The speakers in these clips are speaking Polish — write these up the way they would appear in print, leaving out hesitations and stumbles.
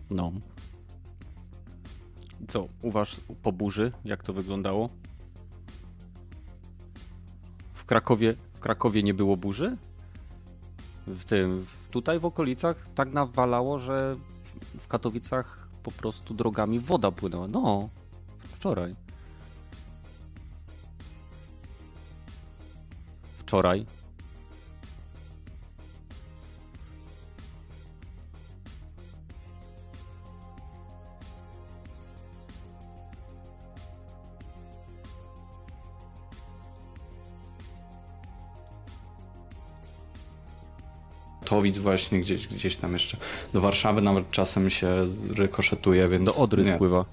No. Co, u was po burzy? Jak to wyglądało? W Krakowie nie było burzy? Tutaj w okolicach tak nawalało, że w Katowicach po prostu drogami woda płynęła. No, wczoraj. Wczoraj. Katowic właśnie, gdzieś tam jeszcze. Do Warszawy nawet czasem się rykoszetuje, więc... Do Odry spływa.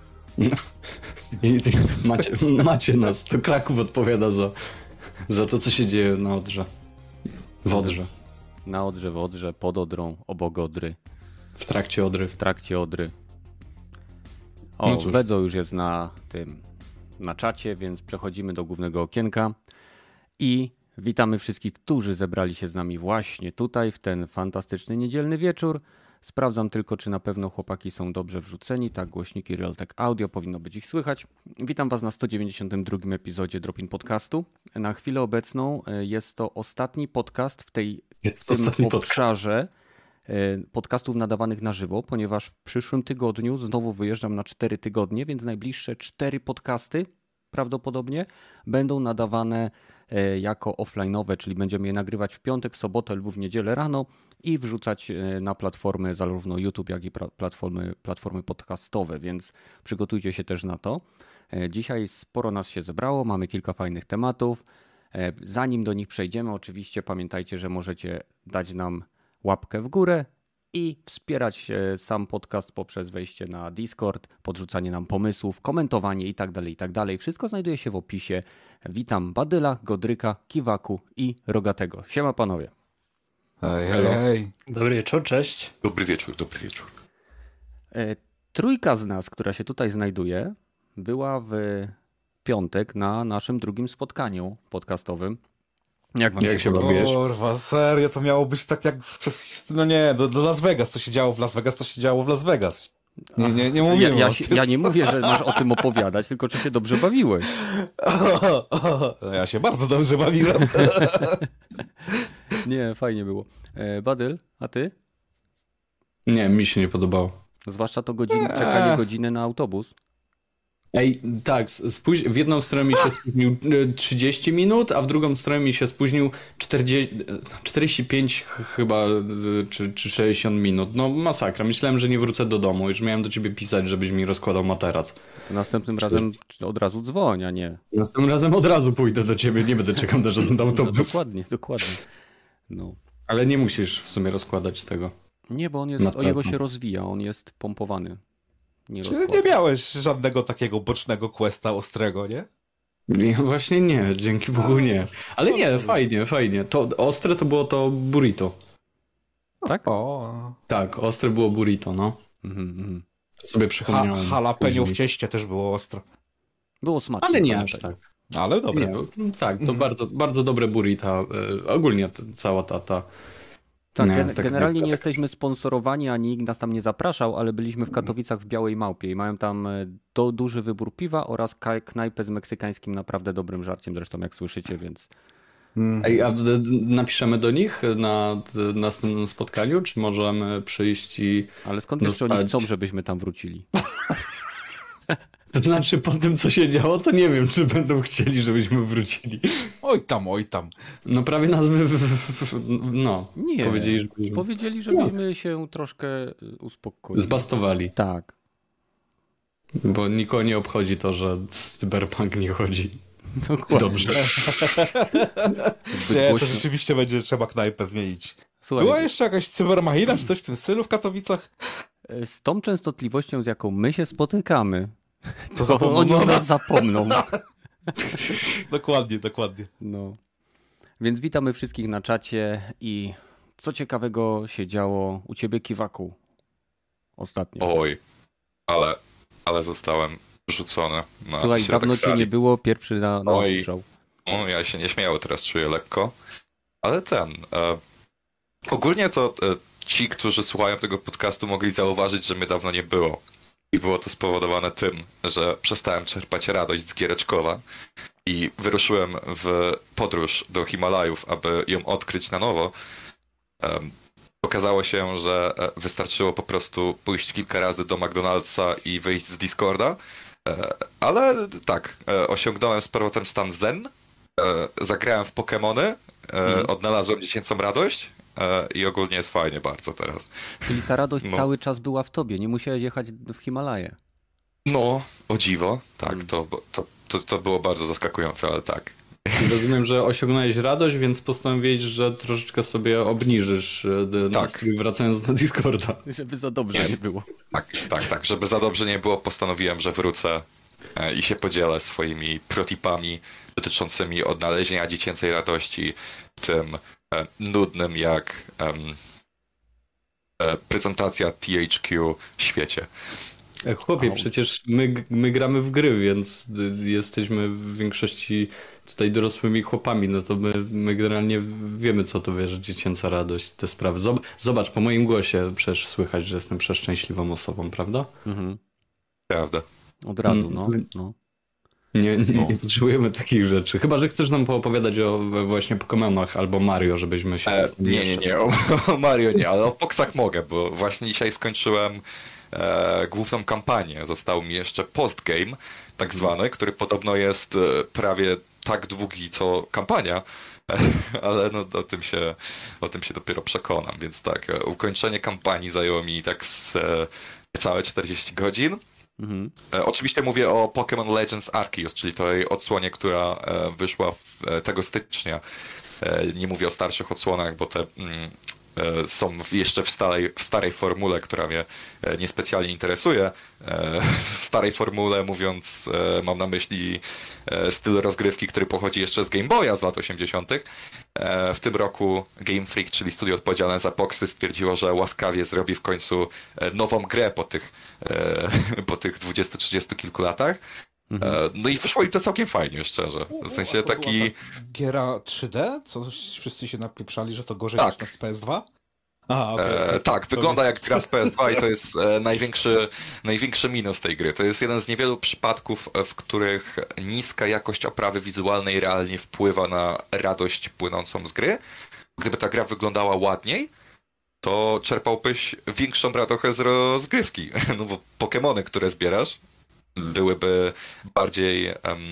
I macie nas. To Kraków odpowiada za to, co się dzieje na Odrze. W Odrze. Na Odrze, w Odrze, pod Odrą, obok Odry. W trakcie Odry. W trakcie Odry. O, no Wedzo już jest na czacie, więc przechodzimy do głównego okienka i witamy wszystkich, którzy zebrali się z nami właśnie tutaj w ten fantastyczny niedzielny wieczór. Sprawdzam tylko, czy na pewno chłopaki są dobrze wrzuceni. Tak, głośniki Realtek Audio, powinno być ich słychać. Witam was na 192 epizodzie Drop-in Podcastu. Na chwilę obecną jest to ostatni podcast w tym obszarze podcastów nadawanych na żywo, ponieważ w przyszłym tygodniu znowu wyjeżdżam na 4 tygodnie, więc najbliższe 4 podcasty prawdopodobnie będą nadawane jako offline'owe, czyli będziemy je nagrywać w piątek, sobotę lub w niedzielę rano i wrzucać na platformy zarówno YouTube, jak i platformy podcastowe, więc przygotujcie się też na to. Dzisiaj sporo nas się zebrało, mamy kilka fajnych tematów. Zanim do nich przejdziemy, oczywiście pamiętajcie, że możecie dać nam łapkę w górę i wspierać sam podcast poprzez wejście na Discord, podrzucanie nam pomysłów, komentowanie itd., itd. Wszystko znajduje się w opisie. Witam Badyla, Godryka, Kiwaku i Rogatego. Siema panowie. Hej. Dobry wieczór, cześć. Dobry wieczór. Trójka z nas, która się tutaj znajduje, była w piątek na naszym drugim spotkaniu podcastowym. Jak się bawiłeś? Kurwa, serio, to miało być tak jak... No nie, do Las Vegas, co się działo w Las Vegas, to się działo w Las Vegas. Nie mówimy ja nie mówię, że masz o tym opowiadać, tylko czy się dobrze bawiłeś. No ja się bardzo dobrze bawiłem. Nie, fajnie było. Badyl, a ty? Nie, mi się nie podobało. Zwłaszcza to czekanie godziny na autobus. Ej, tak, w jedną stronę mi się spóźnił 30 minut, a w drugą stronę mi się spóźnił 45 chyba, czy 60 minut. No masakra, myślałem, że nie wrócę do domu, już miałem do ciebie pisać, żebyś mi rozkładał materac. To następnym razem od razu dzwoń, a nie. Następnym razem od razu pójdę do ciebie, nie będę czekał na żaden autobus. No, dokładnie. No. Ale nie musisz w sumie rozkładać tego. Nie, bo jego się rozwija, on jest pompowany. Czy nie miałeś żadnego takiego bocznego questa ostrego, nie? Nie, właśnie nie, dzięki Bogu nie. Ale nie, fajnie. To ostre to było to burrito. Tak? Tak, ostre było burrito, no. To sobie przypomniałem. Jalapeno w cieście też było ostre. Było smaczne. Ale nie aż tak. Ale dobre. Nie, tak, to bardzo, bardzo dobre burrita. Ogólnie cała ta... Tak, generalnie nie jesteśmy sponsorowani, ani nikt nas tam nie zapraszał, ale byliśmy w Katowicach w Białej Małpie i mają tam duży wybór piwa oraz knajpę z meksykańskim naprawdę dobrym żarciem, zresztą jak słyszycie, więc... Ej, a napiszemy do nich na następnym spotkaniu, czy możemy przyjść i... Ale skąd wiesz, że oni chcą, żebyśmy tam wrócili? To znaczy, po tym, co się działo, to nie wiem, czy będą chcieli, żebyśmy wrócili. Oj tam. No prawie nas nie, powiedzieli, żebyśmy się troszkę uspokoili. Zbastowali. Tak. Bo nikogo nie obchodzi to, że Cyberpunk nie chodzi. Dokładnie. Dobrze. To rzeczywiście będzie trzeba knajpę zmienić. Słuchaj, była jeszcze jakaś cybermachina, czy coś w tym stylu w Katowicach? Z tą częstotliwością, z jaką my się spotykamy, to oni nas zapomną. Dokładnie. No. Więc witamy wszystkich na czacie i co ciekawego się działo u ciebie, Kiwaku, ostatnio? Oj, ale zostałem rzucony na Słuchaj, środek dawno sali. cię nie było, pierwszy na ostrzał. No, ja się nieśmiało teraz czuję lekko, ale ogólnie to ci, którzy słuchają tego podcastu, mogli zauważyć, że mnie dawno nie było. I było to spowodowane tym, że przestałem czerpać radość z Giereczkowa i wyruszyłem w podróż do Himalajów, aby ją odkryć na nowo. Okazało się, że wystarczyło po prostu pójść kilka razy do McDonald'sa i wyjść z Discorda, ale tak, osiągnąłem z powrotem stan zen, zagrałem w Pokemony, odnalazłem dziecięcą radość i ogólnie jest fajnie bardzo teraz. Czyli ta radość cały czas była w tobie, nie musiałeś jechać w Himalaje. No, o dziwo, tak, to było bardzo zaskakujące, ale tak. Rozumiem, że osiągnąłeś radość, więc postanowiłeś, że troszeczkę sobie obniżysz nastrój, wracając na Discorda. Żeby za dobrze nie było. Tak, żeby za dobrze nie było, postanowiłem, że wrócę i się podzielę swoimi protipami dotyczącymi odnalezienia dziecięcej radości w tym nudnym jak prezentacja THQ świecie. Chłopie, przecież my gramy w gry, więc jesteśmy w większości tutaj dorosłymi chłopami, no to my generalnie wiemy, co to wiesz, dziecięca radość, te sprawy. Zobacz, po moim głosie przecież słychać, że jestem przeszczęśliwą osobą, prawda? Mhm. Prawda. Od razu, no. Nie potrzebujemy takich rzeczy. Chyba, że chcesz nam poopowiadać o właśnie Pokemonach albo Mario, żebyśmy się... Nie, o Mario nie, ale o Poksach mogę, bo właśnie dzisiaj skończyłem główną kampanię. Został mi jeszcze postgame, tak zwany, który podobno jest prawie tak długi co kampania, ale no o tym się dopiero przekonam, więc tak, ukończenie kampanii zajęło mi tak niecałe 40 godzin. Oczywiście mówię o Pokémon Legends Arceus, czyli tej odsłonie, która wyszła tego stycznia. Nie mówię o starszych odsłonach, bo te są jeszcze w starej formule, która mnie niespecjalnie interesuje. W starej formule, mówiąc, mam na myśli styl rozgrywki, który pochodzi jeszcze z Game Boya z lat 80. W tym roku Game Freak, czyli studio odpowiedzialne za Poksy, stwierdziło, że łaskawie zrobi w końcu nową grę po tych 20-30 kilku latach. No i wyszło im to całkiem fajnie, szczerze. W sensie taki... Giera 3D? Co wszyscy się napieprzali, że to gorzej niż na PS2? Aha, okay. Tak, wygląda jak gra z PS2 i to jest największy minus tej gry. To jest jeden z niewielu przypadków, w których niska jakość oprawy wizualnej realnie wpływa na radość płynącą z gry. Gdyby ta gra wyglądała ładniej, to czerpałbyś większą radość z rozgrywki. No bo Pokemony, które zbierasz, byłyby bardziej,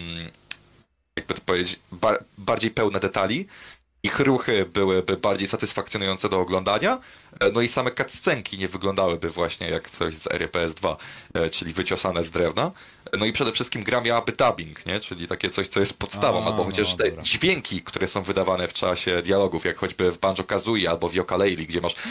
jakby to powiedzieć, bardziej pełne detali. Ich ruchy byłyby bardziej satysfakcjonujące do oglądania, no i same cutscenki nie wyglądałyby właśnie jak coś z ery PS2, czyli wyciosane z drewna. No i przede wszystkim gra miałaby dubbing, nie? Czyli takie coś, co jest podstawą, albo chociaż te dźwięki, które są wydawane w czasie dialogów, jak choćby w Banjo-Kazooie albo w Yooka-Laylee, gdzie masz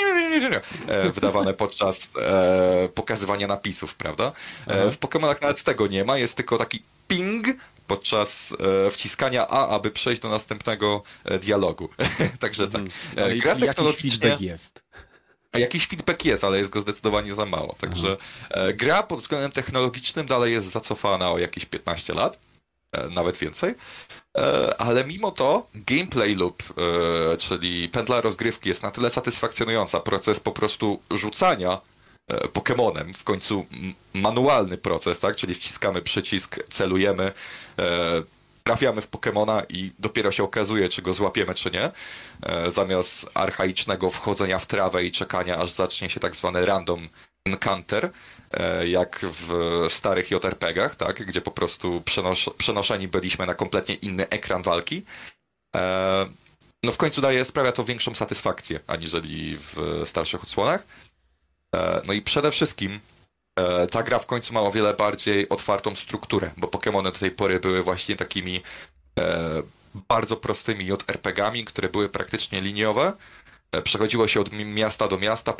wydawane podczas pokazywania napisów, prawda? W Pokemonach nawet tego nie ma, jest tylko taki ping podczas wciskania A, aby przejść do następnego dialogu. Także tak. Gra technologicznie... Jakiś feedback jest. Jakiś feedback jest, ale jest go zdecydowanie za mało. Także gra pod względem technologicznym dalej jest zacofana o jakieś 15 lat. Nawet więcej. Ale mimo to gameplay loop, czyli pętla rozgrywki jest na tyle satysfakcjonująca. Proces po prostu rzucania Pokemonem, w końcu manualny proces, tak? Czyli wciskamy przycisk, celujemy, trafiamy w Pokemona i dopiero się okazuje, czy go złapiemy, czy nie. Zamiast archaicznego wchodzenia w trawę i czekania, aż zacznie się tak zwany random encounter, jak w starych JRPG-ach, tak? Gdzie po prostu przenoszeni byliśmy na kompletnie inny ekran walki. No w końcu sprawia to większą satysfakcję, aniżeli w starszych odsłonach. No i przede wszystkim ta gra w końcu ma o wiele bardziej otwartą strukturę, bo Pokemony do tej pory były właśnie takimi bardzo prostymi JRPG-ami, które były praktycznie liniowe. Przechodziło się od miasta do miasta,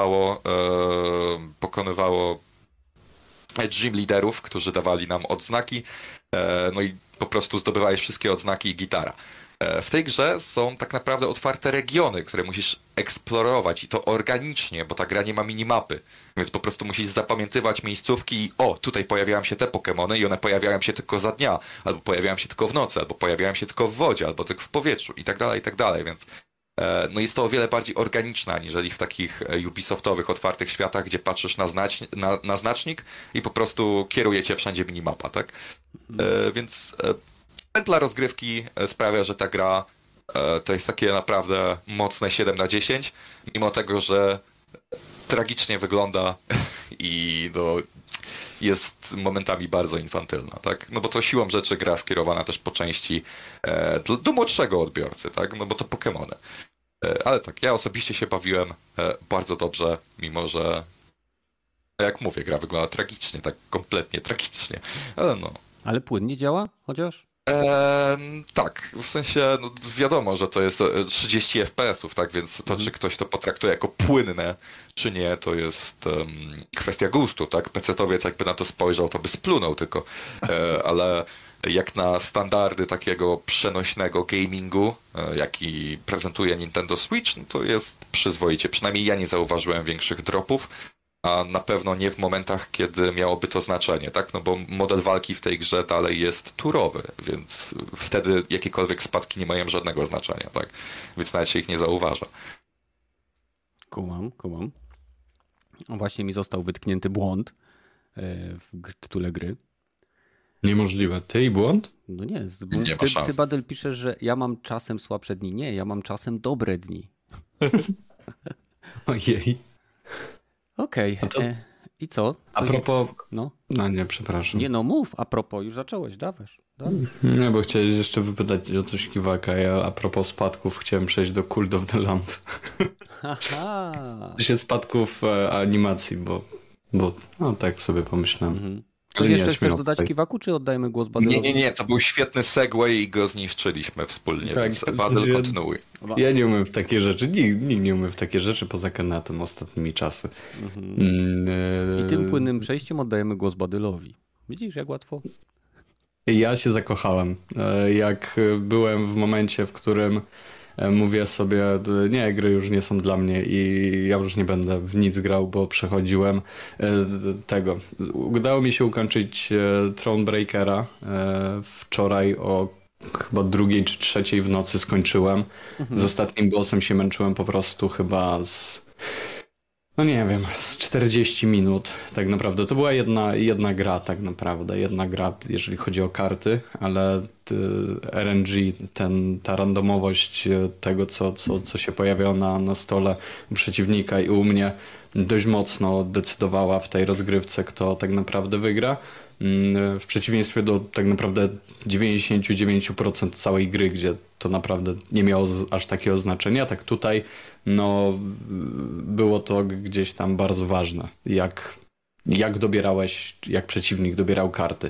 pokonywało gym liderów, którzy dawali nam odznaki, no i po prostu zdobywałeś wszystkie odznaki i gitara. W tej grze są tak naprawdę otwarte regiony, które musisz eksplorować i to organicznie, bo ta gra nie ma minimapy, więc po prostu musisz zapamiętywać miejscówki i tutaj pojawiają się te Pokemony i one pojawiają się tylko za dnia, albo pojawiają się tylko w nocy, albo pojawiają się tylko w wodzie, albo tylko w powietrzu i tak dalej, więc no jest to o wiele bardziej organiczne, aniżeli w takich Ubisoftowych, otwartych światach, gdzie patrzysz na znacznik i po prostu kieruje cię wszędzie minimapa, tak? Więc pętla rozgrywki sprawia, że ta gra to jest takie naprawdę mocne 7/10, mimo tego, że tragicznie wygląda i no, jest momentami bardzo infantylna, tak? No bo to siłą rzeczy gra skierowana też po części do młodszego odbiorcy, tak? No bo to Pokemony. Ale tak, ja osobiście się bawiłem bardzo dobrze, mimo że jak mówię, gra wygląda tragicznie, tak kompletnie tragicznie, ale no. Ale płynnie działa chociaż? Tak, w sensie no, wiadomo, że to jest 30 FPS-ów, tak, więc to czy ktoś to potraktuje jako płynne, czy nie, to jest kwestia gustu, tak, pecetowiec jakby na to spojrzał, to by splunął tylko, ale jak na standardy takiego przenośnego gamingu, jaki prezentuje Nintendo Switch, no to jest przyzwoicie, przynajmniej ja nie zauważyłem większych dropów, a na pewno nie w momentach, kiedy miałoby to znaczenie, tak? No bo model walki w tej grze dalej jest turowy, więc wtedy jakiekolwiek spadki nie mają żadnego znaczenia, tak? Więc nawet się ich nie zauważa. Kumam. Właśnie mi został wytknięty błąd w tytule gry. Niemożliwe. Ty i błąd? No nie, Nie ma szans. Ty Badel piszesz, że ja mam czasem słabsze dni. Nie, ja mam czasem dobre dni. Ojej. Okej. To... I co? A propos... No. No nie, przepraszam. Nie no, mów a propos, już zacząłeś, dawaj. Nie, bo chciałeś jeszcze wypytać o coś Kiwaka. Ja a propos spadków chciałem przejść do Cult of the Lamb. Aha. Się spadków animacji, bo no tak sobie pomyślałem. Mhm. Coś jeszcze chcesz dodać Kiwaku, czy oddajemy głos Badelowi? Nie, to był świetny segway i go zniszczyliśmy wspólnie, tak, więc Badel kontynuuj. Ja nie umiem w takie rzeczy, nikt nie umie w takie rzeczy poza Kenatem ostatnimi czasy. I tym płynnym przejściem oddajemy głos Badelowi. Widzisz, jak łatwo? Ja się zakochałem. Jak byłem w momencie, w którym mówię sobie, nie, gry już nie są dla mnie i ja już nie będę w nic grał, bo przechodziłem tego. Udało mi się ukończyć Thronebreakera. Wczoraj o chyba 2 czy 3 w nocy skończyłem. Z ostatnim bossem się męczyłem po prostu chyba no nie wiem, z 40 minut tak naprawdę. To była jedna gra tak naprawdę, jedna gra, jeżeli chodzi o karty, ale RNG, ta randomowość tego, co się pojawia na stole u przeciwnika i u mnie dość mocno decydowała w tej rozgrywce, kto tak naprawdę wygra. W przeciwieństwie do tak naprawdę 99% całej gry, gdzie to naprawdę nie miało aż takiego znaczenia, tak tutaj no było to gdzieś tam bardzo ważne, jak dobierałeś, jak przeciwnik dobierał karty.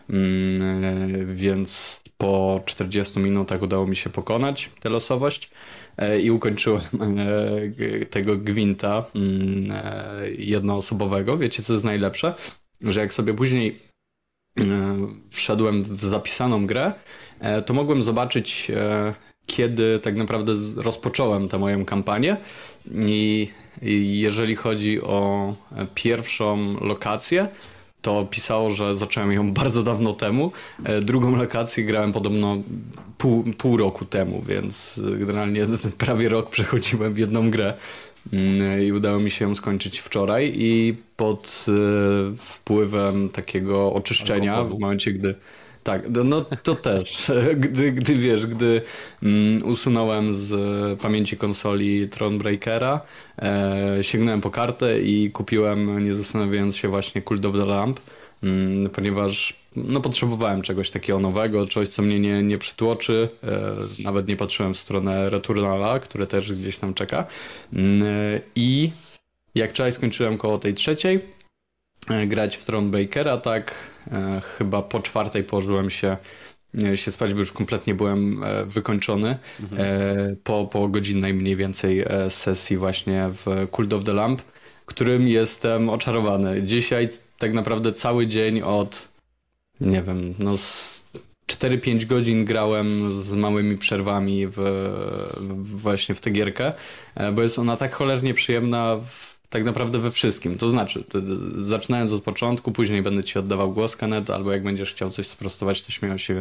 Więc po 40 minutach udało mi się pokonać tę losowość i ukończyłem tego gwinta jednoosobowego. Wiecie, co jest najlepsze? Że jak sobie później wszedłem w zapisaną grę, to mogłem zobaczyć, kiedy tak naprawdę rozpocząłem tę moją kampanię i jeżeli chodzi o pierwszą lokację, to pisało, że zacząłem ją bardzo dawno temu. Drugą lokację grałem podobno pół roku temu, więc generalnie prawie rok przechodziłem w jedną grę. I udało mi się ją skończyć wczoraj i pod wpływem takiego oczyszczenia w momencie, gdy tak, no to też, gdy usunąłem z pamięci konsoli Thronebreakera, sięgnąłem po kartę i kupiłem, nie zastanawiając się, właśnie Cult of the Lamb, ponieważ no, potrzebowałem czegoś takiego nowego, czegoś, co mnie nie przytłoczy. Nawet nie patrzyłem w stronę Returnala, które też gdzieś tam czeka. I jak wczoraj skończyłem koło tej 3 grać w Thronebreakera, tak chyba po 4 położyłem się spać, bo już kompletnie byłem wykończony po godzinnej mniej więcej sesji właśnie w Cult of the Lamb, którym jestem oczarowany. Dzisiaj tak naprawdę cały dzień od, nie wiem, no 4-5 godzin grałem z małymi przerwami właśnie w tę gierkę, bo jest ona tak cholernie przyjemna tak naprawdę we wszystkim. To znaczy, zaczynając od początku, później będę ci oddawał głos, Kanet, albo jak będziesz chciał coś sprostować, to śmiało się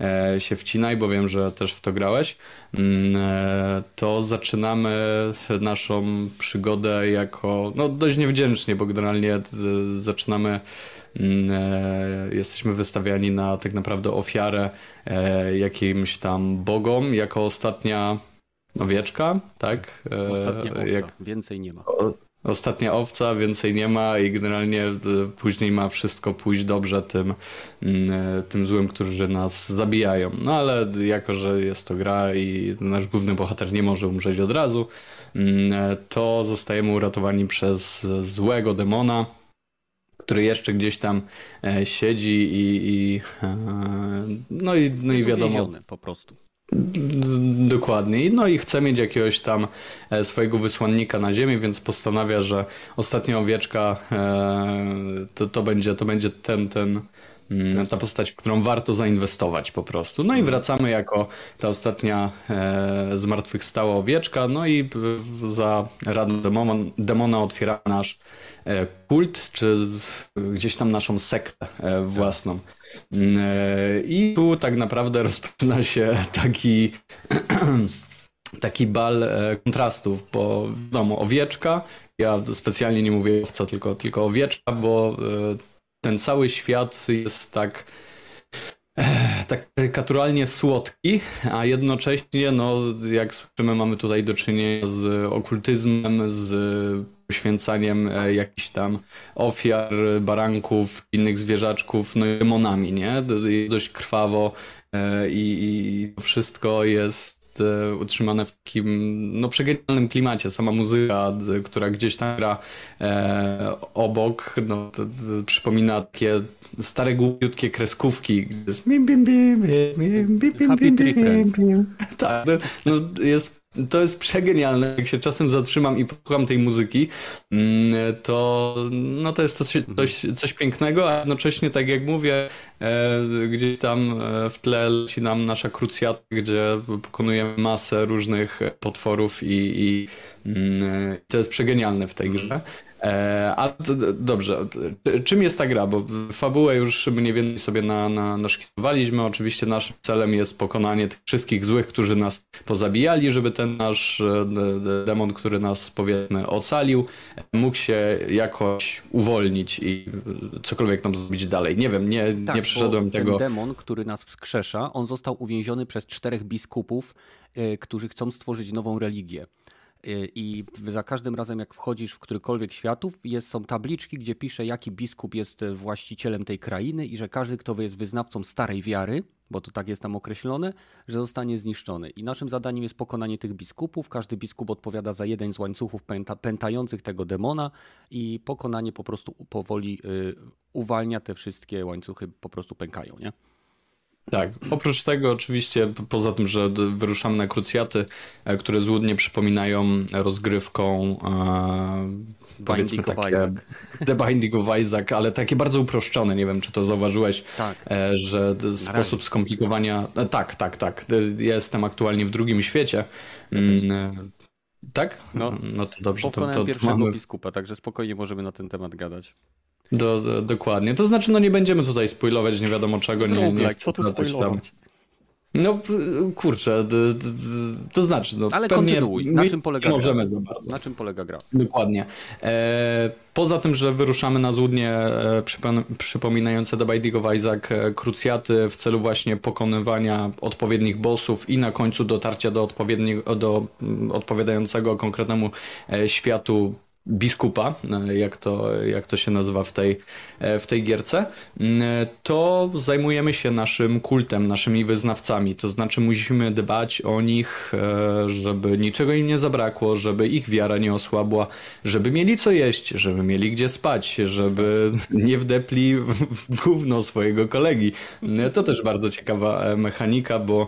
się wcinaj, bo wiem, że też w to grałeś, to zaczynamy naszą przygodę jako, no dość niewdzięcznie, bo generalnie zaczynamy, jesteśmy wystawiani na tak naprawdę ofiarę jakimś tam bogom, jako ostatnia owieczka, tak? Ostatnia owca, więcej nie ma. Ostatnia owca, więcej nie ma i generalnie później ma wszystko pójść dobrze tym złym, którzy nas zabijają. No ale jako, że jest to gra i nasz główny bohater nie może umrzeć od razu, to zostajemy uratowani przez złego demona, który jeszcze gdzieś tam siedzi no i wiadomo. Po prostu. Dokładnie. No i chce mieć jakiegoś tam swojego wysłannika na ziemi, więc postanawia, że ostatnia owieczka to będzie ta postać, w którą warto zainwestować po prostu. No i wracamy jako ta ostatnia zmartwychwstała owieczka, no i za radą demona otwiera nasz kult, czy gdzieś tam naszą sektę własną. I tu tak naprawdę rozpoczyna się taki bal kontrastów, bo wiadomo, owieczka, ja specjalnie nie mówię owca, tylko owieczka, bo ten cały świat jest tak karykaturalnie słodki, a jednocześnie, no jak słyszymy, mamy tutaj do czynienia z okultyzmem, z poświęcaniem jakichś tam ofiar, baranków, innych zwierzaczków, no i demonami, nie? Dość krwawo i to wszystko jest utrzymane w takim no przegenialnym klimacie. Sama muzyka, która gdzieś tam gra obok, no to przypomina takie stare głupiutkie kreskówki, gdzie jest Happy Tree Friends. Tak, no to jest przegenialne. Jak się czasem zatrzymam i posłucham tej muzyki, to jest coś pięknego, a jednocześnie, tak jak mówię, gdzieś tam w tle leci nam nasza krucjata, gdzie pokonujemy masę różnych potworów i to jest przegenialne w tej grze. Ale dobrze, czym jest ta gra? Bo fabułę już mniej więcej sobie naszkicowaliśmy. Oczywiście naszym celem jest pokonanie tych wszystkich złych, którzy nas pozabijali, żeby ten nasz demon, który nas, powiedzmy, ocalił, mógł się jakoś uwolnić i cokolwiek tam zrobić dalej. Nie wiem, nie przeszedłem tego. Ten demon, który nas wskrzesza, on został uwięziony przez 4 biskupów, którzy chcą stworzyć nową religię. I za każdym razem, jak wchodzisz w którykolwiek światów, są tabliczki, gdzie pisze, jaki biskup jest właścicielem tej krainy i że każdy, kto jest wyznawcą starej wiary, bo to tak jest tam określone, że zostanie zniszczony. I naszym zadaniem jest pokonanie tych biskupów. Każdy biskup odpowiada za jeden z łańcuchów pętających tego demona i pokonanie po prostu powoli uwalnia te wszystkie łańcuchy, po prostu pękają, nie? Tak, oprócz tego oczywiście, poza tym, że wyruszamy na krucjaty, które złudnie przypominają rozgrywką Binding of Isaac. The Binding of Isaac, ale takie bardzo uproszczone, nie wiem, czy to zauważyłeś, tak. Że sposób skomplikowania... Tak. Ja jestem aktualnie w drugim świecie. Tak? No to dobrze. Pokonałem pierwszego biskupa, także spokojnie możemy na ten temat gadać. Dokładnie. To znaczy, nie będziemy tutaj spoilować nie wiadomo czego. Co tu spoilować? No kurczę, to znaczy, ale kontynuuj. Na czym polega gra? Możemy za bardzo. Na czym polega gra? Dokładnie. Poza tym, że wyruszamy na złudnie przypominające The Binding of Isaac krucjaty w celu właśnie pokonywania odpowiednich bossów i na końcu dotarcia do odpowiadającego konkretnemu światu biskupa, jak to się nazywa w tej gierce, to zajmujemy się naszym kultem, naszymi wyznawcami. To znaczy musimy dbać o nich, żeby niczego im nie zabrakło, żeby ich wiara nie osłabła, żeby mieli co jeść, żeby mieli gdzie spać, żeby nie wdepli w gówno swojego kolegi. To też bardzo ciekawa mechanika, bo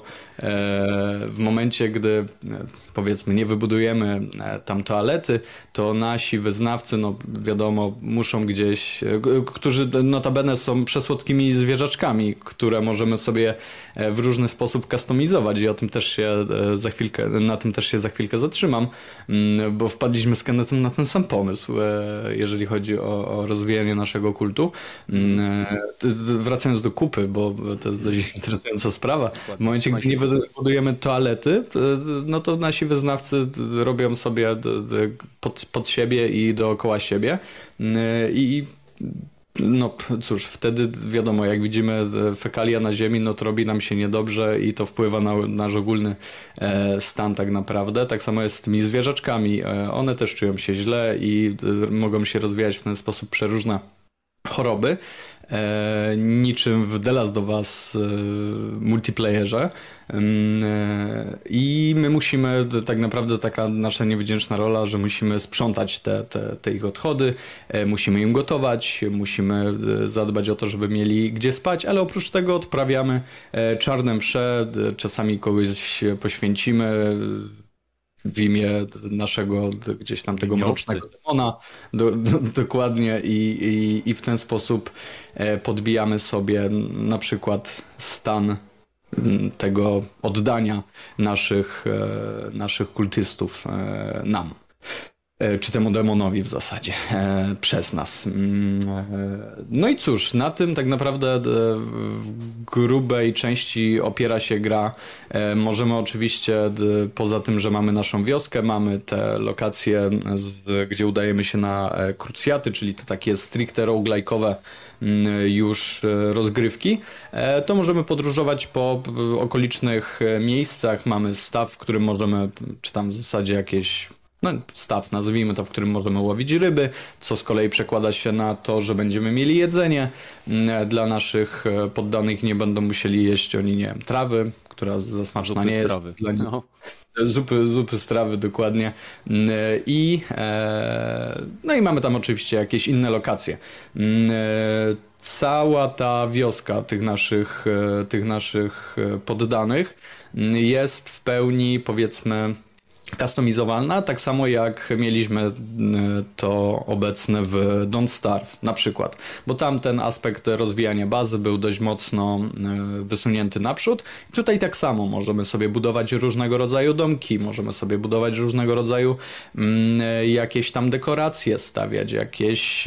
w momencie, gdy powiedzmy nie wybudujemy tam toalety, to nasi nasi wyznawcy, no wiadomo, muszą gdzieś, którzy notabene są przesłodkimi zwierzaczkami, które możemy sobie w różny sposób kustomizować i o tym też się na tym też się za chwilkę zatrzymam, bo wpadliśmy z Kennethem na ten sam pomysł, jeżeli chodzi o rozwijanie naszego kultu. Wracając do kupy, bo to jest dość interesująca sprawa. W momencie, gdy nie budujemy toalety, no to nasi wyznawcy robią sobie pod siebie i dookoła siebie i no cóż, wtedy wiadomo, jak widzimy fekalia na ziemi, no to robi nam się niedobrze i to wpływa na nasz ogólny stan tak naprawdę. Tak samo jest z tymi zwierzaczkami. One też czują się źle i mogą się rozwijać w ten sposób przeróżne choroby. Niczym w The Last of Us multiplayerze i my musimy, tak naprawdę taka nasza niewdzięczna rola, że musimy sprzątać te ich odchody, musimy im gotować, musimy zadbać o to, żeby mieli gdzie spać, ale oprócz tego odprawiamy czarne msze, czasami kogoś poświęcimy w imię naszego gdzieś tam tego mrocznego demona, dokładnie i w ten sposób podbijamy sobie na przykład stan tego oddania naszych kultystów nam. Czy temu demonowi w zasadzie, przez nas. No i cóż, na tym tak naprawdę w grubej części opiera się gra. Możemy oczywiście, poza tym, że mamy naszą wioskę, mamy te lokacje, gdzie udajemy się na krucjaty, czyli te takie stricte roguelike'owe już rozgrywki, to możemy podróżować po okolicznych miejscach. Mamy staw, w którym możemy, czy tam w zasadzie jakieś staw, nazwijmy to, w którym możemy łowić ryby, co z kolei przekłada się na to, że będziemy mieli jedzenie dla naszych poddanych, nie będą musieli jeść oni, nie wiem, trawy, która zasmaczona nie jest dla nich. No. Zupy z trawy, dokładnie. No i mamy tam oczywiście jakieś inne lokacje. Cała ta wioska tych naszych poddanych jest w pełni, powiedzmy, customizowalna, tak samo jak mieliśmy to obecne w Don't Starve na przykład, bo tam ten aspekt rozwijania bazy był dość mocno wysunięty naprzód. I tutaj tak samo możemy sobie budować różnego rodzaju domki, możemy sobie budować różnego rodzaju jakieś tam dekoracje, stawiać jakieś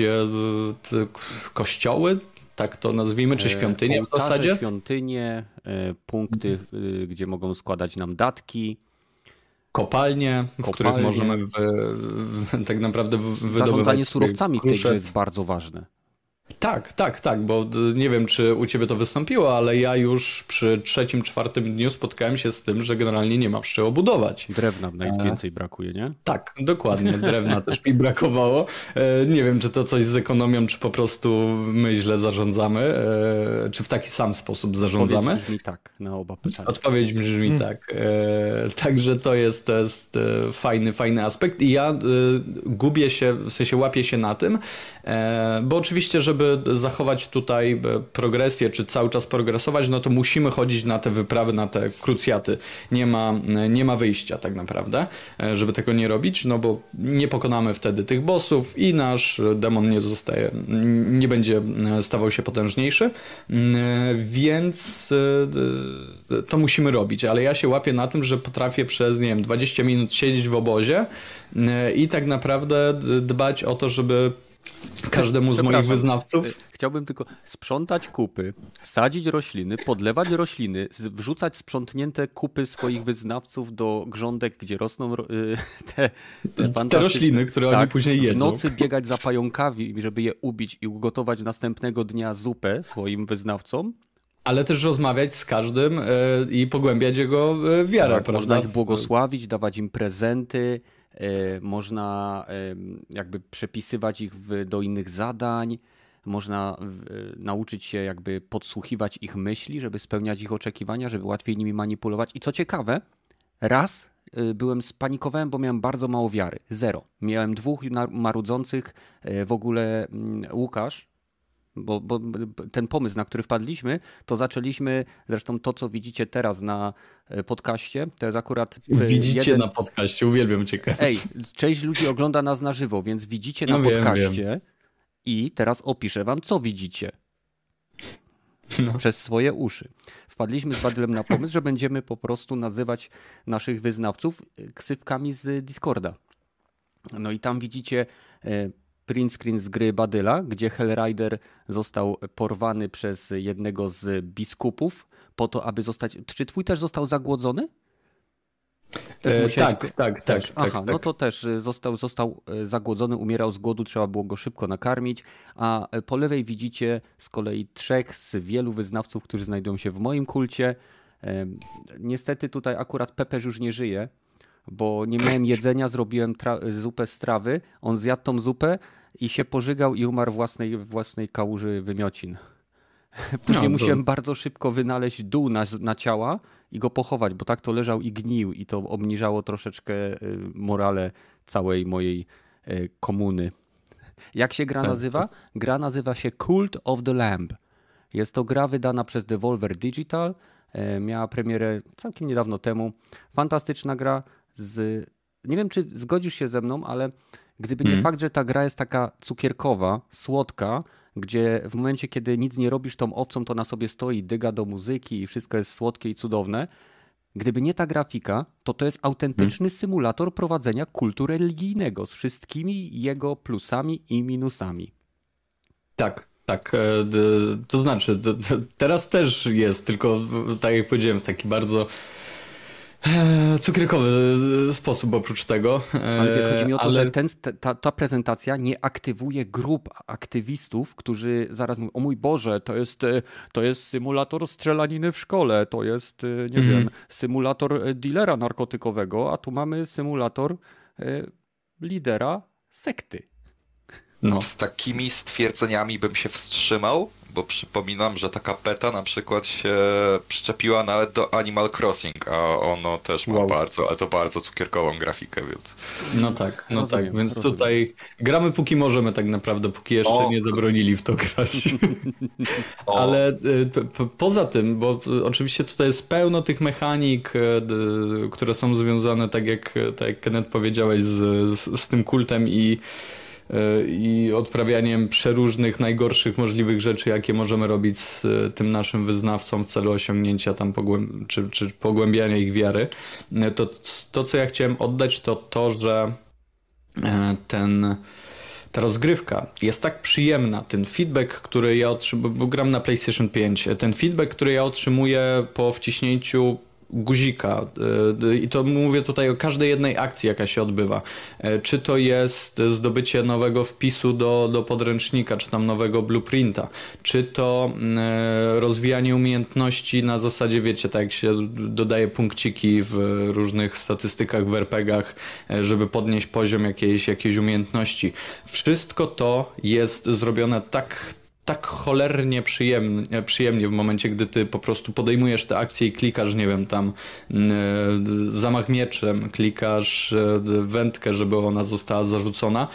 kościoły, tak to nazwijmy, czy świątynie w zasadzie. Świątynie, punkty, gdzie mogą składać nam datki. Kopalnie, w których możemy tak naprawdę wydobywać. Zarządzanie surowcami w tej grze jest bardzo ważne. Tak, bo nie wiem, czy u ciebie to wystąpiło, ale ja już przy 3-4 dniu spotkałem się z tym, że generalnie nie mam z czego budować. Drewna najwięcej brakuje, nie? Tak, dokładnie, drewna też mi brakowało. Nie wiem, czy to coś z ekonomią, czy po prostu my źle zarządzamy, czy w taki sam sposób zarządzamy. Odpowiedź brzmi tak na oba pytania. Odpowiedź brzmi tak. Także to jest fajny aspekt i ja gubię się, w sensie łapię się na tym, bo oczywiście, żeby zachować tutaj progresję, czy cały czas progresować, no to musimy chodzić na te wyprawy, na te krucjaty. Nie ma wyjścia tak naprawdę, żeby tego nie robić, no bo nie pokonamy wtedy tych bossów i nasz demon nie będzie stawał się potężniejszy, więc to musimy robić, ale ja się łapię na tym, że potrafię przez, nie wiem, 20 minut siedzieć w obozie i tak naprawdę dbać o to, żeby każdemu z moich wyznawców. Chciałbym tylko sprzątać kupy, sadzić rośliny, podlewać rośliny, wrzucać sprzątnięte kupy swoich wyznawców do grządek, gdzie rosną te rośliny, które oni później jedzą. W nocy biegać za pająkami, żeby je ubić i ugotować następnego dnia zupę swoim wyznawcom. Ale też rozmawiać z każdym i pogłębiać jego wiarę. Tak, prawda? można ich błogosławić, dawać im prezenty. Można jakby przepisywać ich do innych zadań, można nauczyć się jakby podsłuchiwać ich myśli, żeby spełniać ich oczekiwania, żeby łatwiej nimi manipulować. I co ciekawe, raz spanikowałem, bo miałem bardzo mało wiary. 0. Miałem 2 marudzących, w ogóle Łukasz bo ten pomysł, na który wpadliśmy, to zaczęliśmy, zresztą to, co widzicie teraz na podcaście, to jest akurat... Widzicie na podcaście, uwielbiam cię. Ej, część ludzi ogląda nas na żywo, więc widzicie na podcaście wiem. I teraz opiszę wam, co widzicie. Przez swoje uszy. Wpadliśmy z Badylem na pomysł, że będziemy po prostu nazywać naszych wyznawców ksywkami z Discorda. No i tam widzicie print screen z gry Badyla, gdzie Hellrider został porwany przez jednego z biskupów po to, aby zostać... Czy twój też został zagłodzony? Tak. Aha, no to też został zagłodzony, umierał z głodu, trzeba było go szybko nakarmić, a po lewej widzicie z kolei 3 z wielu wyznawców, którzy znajdują się w moim kulcie. Niestety tutaj akurat Pepeż już nie żyje, bo nie miałem jedzenia, zrobiłem zupę z trawy, on zjadł tą zupę i się pożygał i umarł własnej kałuży wymiocin. Później musiałem bardzo szybko wynaleźć dół na ciała i go pochować, bo tak to leżał i gnił i to obniżało troszeczkę morale całej mojej komuny. Jak się gra nazywa? Gra nazywa się Cult of the Lamb. Jest to gra wydana przez Devolver Digital. Miała premierę całkiem niedawno temu. Fantastyczna gra. Nie wiem, czy zgodzisz się ze mną, ale gdyby nie fakt, że ta gra jest taka cukierkowa, słodka, gdzie w momencie, kiedy nic nie robisz tą owcą, to na sobie stoi, dyga do muzyki i wszystko jest słodkie i cudowne. Gdyby nie ta grafika, to jest autentyczny symulator prowadzenia kultu religijnego z wszystkimi jego plusami i minusami. Tak. To znaczy, teraz też jest, tylko tak jak powiedziałem, w taki bardzo cukierkowy sposób oprócz tego. Ale wiesz, chodzi mi o to, że ta prezentacja nie aktywuje grup aktywistów, którzy zaraz mówią, o mój Boże, to jest symulator strzelaniny w szkole, to jest, nie wiem, symulator dealera narkotykowego, a tu mamy symulator lidera sekty. No. Z takimi stwierdzeniami bym się wstrzymał, bo przypominam, że taka beta na przykład się przyczepiła nawet do Animal Crossing, a ono też ma bardzo cukierkową grafikę, więc... No tak, więc tutaj gramy póki możemy tak naprawdę, póki jeszcze nie zabronili w to grać. Ale poza tym, bo oczywiście tutaj jest pełno tych mechanik, które są związane, tak jak Kenneth powiedziałeś, z tym kultem i odprawianiem przeróżnych, najgorszych możliwych rzeczy, jakie możemy robić z tym naszym wyznawcą w celu osiągnięcia tam czy pogłębiania ich wiary. To, co ja chciałem oddać, to, że ta rozgrywka jest tak przyjemna, ten feedback, który ja otrzymuję, bo gram na PlayStation 5, ten feedback, który ja otrzymuję po wciśnięciu guzika i to mówię tutaj o każdej jednej akcji, jaka się odbywa. Czy to jest zdobycie nowego wpisu do podręcznika, czy tam nowego blueprinta, czy to rozwijanie umiejętności na zasadzie, wiecie, tak jak się dodaje punkciki w różnych statystykach w RPG-ach, żeby podnieść poziom jakiejś umiejętności. Wszystko to jest zrobione tak cholernie przyjemnie w momencie, gdy ty po prostu podejmujesz te akcje i klikasz, nie wiem, tam zamach mieczem, klikasz wędkę, żeby ona została zarzucona,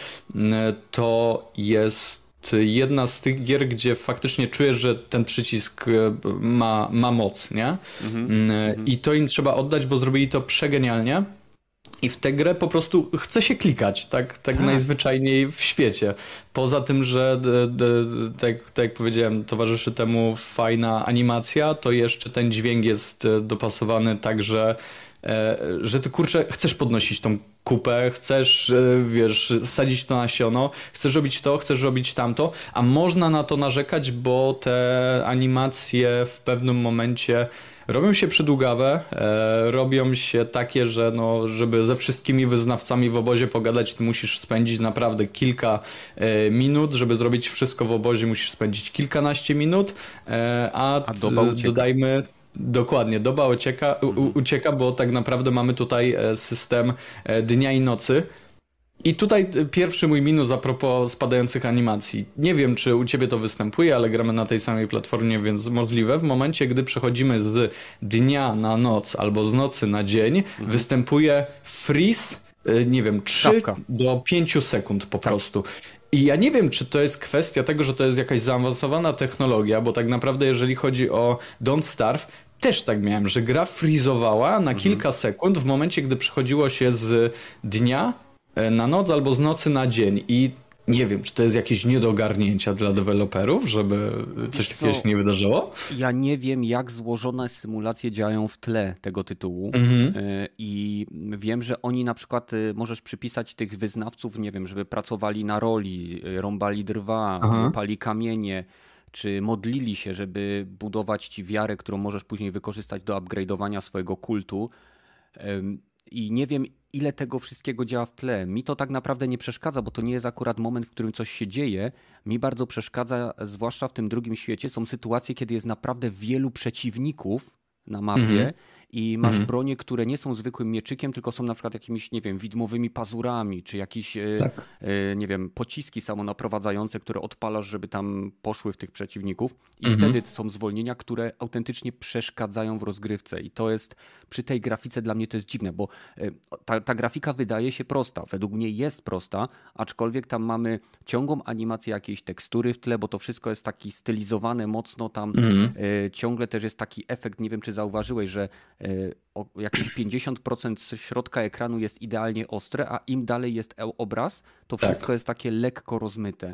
to jest jedna z tych gier, gdzie faktycznie czujesz, że ten przycisk ma moc, nie? I to im trzeba oddać, bo zrobili to przegenialnie. I w tę grę po prostu chce się klikać, tak najzwyczajniej w świecie. Poza tym, że tak jak powiedziałem, towarzyszy temu fajna animacja, to jeszcze ten dźwięk jest dopasowany tak, że ty kurczę chcesz podnosić tą kupę, chcesz, wiesz, sadzić to nasiono, chcesz robić to, chcesz robić tamto, a można na to narzekać, bo te animacje w pewnym momencie robią się przydługawe, robią się takie, że żeby ze wszystkimi wyznawcami w obozie pogadać, ty musisz spędzić naprawdę kilka minut, żeby zrobić wszystko w obozie musisz spędzić kilkanaście minut, a doba ucieka. Dodajmy... Dokładnie, doba ucieka, bo tak naprawdę mamy tutaj system dnia i nocy. I tutaj pierwszy mój minus a propos spadających animacji. Nie wiem, czy u ciebie to występuje, ale gramy na tej samej platformie, więc możliwe. W momencie, gdy przechodzimy z dnia na noc albo z nocy na dzień, występuje freeze, nie wiem, 3 do 5 sekund po prostu. I ja nie wiem, czy to jest kwestia tego, że to jest jakaś zaawansowana technologia, bo tak naprawdę jeżeli chodzi o Don't Starve, też tak miałem, że gra frizowała na kilka sekund w momencie, gdy przechodziło się z dnia na noc albo z nocy na dzień. I nie wiem, czy to jest jakieś nie do ogarnięcia dla deweloperów, żeby coś takiego się nie wydarzyło? Ja nie wiem, jak złożone symulacje działają w tle tego tytułu i wiem, że oni na przykład możesz przypisać tych wyznawców, nie wiem, żeby pracowali na roli, rąbali drwa, łupali kamienie, czy modlili się, żeby budować ci wiarę, którą możesz później wykorzystać do upgrade'owania swojego kultu. I nie wiem, ile tego wszystkiego działa w tle. Mi to tak naprawdę nie przeszkadza, bo to nie jest akurat moment, w którym coś się dzieje. Mi bardzo przeszkadza, zwłaszcza w tym drugim świecie, są sytuacje, kiedy jest naprawdę wielu przeciwników na mapie i masz bronie, które nie są zwykłym mieczykiem, tylko są na przykład jakimiś, nie wiem, widmowymi pazurami, czy jakieś, nie wiem, pociski samonaprowadzające, które odpalasz, żeby tam poszły w tych przeciwników. I wtedy są zwolnienia, które autentycznie przeszkadzają w rozgrywce. I to jest, przy tej grafice dla mnie to jest dziwne, bo ta grafika wydaje się prosta. Według mnie jest prosta, aczkolwiek tam mamy ciągłą animację jakiejś tekstury w tle, bo to wszystko jest taki stylizowane mocno tam. Ciągle też jest taki efekt, nie wiem, czy zauważyłeś, że jakieś 50% środka ekranu jest idealnie ostre, a im dalej jest obraz, to wszystko jest takie lekko rozmyte.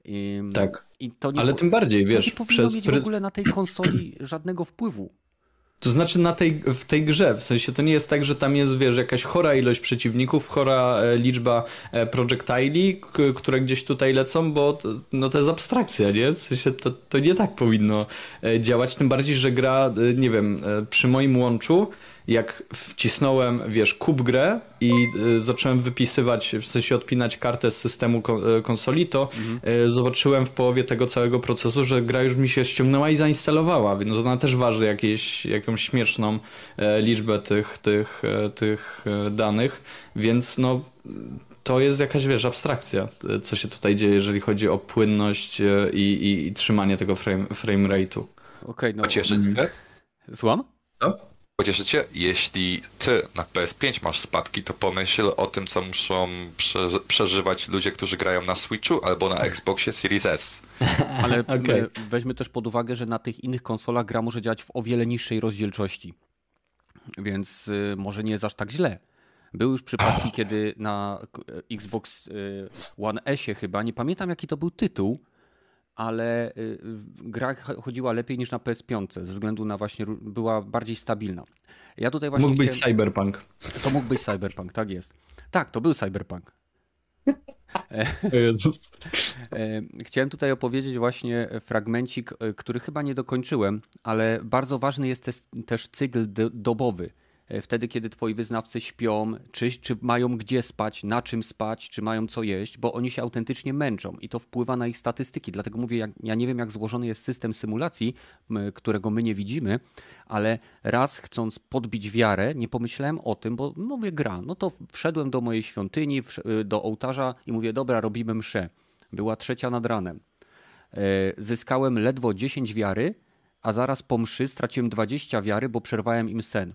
I to nie ale tym bardziej, wiesz, to nie powinno mieć w ogóle na tej konsoli żadnego wpływu. To znaczy w tej grze, w sensie to nie jest tak, że tam jest, wiesz, jakaś chora ilość przeciwników, chora liczba projectili, które gdzieś tutaj lecą, bo to jest abstrakcja, nie? W sensie to nie tak powinno działać, tym bardziej, że gra, nie wiem, przy moim łączu, jak wcisnąłem, wiesz, kup grę i zacząłem wypisywać, w sensie odpinać kartę z systemu konsoli, to zobaczyłem w połowie tego całego procesu, że gra już mi się ściągnęła i zainstalowała, więc ona też waży jakąś śmieszną liczbę tych danych, ranych, no to jest jakaś, wiesz, abstrakcja, co się tutaj dzieje, jeżeli chodzi o płynność i trzymanie tego frame rate'u. Okej, no. Pocieszy cię? Słucham? No? Pocieszy cię, jeśli ty na PS5 masz spadki, to pomyśl o tym, co muszą przeżywać ludzie, którzy grają na Switchu albo na Xboxie Series S. Ale weźmy też pod uwagę, że na tych innych konsolach gra może działać w o wiele niższej rozdzielczości, więc może nie jest aż tak źle. Były już przypadki, kiedy na Xbox One S-ie chyba, nie pamiętam jaki to był tytuł, ale gra chodziła lepiej niż na PS5 ze względu na właśnie, była bardziej stabilna. Ja tutaj właśnie mógł być Cyberpunk. To mógł być Cyberpunk, tak jest. Tak, to był Cyberpunk. Jezus. Chciałem tutaj opowiedzieć właśnie fragmencik, który chyba nie dokończyłem, ale bardzo ważny jest też cykl dobowy. Wtedy, kiedy twoi wyznawcy śpią, czy mają gdzie spać, na czym spać, czy mają co jeść, bo oni się autentycznie męczą i to wpływa na ich statystyki. Dlatego mówię, ja nie wiem, jak złożony jest system symulacji, którego my nie widzimy, ale raz chcąc podbić wiarę, nie pomyślałem o tym, bo mówię gra, no to wszedłem do mojej świątyni, do ołtarza i mówię, dobra, robimy mszę. Była 3:00 nad ranem. Zyskałem ledwo 10 wiary, a zaraz po mszy straciłem 20 wiary, bo przerwałem im sen.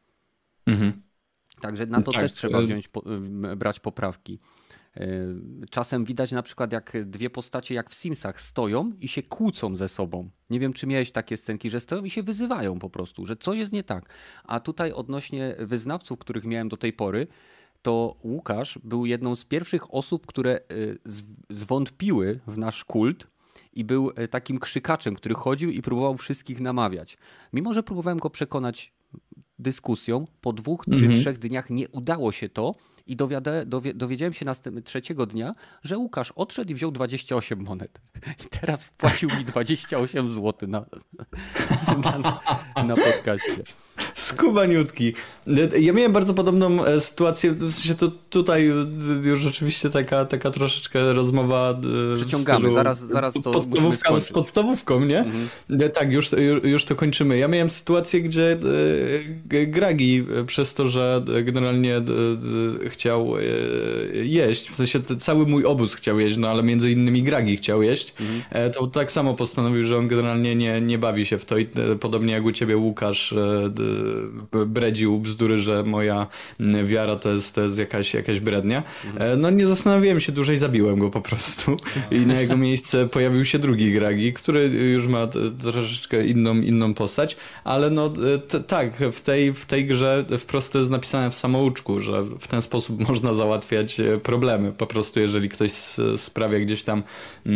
Także na to też trzeba brać poprawki. Czasem widać na przykład, jak dwie postacie jak w Simsach stoją i się kłócą ze sobą. Nie wiem, czy miałeś takie scenki, że stoją i się wyzywają po prostu, że co jest nie tak. A tutaj odnośnie wyznawców, których miałem do tej pory, to Łukasz był jedną z pierwszych osób, które zwątpiły w nasz kult i był takim krzykaczem, który chodził i próbował wszystkich namawiać. Mimo że próbowałem go przekonać dyskusją, po 2 czy 3 dniach nie udało się to i dowiedziałem się trzeciego dnia, że Łukasz odszedł i wziął 28 monet. I teraz wpłacił mi 28 zł na podcaście. Skubaniutki. Ja miałem bardzo podobną sytuację, w sensie to tutaj już rzeczywiście taka troszeczkę rozmowa przeciągamy, zaraz to podstawówka z podstawówką, nie? Tak, już to kończymy. Ja miałem sytuację, gdzie Gragi przez to, że generalnie chciał jeść, w sensie cały mój obóz chciał jeść, no ale między innymi Gragi chciał jeść, to tak samo postanowił, że on generalnie nie bawi się w to i podobnie jak u ciebie, Łukasz, bredził bzdury, że moja wiara to jest jakaś brednia. No nie zastanawiałem się dłużej, zabiłem go po prostu. I na jego miejsce pojawił się drugi Gragi, który już ma troszeczkę inną postać, ale no tak, w tej grze wprost to jest napisane w samouczku, że w ten sposób można załatwiać problemy. Po prostu jeżeli ktoś sprawia gdzieś tam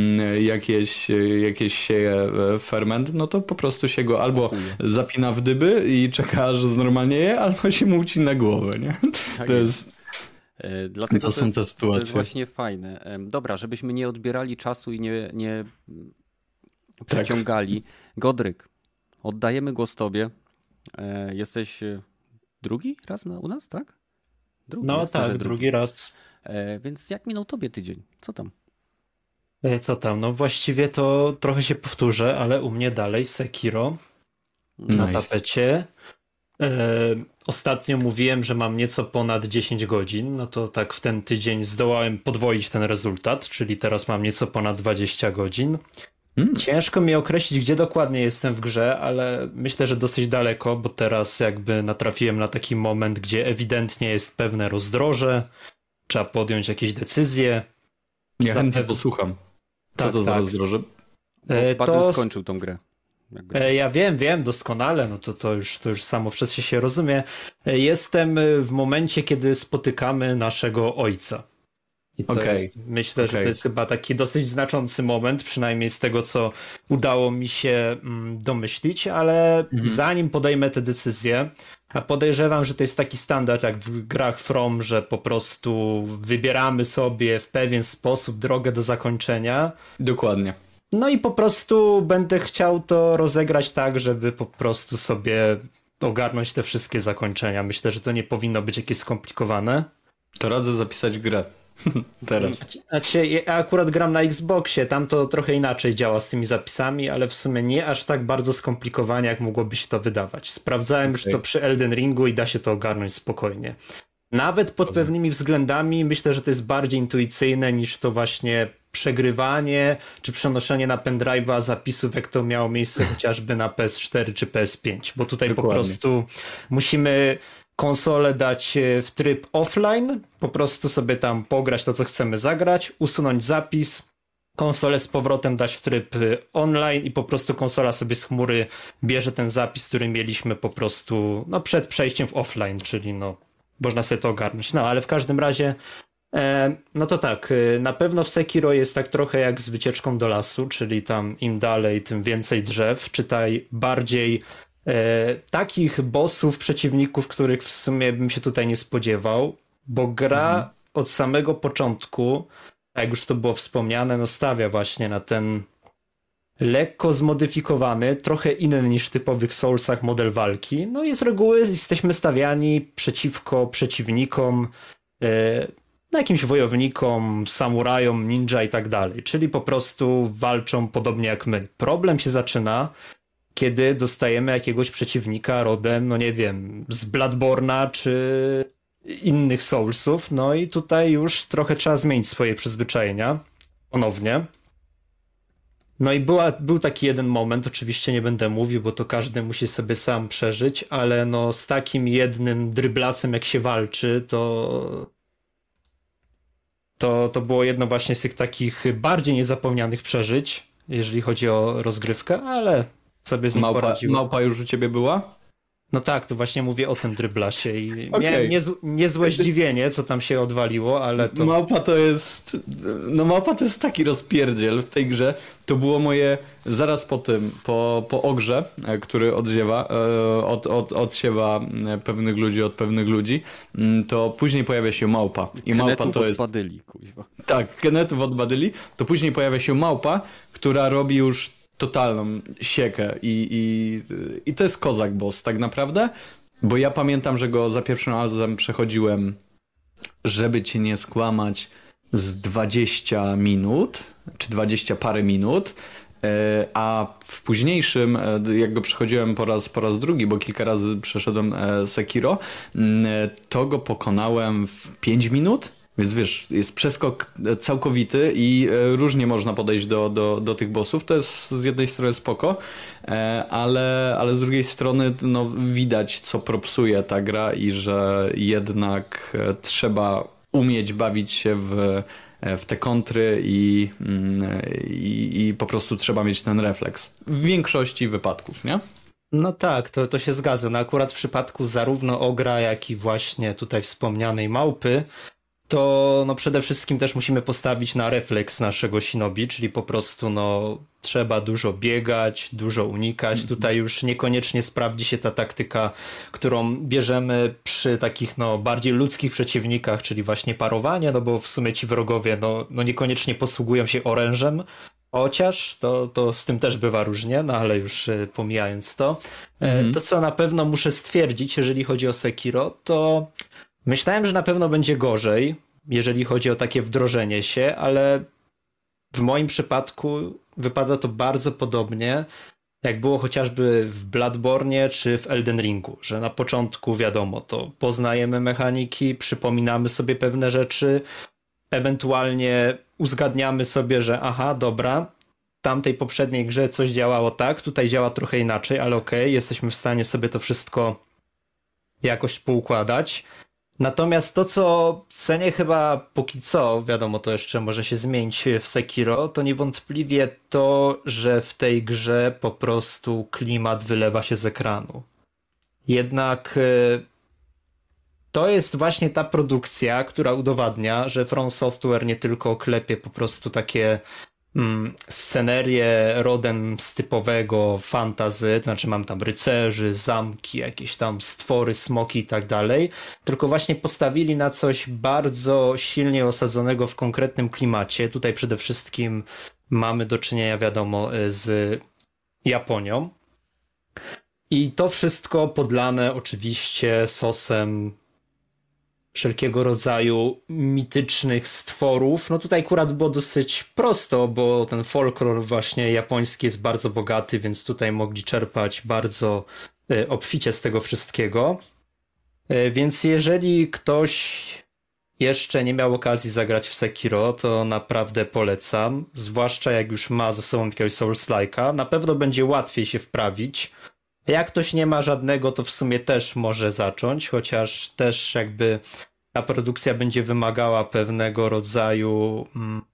jakieś sieje ferment, no to po prostu się go albo zapina w dyby i czeka, aż znormalnieje, albo się mu ucina głowę, nie? Tak to jest... Dlatego to są te sytuacje. To jest właśnie fajne. Dobra, żebyśmy nie odbierali czasu i nie przeciągali. Godryk, oddajemy głos tobie. Jesteś drugi raz u nas, tak? Drugi raz. Więc jak minął tobie tydzień? Co tam? Co tam? No właściwie to trochę się powtórzę, ale u mnie dalej Sekiro na tapecie. Ostatnio mówiłem, że mam nieco ponad 10 godzin, no to tak w ten tydzień zdołałem podwoić ten rezultat, czyli teraz mam nieco ponad 20 godzin. Ciężko mi określić, gdzie dokładnie jestem w grze, ale myślę, że dosyć daleko, bo teraz jakby natrafiłem na taki moment, gdzie ewidentnie jest pewne rozdroże, trzeba podjąć jakieś decyzje. Ja chętnie posłucham. Co to za rozdroże? Badr skończył tą grę. Ja wiem doskonale, no to już samo przez się rozumie. Jestem w momencie, kiedy spotykamy naszego ojca. I to myślę, że to jest chyba taki dosyć znaczący moment, przynajmniej z tego, co udało mi się domyślić, ale zanim podejmę te decyzje, a podejrzewam, że to jest taki standard jak w grach From, że po prostu wybieramy sobie w pewien sposób drogę do zakończenia. Dokładnie. No i po prostu będę chciał to rozegrać tak, żeby po prostu sobie ogarnąć te wszystkie zakończenia. Myślę, że to nie powinno być jakieś skomplikowane. To radzę zapisać grę. Teraz. Znaczy, ja akurat gram na Xboxie, tam to trochę inaczej działa z tymi zapisami, ale w sumie nie aż tak bardzo skomplikowanie, jak mogłoby się to wydawać. Sprawdzałem już to przy Elden Ringu i da się to ogarnąć spokojnie. Nawet pod pewnymi względami myślę, że to jest bardziej intuicyjne niż to właśnie przegrywanie czy przenoszenie na pendrive'a zapisów, jak to miało miejsce chociażby na PS4 czy PS5, bo tutaj po prostu musimy konsolę dać w tryb offline, po prostu sobie tam pograć to, co chcemy zagrać, usunąć zapis, konsolę z powrotem dać w tryb online i po prostu konsola sobie z chmury bierze ten zapis, który mieliśmy po prostu przed przejściem w offline, czyli można sobie to ogarnąć. No ale w każdym razie no to tak, na pewno w Sekiro jest tak trochę jak z wycieczką do lasu, czyli tam im dalej, tym więcej drzew, czytaj bardziej takich bossów, przeciwników, których w sumie bym się tutaj nie spodziewał, bo gra od samego początku, jak już to było wspomniane, stawia właśnie na ten lekko zmodyfikowany, trochę inny niż w typowych Soulsach model walki. No i z reguły jesteśmy stawiani przeciwko przeciwnikom, jakimś wojownikom, samurajom, ninja i tak dalej. Czyli po prostu walczą podobnie jak my. Problem się zaczyna, kiedy dostajemy jakiegoś przeciwnika rodem, nie wiem, z Bloodborne'a czy innych Soulsów. No i tutaj już trochę trzeba zmienić swoje przyzwyczajenia ponownie. No i był taki jeden moment, oczywiście nie będę mówił, bo to każdy musi sobie sam przeżyć, ale z takim jednym dryblasem jak się walczy, to było jedno właśnie z tych takich bardziej niezapomnianych przeżyć, jeżeli chodzi o rozgrywkę, ale sobie z nim poradziłem. Małpa już u ciebie była? No tak, to właśnie mówię o tym dryblasie i miałem niezłe zdziwienie, co tam się odwaliło, ale to... Małpa to jest taki rozpierdziel w tej grze. To było moje zaraz po tym, po ogrze, który odsiewa pewnych ludzi od pewnych ludzi, to później pojawia się małpa. I małpa to jest... od badyli, kuźwa. Tak, genetów od badyli. To później pojawia się małpa, która robi już totalną siekę i to jest kozak boss tak naprawdę, bo ja pamiętam, że go za pierwszym razem przechodziłem, żeby cię nie skłamać, z 20 minut, czy 20 parę minut, a w późniejszym, jak go przechodziłem po raz drugi, bo kilka razy przeszedłem Sekiro, to go pokonałem w 5 minut Więc wiesz, jest przeskok całkowity i różnie można podejść do tych bossów. To jest z jednej strony spoko, ale z drugiej strony no, widać, co propsuje ta gra i że jednak trzeba umieć bawić się w te kontry i po prostu trzeba mieć ten refleks. W większości wypadków, nie? No tak, to się zgadza. No akurat w przypadku zarówno Ogra, jak i właśnie tutaj wspomnianej małpy, to no przede wszystkim też musimy postawić na refleks naszego shinobi, czyli po prostu no trzeba dużo biegać, dużo unikać. Tutaj już niekoniecznie sprawdzi się ta taktyka, którą bierzemy przy takich no bardziej ludzkich przeciwnikach, czyli właśnie parowanie, no bo w sumie ci wrogowie no niekoniecznie posługują się orężem, chociaż to z tym też bywa różnie, no ale już pomijając to. To co na pewno muszę stwierdzić, jeżeli chodzi o Sekiro, to myślałem, że na pewno będzie gorzej, jeżeli chodzi o takie wdrożenie się, ale w moim przypadku wypada to bardzo podobnie, jak było chociażby w Bloodborne czy w Elden Ringu, że na początku wiadomo, to poznajemy mechaniki, przypominamy sobie pewne rzeczy, ewentualnie uzgadniamy sobie, że aha, dobra, w tamtej poprzedniej grze coś działało tak, tutaj działa trochę inaczej, ale okej, jesteśmy w stanie sobie to wszystko jakoś poukładać. Natomiast to, co cenię chyba póki co, wiadomo, to jeszcze może się zmienić w Sekiro, to niewątpliwie to, że w tej grze po prostu klimat wylewa się z ekranu. Jednak to jest właśnie ta produkcja, która udowadnia, że From Software nie tylko klepie po prostu takie scenerię rodem z typowego fantasy, to znaczy mam tam rycerzy, zamki, jakieś tam stwory, smoki i tak dalej, tylko właśnie postawili na coś bardzo silnie osadzonego w konkretnym klimacie. Tutaj przede wszystkim mamy do czynienia, wiadomo, z Japonią. I to wszystko podlane oczywiście sosem wszelkiego rodzaju mitycznych stworów. No tutaj akurat było dosyć prosto, bo ten folklor właśnie japoński jest bardzo bogaty, więc tutaj mogli czerpać bardzo obficie z tego wszystkiego. Więc jeżeli ktoś jeszcze nie miał okazji zagrać w Sekiro, to naprawdę polecam. Zwłaszcza jak już ma ze sobą jakiegoś Souls-like'a. Na pewno będzie łatwiej się wprawić. Jak ktoś nie ma żadnego, to w sumie też może zacząć, chociaż też jakby ta produkcja będzie wymagała pewnego rodzaju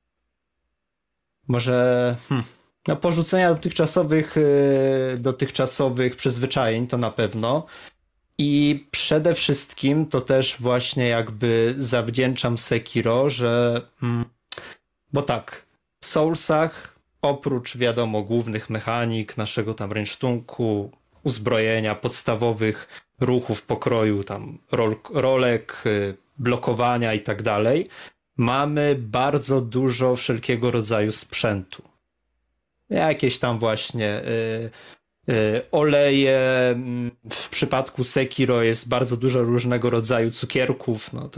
może no porzucenia dotychczasowych przyzwyczajeń, to na pewno. I przede wszystkim to też właśnie jakby zawdzięczam Sekiro, że bo tak, w Soulsach oprócz wiadomo głównych mechanik, naszego tam rynsztunku, uzbrojenia, podstawowych ruchów pokroju, tam rolek, blokowania i tak dalej, mamy bardzo dużo wszelkiego rodzaju sprzętu. Jakieś tam właśnie oleje, w przypadku Sekiro jest bardzo dużo różnego rodzaju cukierków, no to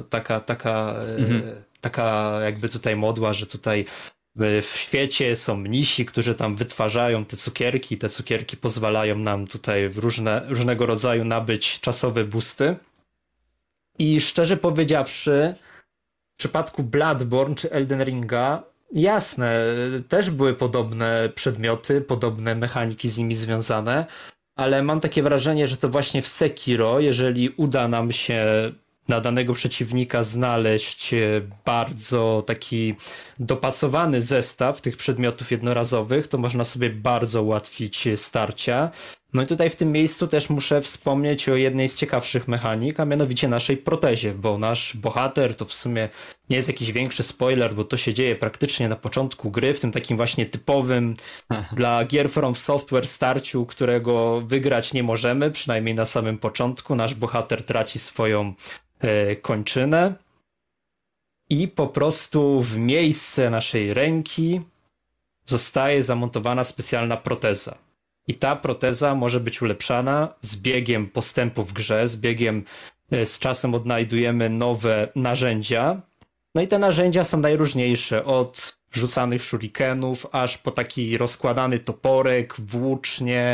taka jakby tutaj modła, że tutaj w świecie są mnisi, którzy tam wytwarzają te cukierki pozwalają nam tutaj różnego rodzaju nabyć czasowe boosty. I szczerze powiedziawszy, w przypadku Bloodborne czy Elden Ringa, jasne, też były podobne przedmioty, podobne mechaniki z nimi związane, ale mam takie wrażenie, że to właśnie w Sekiro, jeżeli uda nam się na danego przeciwnika znaleźć bardzo taki dopasowany zestaw tych przedmiotów jednorazowych, to można sobie bardzo ułatwić starcia. No i tutaj w tym miejscu też muszę wspomnieć o jednej z ciekawszych mechanik, a mianowicie naszej protezie, bo nasz bohater to w sumie nie jest jakiś większy spoiler, bo to się dzieje praktycznie na początku gry, w tym takim właśnie typowym dla gier From Software starciu, którego wygrać nie możemy, przynajmniej na samym początku. Nasz bohater traci swoją kończynę i po prostu w miejsce naszej ręki zostaje zamontowana specjalna proteza. I ta proteza może być ulepszana z biegiem postępu w grze, z czasem odnajdujemy nowe narzędzia. No i te narzędzia są najróżniejsze, od rzucanych shurikenów, aż po taki rozkładany toporek, włócznie,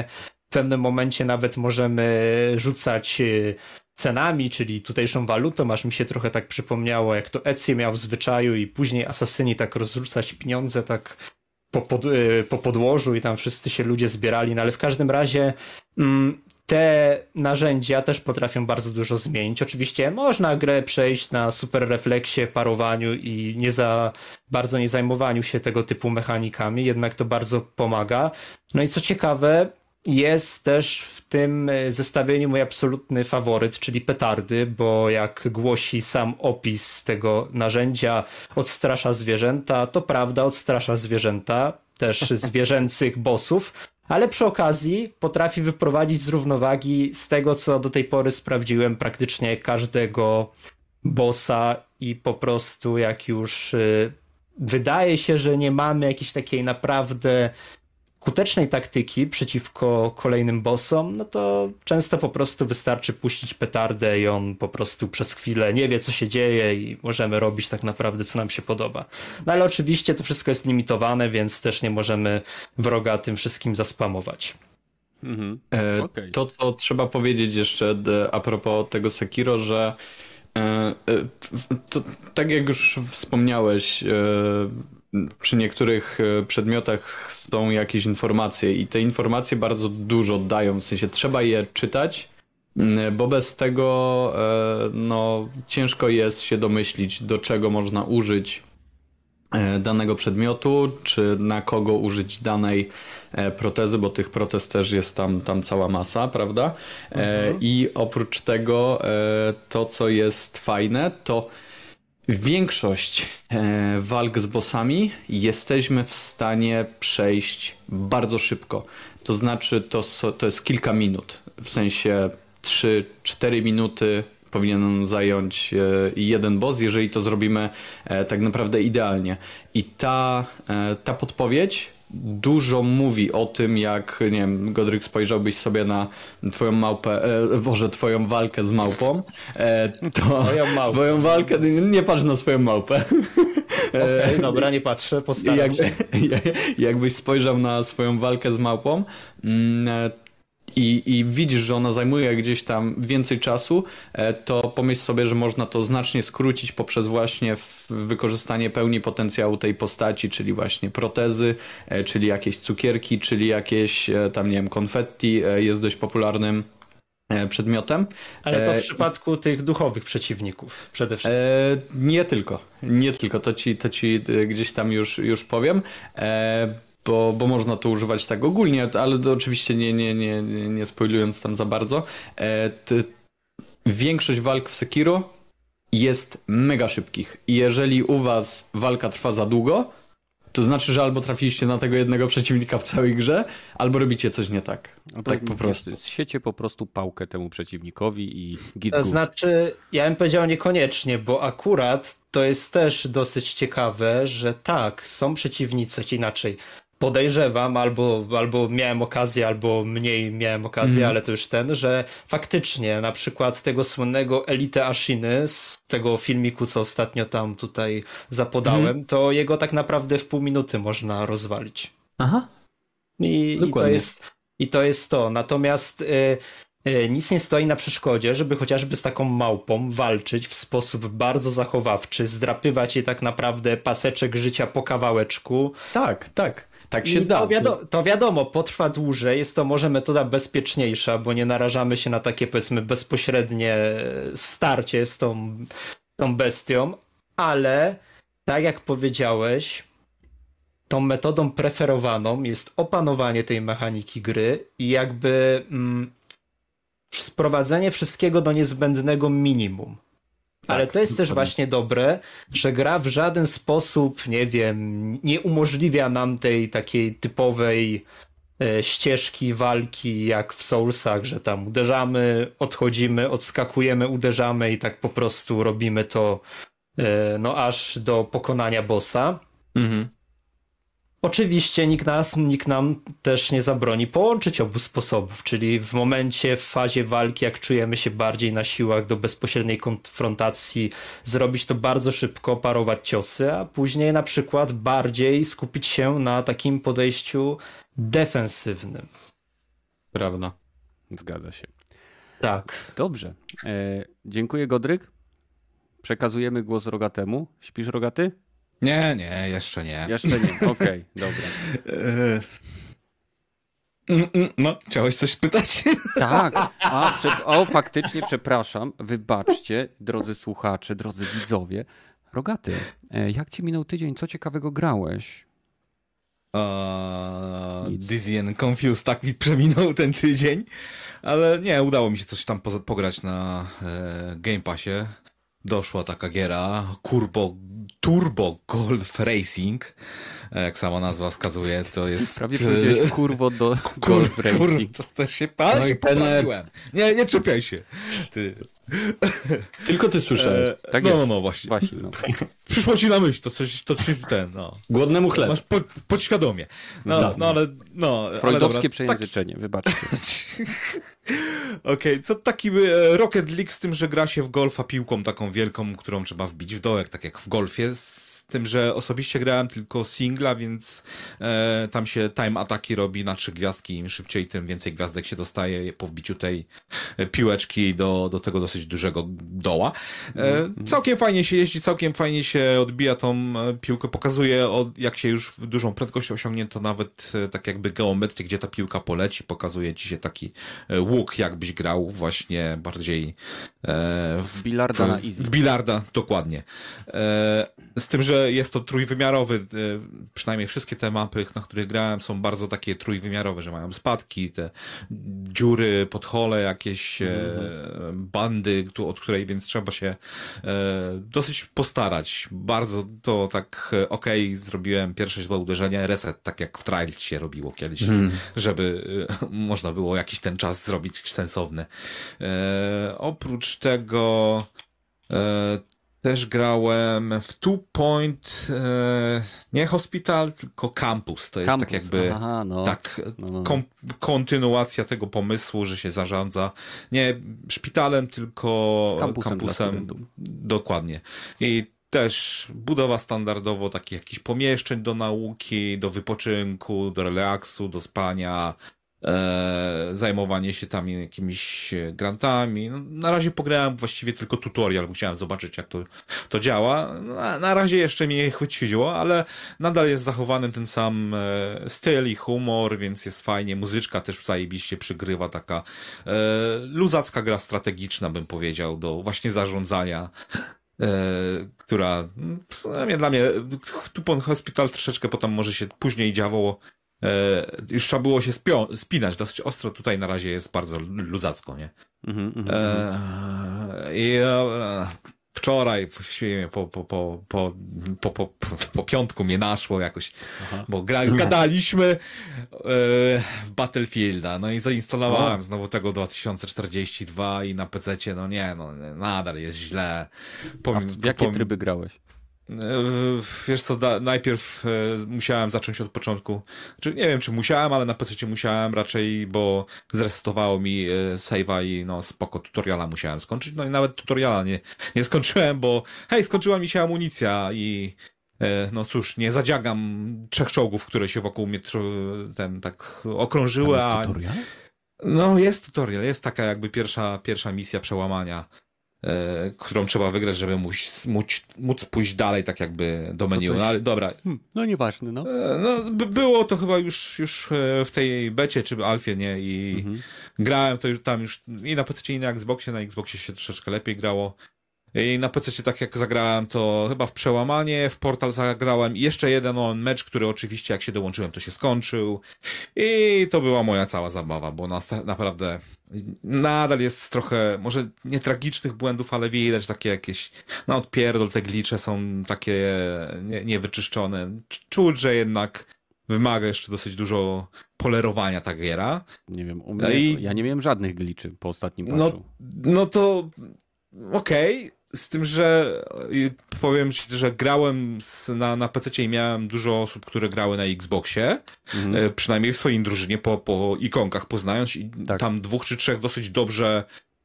pewnym momencie nawet możemy rzucać cenami, czyli tutejszą walutą, aż mi się trochę tak przypomniało, jak to Ezio miał w zwyczaju i później asasyni tak rozrzucać pieniądze tak po podłożu i tam wszyscy się ludzie zbierali, no ale w każdym razie te narzędzia też potrafią bardzo dużo zmienić. Oczywiście można grę przejść na super refleksie, parowaniu i bardzo nie zajmowaniu się tego typu mechanikami, jednak to bardzo pomaga. No i co ciekawe, jest też w tym zestawieniu mój absolutny faworyt, czyli petardy, bo jak głosi sam opis tego narzędzia, odstrasza zwierzęta, to prawda, odstrasza zwierzęta, też zwierzęcych bossów, ale przy okazji potrafi wyprowadzić z równowagi z tego, co do tej pory sprawdziłem, praktycznie każdego bossa i po prostu jak już wydaje się, że nie mamy jakiejś takiej naprawdę skutecznej taktyki przeciwko kolejnym bossom, no to często po prostu wystarczy puścić petardę i on po prostu przez chwilę nie wie, co się dzieje i możemy robić tak naprawdę, co nam się podoba. No ale oczywiście to wszystko jest limitowane, więc też nie możemy wroga tym wszystkim zaspamować. Okay. To, co trzeba powiedzieć jeszcze a propos tego Sekiro, że to, tak jak już wspomniałeś, przy niektórych przedmiotach są jakieś informacje i te informacje bardzo dużo dają, w sensie trzeba je czytać, bo bez tego no, ciężko jest się domyślić, do czego można użyć danego przedmiotu, czy na kogo użyć danej protezy, bo tych protez też jest tam cała masa, prawda? I oprócz tego to, co jest fajne, to większość walk z bossami jesteśmy w stanie przejść bardzo szybko. To znaczy, to jest kilka minut. W sensie 3-4 minuty powinien nam zająć jeden boss, jeżeli to zrobimy tak naprawdę idealnie. I ta podpowiedź dużo mówi o tym, jak, nie wiem, Godryk, spojrzałbyś sobie na twoją małpę, twoją walkę z małpą, twoją walkę, nie patrz na swoją małpę. Okej, dobra, nie patrzę, postaram się. Jakbyś spojrzał na swoją walkę z małpą, i widzisz, że ona zajmuje gdzieś tam więcej czasu, to pomyśl sobie, że można to znacznie skrócić poprzez właśnie wykorzystanie pełni potencjału tej postaci, czyli właśnie protezy, czyli jakieś cukierki, czyli jakieś tam, nie wiem, konfetti jest dość popularnym przedmiotem. Ale to w przypadku tych duchowych przeciwników przede wszystkim. Nie tylko, to ci gdzieś tam już powiem. Bo można to używać tak ogólnie, ale to oczywiście nie spoilując tam za bardzo. Większość walk w Sekiro jest mega szybkich. I jeżeli u was walka trwa za długo, to znaczy, że albo trafiliście na tego jednego przeciwnika w całej grze, albo robicie coś nie tak. Tak po prostu. Siecie po prostu pałkę temu przeciwnikowi i git. To znaczy, ja bym powiedział niekoniecznie, bo akurat to jest też dosyć ciekawe, że tak, są przeciwnicy, inaczej. Podejrzewam, albo miałem okazję, albo mniej miałem okazję, ale to już że faktycznie na przykład tego słynnego Elite Ashiny z tego filmiku, co ostatnio tam tutaj zapodałem, to jego tak naprawdę w pół minuty można rozwalić. Aha. I to jest to. Natomiast nic nie stoi na przeszkodzie, żeby chociażby z taką małpą walczyć w sposób bardzo zachowawczy, zdrapywać jej tak naprawdę paseczek życia po kawałeczku. Tak. Tak się da. To wiadomo, potrwa dłużej, jest to może metoda bezpieczniejsza, bo nie narażamy się na takie, powiedzmy, bezpośrednie starcie z tą bestią, ale tak jak powiedziałeś, tą metodą preferowaną jest opanowanie tej mechaniki gry i jakby sprowadzenie wszystkiego do niezbędnego minimum. Ale to jest też właśnie dobre, że gra w żaden sposób, nie wiem, nie umożliwia nam tej takiej typowej ścieżki walki jak w Soulsach, że tam uderzamy, odchodzimy, odskakujemy, uderzamy i tak po prostu robimy to aż do pokonania bossa. Oczywiście nikt nam też nie zabroni połączyć obu sposobów, czyli w fazie walki, jak czujemy się bardziej na siłach do bezpośredniej konfrontacji, zrobić to bardzo szybko, parować ciosy, a później na przykład bardziej skupić się na takim podejściu defensywnym. Prawda. Zgadza się. Tak. Dobrze. Dziękuję, Godryk. Przekazujemy głos Rogatemu. Śpisz, Rogaty? Nie, jeszcze nie. Jeszcze nie, okej, dobra. No, chciałeś coś spytać? Tak, faktycznie przepraszam. Wybaczcie, drodzy słuchacze, drodzy widzowie. Rogaty, jak ci minął tydzień? Co ciekawego grałeś? Dizzy and Confused tak mi przeminął ten tydzień, ale nie, udało mi się coś tam pograć na Game Passie. Doszła taka giera, Turbo Golf Racing, jak sama nazwa wskazuje, to jest... Prawie powiedziałeś kurwo do Golf Racing. To też się poprawiłem. Nie czepiaj się. Ty. Tylko ty słyszałeś. Tak no właśnie. No. Przyszło ci na myśl, to coś no. Głodnemu chleb. Masz podświadomie. Freudowskie przejęzyczenie, wybaczcie. Okej, to taki Rocket League z tym, że gra się w golfa piłką taką wielką, którą trzeba wbić w dołek, tak jak w golfie. Z tym, że osobiście grałem tylko singla, więc tam się time ataki robi na 3 gwiazdki. Im szybciej, tym więcej gwiazdek się dostaje po wbiciu tej piłeczki do tego dosyć dużego doła. Całkiem fajnie się jeździ, całkiem fajnie się odbija tą piłkę. Pokazuje, jak się już w dużą prędkość osiągnie, to nawet tak jakby geometrii, gdzie ta piłka poleci. Pokazuje ci się taki łuk, jakbyś grał właśnie bardziej w bilarda na easy. W bilarda, dokładnie. Z tym, że jest to trójwymiarowy, przynajmniej wszystkie te mapy, na których grałem, są bardzo takie trójwymiarowe, że mają spadki, te dziury, podhole, jakieś bandy, od której więc trzeba się dosyć postarać. Bardzo to tak zrobiłem pierwsze źle uderzenie, reset, tak jak w Trial się robiło kiedyś, żeby można było jakiś ten czas zrobić sensowny. Oprócz tego też grałem w Two Point, nie Hospital, tylko Campus. To jest tak jakby kontynuacja tego pomysłu, że się zarządza nie szpitalem, tylko kampusem. Dokładnie. I też budowa standardowo takich jakichś pomieszczeń do nauki, do wypoczynku, do relaksu, do spania, zajmowanie się tam jakimiś grantami. No, na razie pograłem właściwie tylko tutorial, bo chciałem zobaczyć, jak to działa. Na razie jeszcze mnie nie chwyciło, ale nadal jest zachowany ten sam styl i humor, więc jest fajnie. Muzyczka też zajebiście przygrywa, taka luzacka gra strategiczna, bym powiedział, do właśnie zarządzania, która dla mnie Tupon Hospital troszeczkę potem może się później działo. Już trzeba było się spinać dosyć ostro, tutaj na razie jest bardzo luzacko, nie? Wczoraj po piątku mnie naszło jakoś, bo gadaliśmy w Battlefielda, no i zainstalowałem znowu tego 2042 i na PC-cie, nadal jest źle. W jakie tryby grałeś? Wiesz co, najpierw musiałem zacząć od początku. Nie wiem, czy musiałem, ale na PC musiałem raczej, bo zresetowało mi save'a i spoko, tutoriala musiałem skończyć. No i nawet tutoriala nie skończyłem, bo skończyła mi się amunicja i cóż, nie zadziagam 3 czołgów, które się wokół mnie tak okrążyły. Jest tutorial? No jest tutorial, jest taka jakby pierwsza misja przełamania, którą trzeba wygrać, żeby móc pójść dalej, tak jakby do menu. No ale dobra. No nieważne, no. Było to chyba już w tej becie, czy alfie, nie? I grałem to już tam i na PC, i na Xboxie. Na Xboxie się troszeczkę lepiej grało. I na PC tak jak zagrałem, to chyba w przełamanie, w Portal zagrałem i jeszcze jeden mecz, który oczywiście jak się dołączyłem, to się skończył. I to była moja cała zabawa, bo naprawdę nadal jest trochę, może nie tragicznych błędów, ale widać takie jakieś, odpierdol, te glicze są takie niewyczyszczone. Czuć, że jednak wymaga jeszcze dosyć dużo polerowania ta giera. Nie wiem, u mnie ja nie miałem żadnych gliczy po ostatnim patchu. No to okej. Z tym, że powiem ci, że grałem na PC-cie i miałem dużo osób, które grały na Xboxie, przynajmniej w swoim drużynie po ikonkach poznając i tam 2 czy 3 dosyć dobrze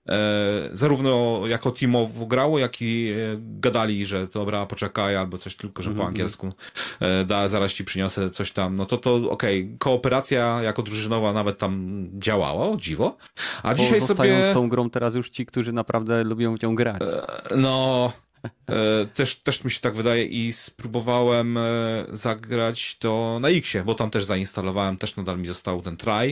zarówno jako teamowo grało, jak i gadali, że dobra, poczekaj, albo coś tylko, że po angielsku zaraz ci przyniosę coś tam, no to okej. Kooperacja jako drużynowa nawet tam działała, o dziwo. A dzisiaj sobie... z tą grą teraz już ci, którzy naprawdę lubią w nią grać. No... Też mi się tak wydaje i spróbowałem zagrać to na Xie, bo tam też zainstalowałem, też nadal mi został ten try.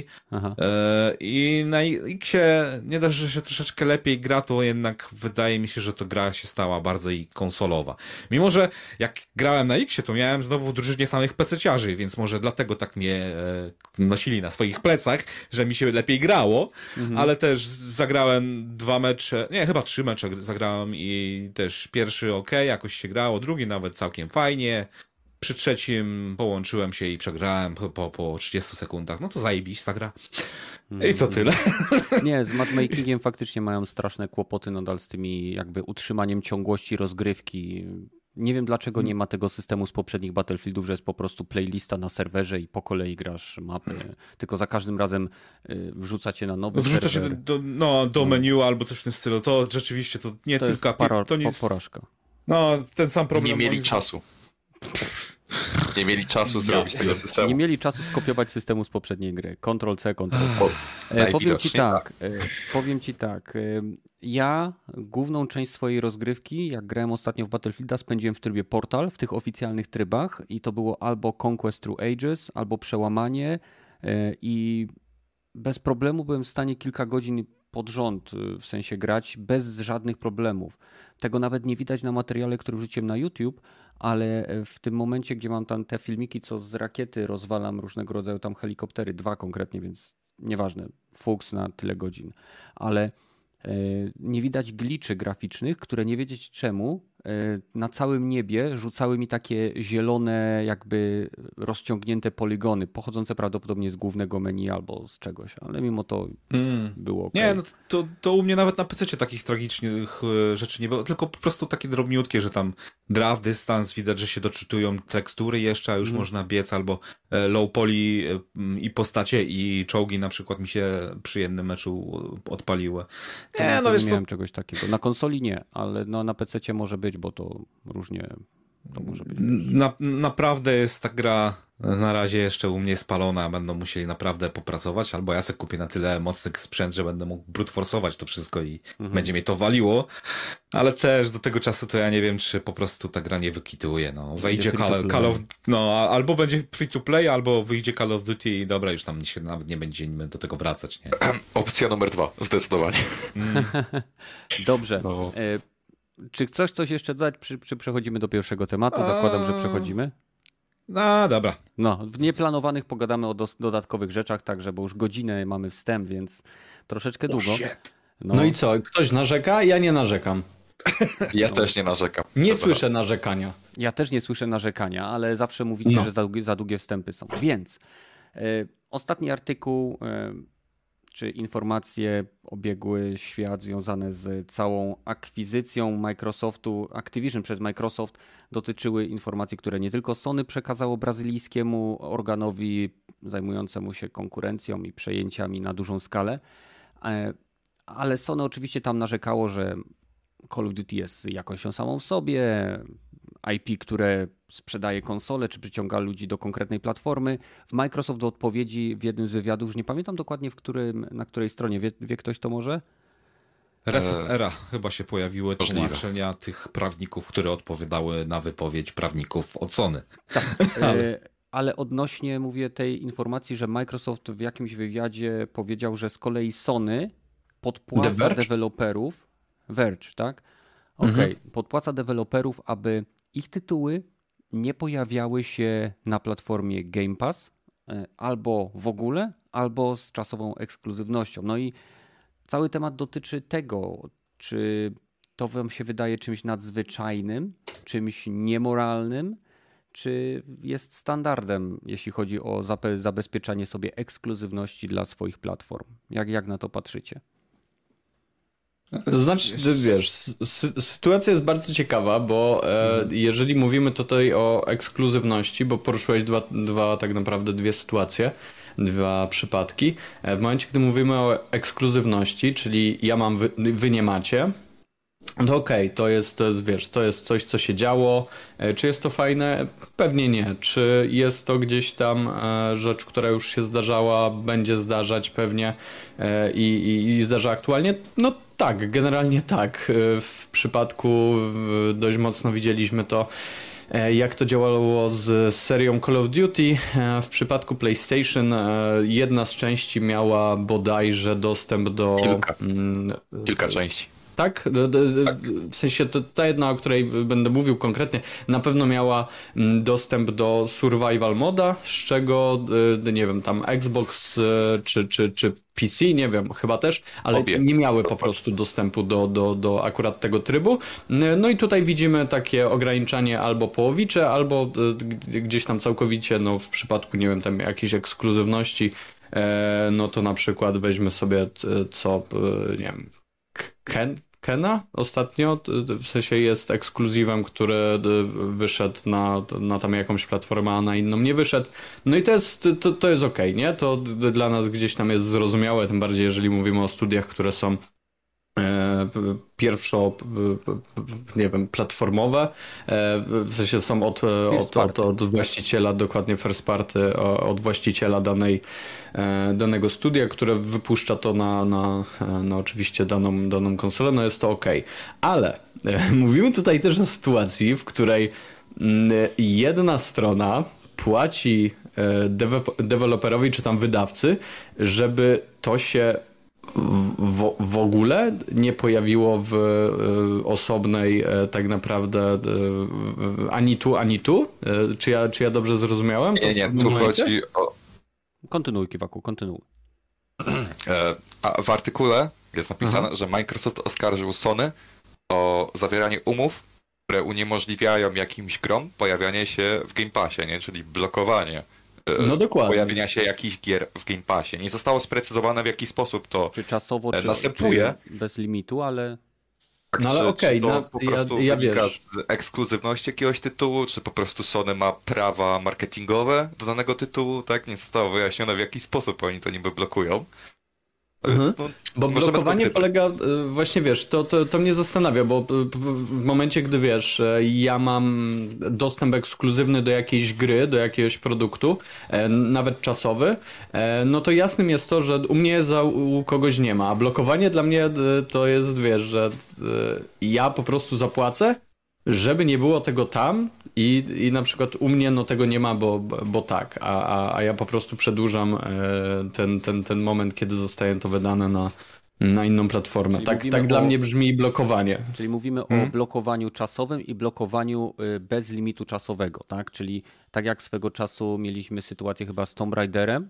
I na Xie nie dość, że się troszeczkę lepiej gra, to jednak wydaje mi się, że to gra się stała bardzo i konsolowa. Mimo, że jak grałem na Xie, to miałem znowu w drużynie samych pececiarzy, więc może dlatego tak mnie nosili na swoich plecach, że mi się lepiej grało, ale też zagrałem 2 mecze, nie, chyba 3 mecze zagrałem i też pierwszy jakoś się grało, drugi nawet całkiem fajnie. Przy trzecim połączyłem się i przegrałem po 30 sekundach. No to zajebista gra. I to tyle. Nie, z matchmakingiem faktycznie mają straszne kłopoty nadal z tymi jakby utrzymaniem ciągłości rozgrywki. Nie wiem dlaczego nie ma tego systemu z poprzednich Battlefieldów, że jest po prostu playlista na serwerze i po kolei grasz mapy. Tylko za każdym razem wrzuca cię na nowy serwer. Wrzuca się do menu albo coś w tym stylu. To rzeczywiście to nie to tylko... To nie jest porażka. No, ten sam problem... Nie mieli czasu. Nie mieli czasu zrobić tego systemu. Nie mieli czasu skopiować systemu z poprzedniej gry. Ctrl-C, Ctrl-V. Powiem ci tak. Ja główną część swojej rozgrywki, jak grałem ostatnio w Battlefielda, spędziłem w trybie Portal, w tych oficjalnych trybach i to było albo Conquest Through Ages, albo Przełamanie i bez problemu byłem w stanie kilka godzin pod rząd, w sensie grać bez żadnych problemów. Tego nawet nie widać na materiale, który wrzuciłem na YouTube, ale w tym momencie, gdzie mam tam te filmiki, co z rakiety rozwalam różnego rodzaju tam helikoptery, 2 konkretnie, więc nieważne, fuks na tyle godzin, ale nie widać gliczy graficznych, które nie wiedzieć czemu na całym niebie rzucały mi takie zielone, jakby rozciągnięte poligony, pochodzące prawdopodobnie z głównego menu albo z czegoś, ale mimo to było okay. Nie, no to u mnie nawet na PC takich tragicznych rzeczy nie było, tylko po prostu takie drobniutkie, że tam draft, dystans, widać, że się doczytują tekstury jeszcze, a już można biec, albo low poly i postacie i czołgi na przykład mi się przy jednym meczu odpaliły. Nie miałem czegoś takiego. Na konsoli nie, ale na PC-cie może być, bo to różnie to może być. Naprawdę jest ta gra na razie jeszcze u mnie spalona, będą musieli naprawdę popracować, albo ja sobie kupię na tyle mocny sprzęt, że będę mógł brute forsować to wszystko i będzie mnie to waliło, ale też do tego czasu to ja nie wiem, czy po prostu ta gra nie wykituje, no. Wejdzie Call of... No, albo będzie free to play, albo wyjdzie Call of Duty i dobra, już tam się nawet nie będziemy do tego wracać, nie? Opcja numer 2, zdecydowanie. Dobrze. No. Czy chcesz coś jeszcze dodać, czy przechodzimy do pierwszego tematu? Zakładam, że przechodzimy. No, dobra. No, w nieplanowanych pogadamy o dodatkowych rzeczach, także, bo już godzinę mamy wstęp, więc troszeczkę długo. No i co? Ktoś narzeka? Ja nie narzekam. Ja też nie narzekam. Nie słyszę narzekania. Ja też nie słyszę narzekania, ale zawsze mówicie, że za długie wstępy są. Więc ostatni artykuł... czy informacje obiegły świat związane z całą akwizycją Activision przez Microsoft dotyczyły informacji, które nie tylko Sony przekazało brazylijskiemu organowi zajmującemu się konkurencją i przejęciami na dużą skalę, ale Sony oczywiście tam narzekało, że Call of Duty jest jakością samą w sobie, IP, które sprzedaje konsole, czy przyciąga ludzi do konkretnej platformy. W Microsoft do odpowiedzi w jednym z wywiadów, już nie pamiętam dokładnie na której stronie, wie ktoś to może? Reset Era chyba się pojawiły tłumaczenia tych prawników, które odpowiadały na wypowiedź prawników od Sony. Tak, ale odnośnie, mówię, tej informacji, że Microsoft w jakimś wywiadzie powiedział, że z kolei Sony podpłaca deweloperów, Verge, tak? Okej. Podpłaca deweloperów, aby ich tytuły nie pojawiały się na platformie Game Pass albo w ogóle, albo z czasową ekskluzywnością. No i cały temat dotyczy tego, czy to wam się wydaje czymś nadzwyczajnym, czymś niemoralnym, czy jest standardem, jeśli chodzi o zabezpieczanie sobie ekskluzywności dla swoich platform. Jak na to patrzycie? To znaczy, wiesz, sytuacja jest bardzo ciekawa, bo jeżeli mówimy tutaj o ekskluzywności, bo poruszyłeś tak naprawdę dwie sytuacje, dwa przypadki. W momencie, gdy mówimy o ekskluzywności, czyli ja mam, wy nie macie, no okej, to jest, wiesz, to jest coś, co się działo. Czy jest to fajne? Pewnie nie. Czy jest to gdzieś tam rzecz, która już się zdarzała, będzie zdarzać pewnie i zdarza aktualnie? No tak, generalnie tak. W przypadku dość mocno widzieliśmy to, jak to działało z serią Call of Duty. W przypadku PlayStation jedna z części miała bodajże dostęp do... Kilka części. Tak? W sensie ta jedna, o której będę mówił konkretnie, na pewno miała dostęp do survival moda, z czego, nie wiem, tam Xbox czy PC, nie wiem, chyba też, ale nie miały po prostu dostępu do akurat tego trybu. No i tutaj widzimy takie ograniczanie albo połowicze, albo gdzieś tam całkowicie, no w przypadku, nie wiem, tam jakiejś ekskluzywności, no to na przykład weźmy sobie nie wiem, Kena ostatnio, w sensie jest ekskluzywem, który wyszedł na tam jakąś platformę, a na inną nie wyszedł. No i to jest okej, nie? To dla nas gdzieś tam jest zrozumiałe, tym bardziej jeżeli mówimy o studiach, które są nie wiem, platformowe, w sensie są od właściciela, dokładnie first party, od właściciela danego studia, które wypuszcza to na oczywiście daną konsolę, no jest to okej. Ale mówimy tutaj też o sytuacji, w której jedna strona płaci deweloperowi czy tam wydawcy, żeby to się w ogóle nie pojawiło w osobnej tak naprawdę ani tu? Czy ja dobrze zrozumiałem? Nie, tu chodzi o... Kontynuuj, Kiwaku, kontynuuj. A w artykule jest napisane, że Microsoft oskarżył Sony o zawieranie umów, które uniemożliwiają jakimś grom pojawianie się w Game Passie, nie? Czyli blokowanie pojawienia się jakichś gier w Game Passie. Nie zostało sprecyzowane, w jaki sposób to czy czasowo, następuje. Czy bez limitu, ale... No ale okej, to po prostu wynika z ekskluzywności jakiegoś tytułu, czy po prostu Sony ma prawa marketingowe do danego tytułu, tak? Nie zostało wyjaśnione, w jaki sposób oni to niby blokują. No, bo blokowanie polega, właśnie wiesz, to mnie zastanawia, bo w momencie, gdy wiesz, ja mam dostęp ekskluzywny do jakiejś gry, do jakiegoś produktu, nawet czasowy, no to jasnym jest to, że u mnie jest, a u kogoś nie ma, a blokowanie dla mnie to jest, wiesz, że ja po prostu zapłacę, żeby nie było tego tam i na przykład u mnie no tego nie ma, bo tak, a ja po prostu przedłużam ten moment, kiedy zostaje to wydane na inną platformę. Tak dla mnie brzmi blokowanie. Czyli mówimy o blokowaniu czasowym i blokowaniu bez limitu czasowego, tak? Czyli tak jak swego czasu mieliśmy sytuację chyba z Tomb Raiderem,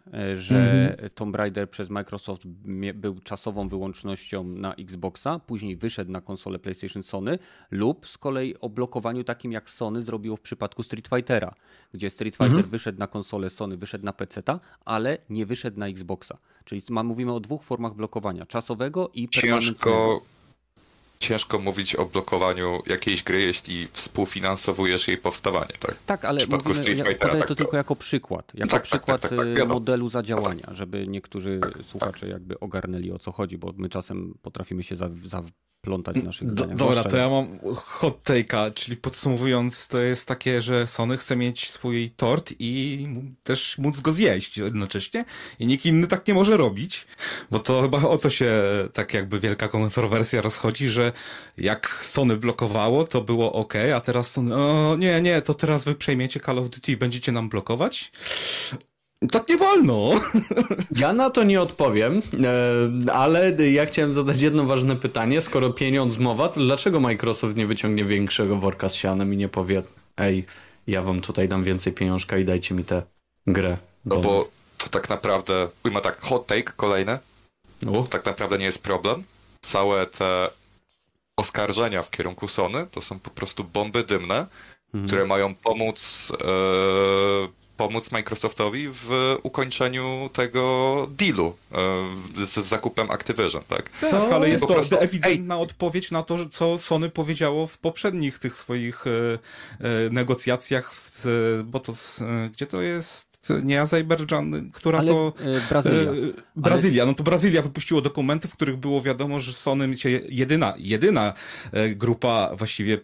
że Tomb Raider przez Microsoft był czasową wyłącznością na Xboxa, później wyszedł na konsolę PlayStation Sony, lub z kolei o blokowaniu takim jak Sony zrobiło w przypadku Street Fightera, gdzie Street Fighter wyszedł na konsolę Sony, wyszedł na PC-ta, ale nie wyszedł na Xboxa. Czyli mówimy o dwóch formach blokowania, czasowego i permanentnego. Ciężko mówić o blokowaniu jakiejś gry, jeśli współfinansowujesz jej powstawanie, tak? Tak, ale podaję to tylko jako przykład. Przykład modelu zadziałania, żeby niektórzy słuchacze jakby ogarnęli, o co chodzi, bo my czasem potrafimy się zaplątać w naszych zdaniach. Dobra, to ja mam hot take'a, czyli podsumowując, to jest takie, że Sony chce mieć swój tort i też móc go zjeść jednocześnie i nikt inny tak nie może robić, bo to chyba o to się tak jakby wielka kontrowersja rozchodzi, że jak Sony blokowało, to było ok, a teraz Sony, nie, to teraz wy przejmiecie Call of Duty i będziecie nam blokować? Tak nie wolno. Ja na to nie odpowiem, ale ja chciałem zadać jedno ważne pytanie. Skoro pieniądz mowa, to dlaczego Microsoft nie wyciągnie większego worka z sianem i nie powie, ej, ja wam tutaj dam więcej pieniążka i dajcie mi tę grę. No bo to tak naprawdę, ujmę tak, hot take kolejny, to tak naprawdę nie jest problem. Całe te oskarżenia w kierunku Sony to są po prostu bomby dymne, które mają pomóc pomóc Microsoftowi w ukończeniu tego dealu z zakupem Activision, tak? Tak, ale jest to ewidentna odpowiedź na to, co Sony powiedziało w poprzednich tych swoich negocjacjach, bo to gdzie to jest? Nie Azerbejdżan, która ale, to... Brazylia. Brazylia. No to Brazylia wypuściło dokumenty, w których było wiadomo, że Sony się jedyna grupa właściwie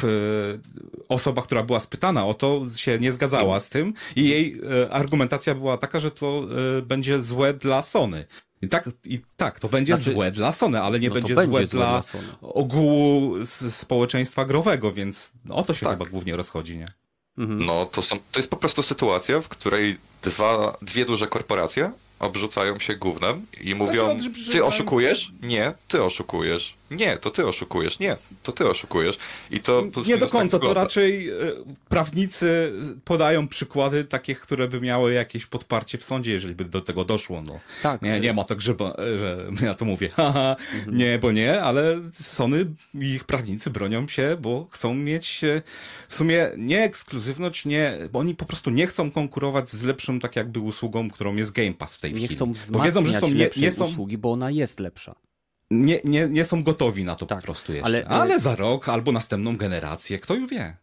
osoba, która była spytana o to, się nie zgadzała z tym i jej argumentacja była taka, że to będzie złe dla Sony. I tak, to będzie złe dla Sony, ale nie będzie złe dla ogółu społeczeństwa growego, więc o to się chyba głównie rozchodzi, nie? No to jest po prostu sytuacja, w której dwie duże korporacje obrzucają się gównem i mówią, ty oszukujesz? Nie, ty oszukujesz. Nie, to ty oszukujesz. Nie, to ty oszukujesz. I to nie do końca, to raczej prawnicy podają przykłady takich, które by miały jakieś podparcie w sądzie, jeżeli by do tego doszło. No. Tak. Nie ma tak, że ja to mówię, nie, bo nie, ale Sony i ich prawnicy bronią się, bo chcą mieć w sumie nie ekskluzywność, bo oni po prostu nie chcą konkurować z lepszą tak jakby usługą, którą jest Game Pass w tej chwili. Nie chcą wzmacniać lepszej usługi, bo ona jest lepsza. Nie są gotowi na to po prostu jeszcze. Ale za rok albo następną generację, kto już wie.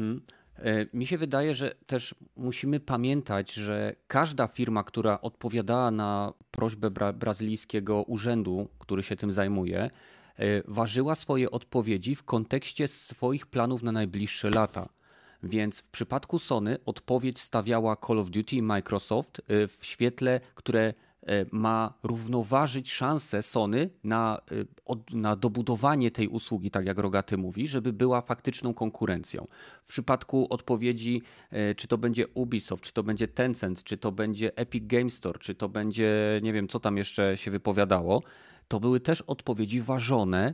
Mi się wydaje, że też musimy pamiętać, że każda firma, która odpowiadała na prośbę brazylijskiego urzędu, który się tym zajmuje, ważyła swoje odpowiedzi w kontekście swoich planów na najbliższe lata. Więc w przypadku Sony odpowiedź stawiała Call of Duty i Microsoft w świetle, które ma równoważyć szansę Sony na dobudowanie tej usługi, tak jak Rogaty mówi, żeby była faktyczną konkurencją. W przypadku odpowiedzi, czy to będzie Ubisoft, czy to będzie Tencent, czy to będzie Epic Games Store, czy to będzie, nie wiem, co tam jeszcze się wypowiadało, to były też odpowiedzi ważone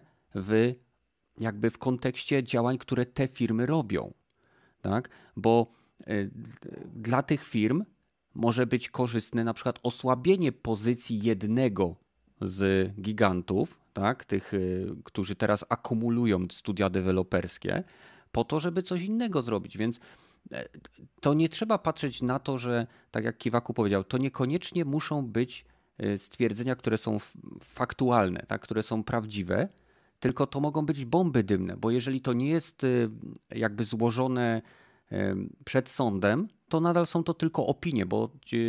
jakby w kontekście działań, które te firmy robią. Tak? Bo dla tych firm może być korzystne na przykład osłabienie pozycji jednego z gigantów, tak? Tych, którzy teraz akumulują studia deweloperskie, po to, żeby coś innego zrobić. Więc to nie trzeba patrzeć na to, że tak jak Kiwaku powiedział, to niekoniecznie muszą być stwierdzenia, które są faktualne, tak? Które są prawdziwe, tylko to mogą być bomby dymne, bo jeżeli to nie jest jakby złożone przed sądem, to nadal są to tylko opinie, bo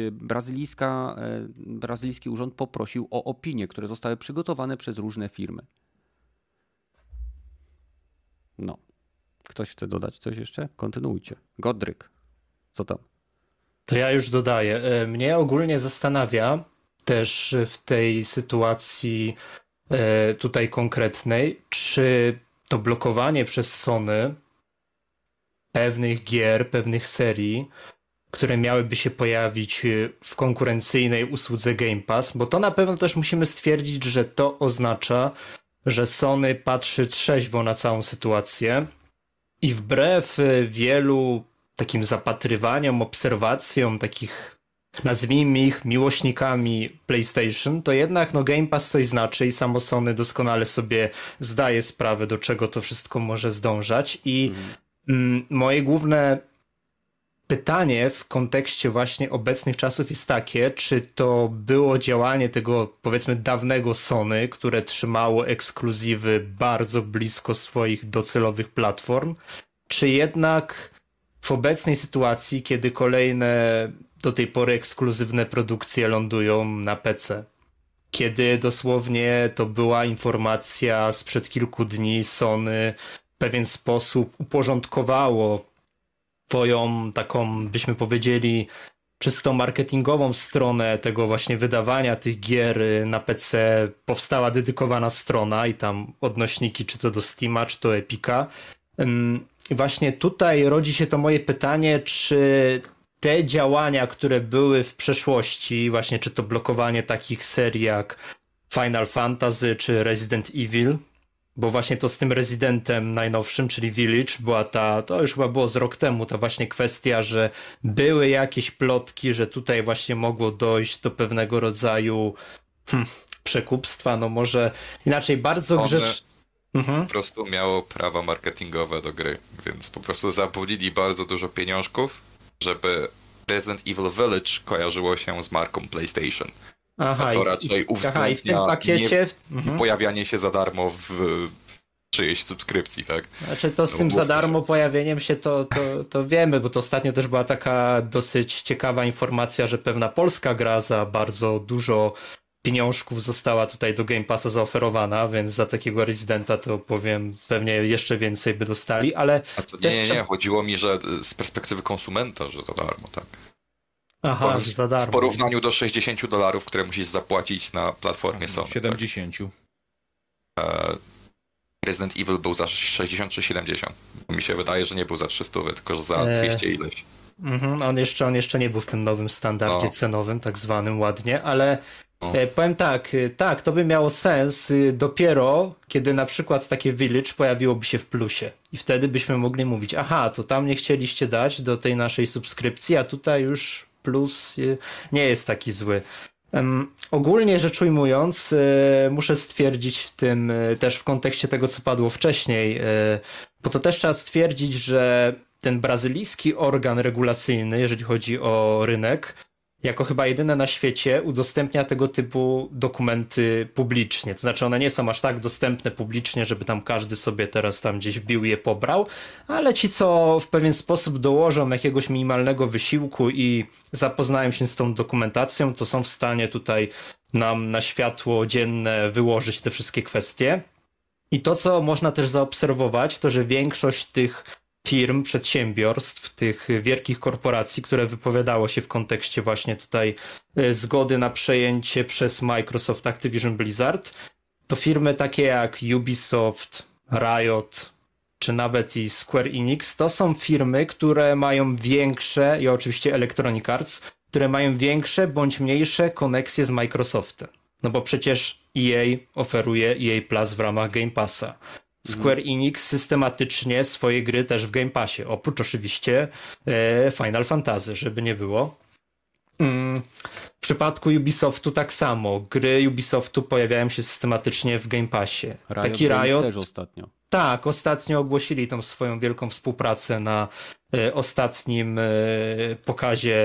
brazylijski urząd poprosił o opinie, które zostały przygotowane przez różne firmy. No. Ktoś chce dodać coś jeszcze? Kontynuujcie. Godryk, co tam? To ja już dodaję. Mnie ogólnie zastanawia też w tej sytuacji tutaj konkretnej, czy to blokowanie przez Sony pewnych gier, pewnych serii, które miałyby się pojawić w konkurencyjnej usłudze Game Pass, bo to na pewno też musimy stwierdzić, że to oznacza, że Sony patrzy trzeźwo na całą sytuację i wbrew wielu takim zapatrywaniom, obserwacjom takich, nazwijmy ich miłośnikami PlayStation, to jednak Game Pass coś znaczy i samo Sony doskonale sobie zdaje sprawę, do czego to wszystko może zdążać i moje główne pytanie w kontekście właśnie obecnych czasów jest takie, czy to było działanie tego, powiedzmy, dawnego Sony, które trzymało ekskluzywy bardzo blisko swoich docelowych platform, czy jednak w obecnej sytuacji, kiedy kolejne do tej pory ekskluzywne produkcje lądują na PC. Kiedy dosłownie to była informacja sprzed kilku dni, Sony w pewien sposób uporządkowało swoją taką, byśmy powiedzieli, czysto marketingową stronę tego właśnie wydawania tych gier na PC. Powstała dedykowana strona i tam odnośniki czy to do Steama, czy to Epica. I właśnie tutaj rodzi się to moje pytanie, czy te działania, które były w przeszłości, właśnie czy to blokowanie takich serii jak Final Fantasy czy Resident Evil, bo właśnie to z tym Residentem najnowszym, czyli Village, była to już chyba było z rok temu, ta właśnie kwestia, że były jakieś plotki, że tutaj właśnie mogło dojść do pewnego rodzaju przekupstwa, no może inaczej bardzo grzecz... Po prostu miało prawa marketingowe do gry, więc po prostu zapłacili bardzo dużo pieniążków, żeby Resident Evil Village kojarzyło się z marką PlayStation. Aha, a to raczej uwzględnia i w tym pakiecie... pojawianie się za darmo w czyjejś subskrypcji, tak? Znaczy to z tym za darmo pojawieniem się to wiemy, bo to ostatnio też była taka dosyć ciekawa informacja, że pewna polska gra za bardzo dużo pieniążków została tutaj do Game Passa zaoferowana, więc za takiego Residenta to powiem, pewnie jeszcze więcej by dostali, ale... A to nie, chodziło mi, że z perspektywy konsumenta, że za darmo, tak? Aha, że za darmo. W porównaniu do $60, które musisz zapłacić na platformie Sony. 70. Tak? Resident Evil był za 60 czy 70. Mi się wydaje, że nie był za 300, tylko za 200 ileś. On jeszcze nie był w tym nowym standardzie cenowym, tak zwanym ładnie, ale powiem tak, to by miało sens dopiero, kiedy na przykład takie Village pojawiłoby się w plusie. I wtedy byśmy mogli mówić, aha, to tam nie chcieliście dać do tej naszej subskrypcji, a tutaj już plus nie jest taki zły. Ogólnie rzecz ujmując, muszę stwierdzić w tym, też w kontekście tego, co padło wcześniej, bo to też trzeba stwierdzić, że ten brazylijski organ regulacyjny, jeżeli chodzi o rynek, jako chyba jedyne na świecie udostępnia tego typu dokumenty publicznie. To znaczy one nie są aż tak dostępne publicznie, żeby tam każdy sobie teraz tam gdzieś wbił i je pobrał, ale ci, co w pewien sposób dołożą jakiegoś minimalnego wysiłku i zapoznają się z tą dokumentacją, to są w stanie tutaj nam na światło dzienne wyłożyć te wszystkie kwestie. I to, co można też zaobserwować, to że większość tych firm, przedsiębiorstw, tych wielkich korporacji, które wypowiadało się w kontekście właśnie tutaj zgody na przejęcie przez Microsoft Activision Blizzard, to firmy takie jak Ubisoft, Riot, czy nawet i Square Enix, to są firmy, które mają większe, i oczywiście Electronic Arts, które mają większe bądź mniejsze koneksje z Microsoftem. No bo przecież EA oferuje EA Plus w ramach Game Passa. Square Enix systematycznie swoje gry też w Game Passie, oprócz oczywiście Final Fantasy, żeby nie było. W przypadku Ubisoftu tak samo. Gry Ubisoftu pojawiają się systematycznie w Game Passie. Taki Riot też ostatnio. Tak, ostatnio ogłosili tą swoją wielką współpracę na ostatnim pokazie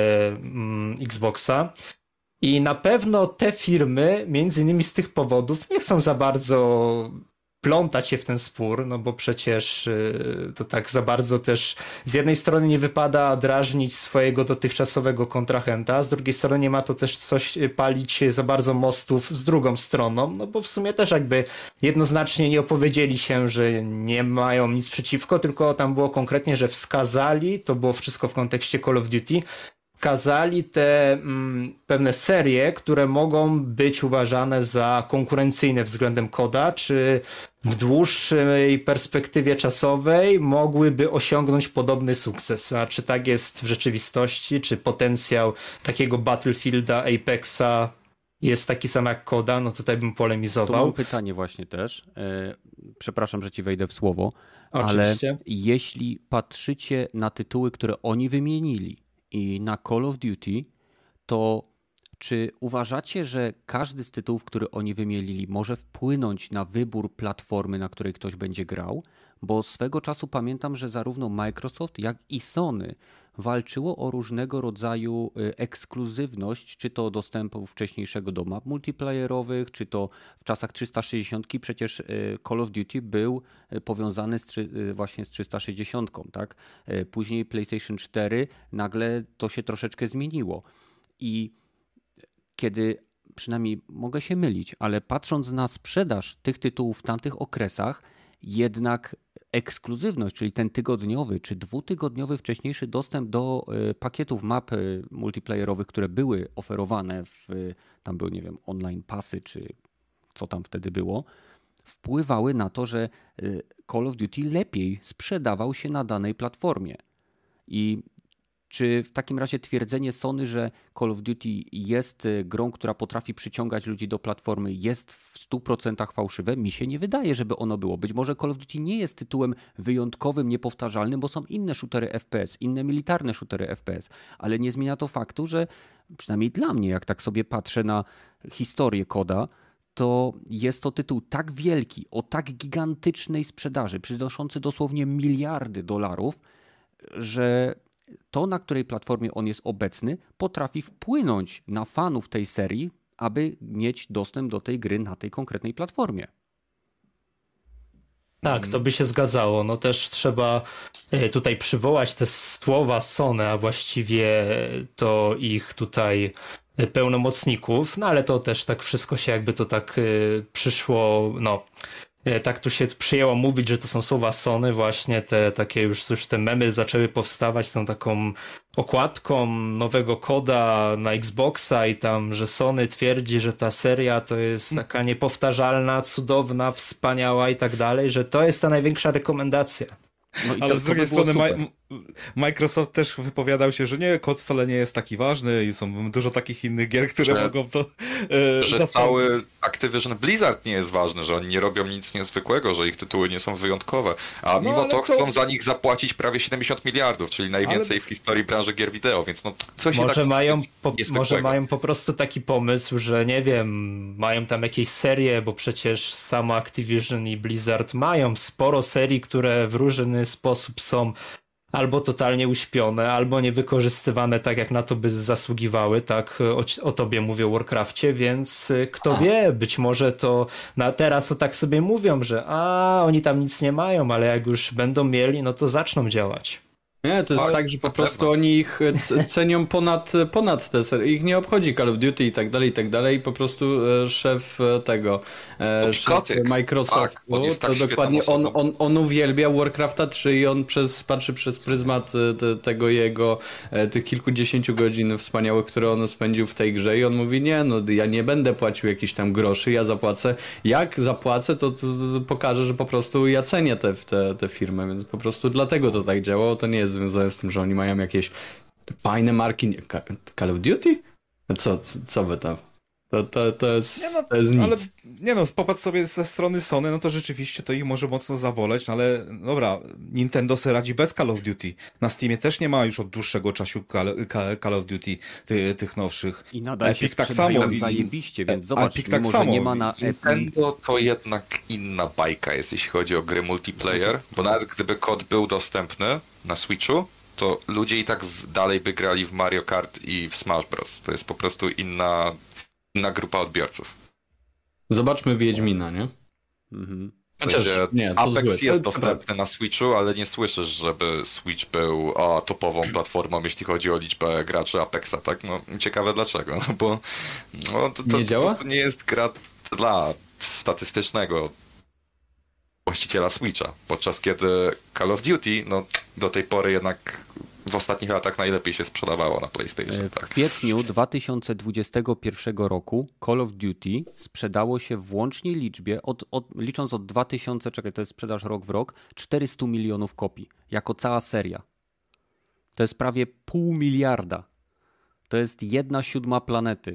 Xboxa. I na pewno te firmy, między innymi z tych powodów, nie chcą za bardzo plątać się w ten spór, no bo przecież to tak za bardzo też z jednej strony nie wypada drażnić swojego dotychczasowego kontrahenta, z drugiej strony nie ma to też coś palić za bardzo mostów z drugą stroną, no bo w sumie też jakby jednoznacznie nie opowiedzieli się, że nie mają nic przeciwko, tylko tam było konkretnie, że wskazali, to było wszystko w kontekście Call of Duty, wskazali te pewne serie, które mogą być uważane za konkurencyjne względem koda, czy w dłuższej perspektywie czasowej mogłyby osiągnąć podobny sukces. A czy tak jest w rzeczywistości, czy potencjał takiego Battlefielda, Apexa jest taki sam jak koda, no tutaj bym polemizował. Tu mam pytanie właśnie też. Przepraszam, że ci wejdę w słowo, oczywiście. Ale jeśli patrzycie na tytuły, które oni wymienili, i na Call of Duty, to czy uważacie, że każdy z tytułów, które oni wymienili, może wpłynąć na wybór platformy, na której ktoś będzie grał? Bo swego czasu pamiętam, że zarówno Microsoft, jak i Sony walczyło o różnego rodzaju ekskluzywność, czy to dostępu wcześniejszego do map multiplayerowych, czy to w czasach 360 przecież Call of Duty był powiązany właśnie z 360, tak? Później PlayStation 4 nagle to się troszeczkę zmieniło i kiedy, przynajmniej mogę się mylić, ale patrząc na sprzedaż tych tytułów w tamtych okresach, jednak ekskluzywność, czyli ten tygodniowy czy dwutygodniowy wcześniejszy dostęp do pakietów map multiplayerowych, które były oferowane, tam były, nie wiem, online passy czy co tam wtedy było, wpływały na to, że Call of Duty lepiej sprzedawał się na danej platformie. I czy w takim razie twierdzenie Sony, że Call of Duty jest grą, która potrafi przyciągać ludzi do platformy, jest w 100% fałszywe? Mi się nie wydaje, żeby ono było. Być może Call of Duty nie jest tytułem wyjątkowym, niepowtarzalnym, bo są inne shootery FPS, inne militarne shootery FPS, ale nie zmienia to faktu, że przynajmniej dla mnie, jak tak sobie patrzę na historię koda, to jest to tytuł tak wielki, o tak gigantycznej sprzedaży, przynoszący dosłownie miliardy dolarów, że to, na której platformie on jest obecny, potrafi wpłynąć na fanów tej serii, aby mieć dostęp do tej gry na tej konkretnej platformie. Tak, to by się zgadzało. No też trzeba tutaj przywołać te słowa Sony, a właściwie to ich tutaj pełnomocników, no ale to też tak wszystko się jakby to tak przyszło, no tak tu się przyjęło mówić, że to są słowa Sony, właśnie te takie już te memy zaczęły powstawać z tą taką okładką nowego koda na Xboxa i tam, że Sony twierdzi, że ta seria to jest taka niepowtarzalna, cudowna, wspaniała i tak dalej, że to jest ta największa rekomendacja. No i ale z drugiej strony Microsoft też wypowiadał się, że nie, kod wcale nie jest taki ważny i są dużo takich innych gier, które mogą to że cały Activision Blizzard nie jest ważny, że oni nie robią nic niezwykłego, że ich tytuły nie są wyjątkowe, a mimo to chcą za nich zapłacić prawie 70 miliardów, czyli najwięcej w historii branży gier wideo, więc no coś może tak może mają po prostu taki pomysł, że nie wiem, mają tam jakieś serie, bo przecież samo Activision i Blizzard mają sporo serii, które w różny sposób są albo totalnie uśpione, albo niewykorzystywane tak, jak na to by zasługiwały, tak o tobie mówię o Warcrafcie, więc kto wie, być może to teraz to tak sobie mówią, że oni tam nic nie mają, ale jak już będą mieli, no to zaczną działać. Nie, to jest tak, że po prostu oni ich cenią ponad te serie. Ich nie obchodzi Call of Duty i tak dalej. Po prostu szef szef Microsoftu, to dokładnie on uwielbia Warcrafta 3 i on patrzy przez pryzmat tych kilkudziesięciu godzin wspaniałych, które on spędził w tej grze i on mówi, nie, no ja nie będę płacił jakichś tam groszy, ja zapłacę. Jak zapłacę, to pokażę, że po prostu ja cenię te firmy, więc po prostu dlatego to tak działało. To nie jest związane z tym, że oni mają jakieś fajne marki. Call of Duty? Co by tam? To jest nic. Ale popatrz sobie ze strony Sony, no to rzeczywiście to ich może mocno zaboleć, no ale dobra, Nintendo sobie radzi bez Call of Duty. Na Steamie też nie ma już od dłuższego czasu Call of Duty tych nowszych. I nadal Epic się tak samo zajebiście, więc zobacz, Epic tak może samo. Nie ma na Nintendo to jednak inna bajka jest, jeśli chodzi o gry multiplayer, bo nawet gdyby kod był dostępny na Switchu, to ludzie i tak dalej by grali w Mario Kart i w Smash Bros. To jest po prostu inna grupa odbiorców. Zobaczmy Wiedźmina, nie? Mhm. Apex jest dostępny na Switchu, ale nie słyszysz, żeby Switch był topową platformą, jeśli chodzi o liczbę graczy Apexa, tak? No ciekawe dlaczego, no bo to po prostu nie jest gra dla statystycznego właściciela Switcha, podczas kiedy Call of Duty, no do tej pory jednak w ostatnich latach najlepiej się sprzedawało na PlayStation. W kwietniu 2021 roku Call of Duty sprzedało się w łącznej liczbie, licząc od 2000, to jest sprzedaż rok w rok, 400 milionów kopii, jako cała seria. To jest prawie 0,5 miliarda. To jest 1/7 planety.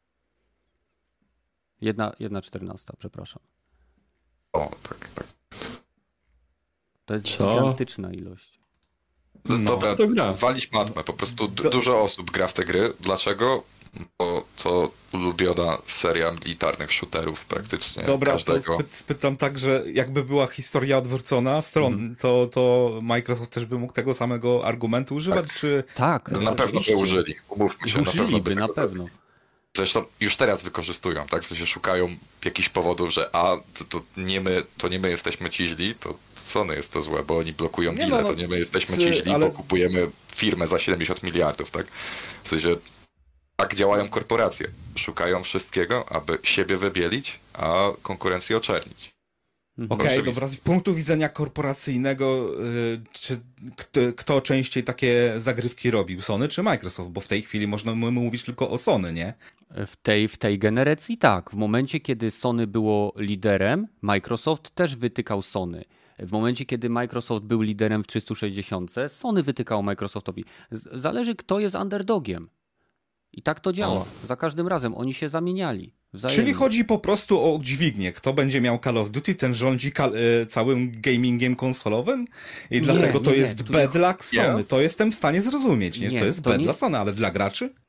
1/14, przepraszam. O, tak. To jest gigantyczna ilość. Dobra, walić matmę. Po prostu dużo osób gra w te gry. Dlaczego? Bo to ulubiona seria militarnych shooterów praktycznie każdego. To spytam tak, że jakby była historia odwrócona stron, to Microsoft też by mógł tego samego argumentu używać? Tak, czy... tak na pewno by użyli. Umówmy się, na pewno. Zresztą już teraz wykorzystują, tak? W sensie szukają jakichś powodów, że to nie my jesteśmy ci źli, to Sony jest to złe, bo oni blokują deale, to nie my jesteśmy ci źli, bo kupujemy firmę za 70 miliardów, tak? W sensie tak działają korporacje. Szukają wszystkiego, aby siebie wybielić, a konkurencję oczernić. Okej, dobra, z punktu widzenia korporacyjnego, kto częściej takie zagrywki robił? Sony czy Microsoft? Bo w tej chwili można mówić tylko o Sony, nie? W tej generacji tak. W momencie, kiedy Sony było liderem, Microsoft też wytykał Sony. W momencie, kiedy Microsoft był liderem w 360, Sony wytykało Microsoftowi. Zależy, kto jest underdogiem. I tak to działa. Za każdym razem oni się zamieniali. Wzajemnie. Czyli chodzi po prostu o dźwignię. Kto będzie miał Call of Duty, ten rządzi całym gamingiem konsolowym i dlatego to jest bad dla Sony. To jestem w stanie zrozumieć. Nie? To jest bad dla Sony, ale dla graczy?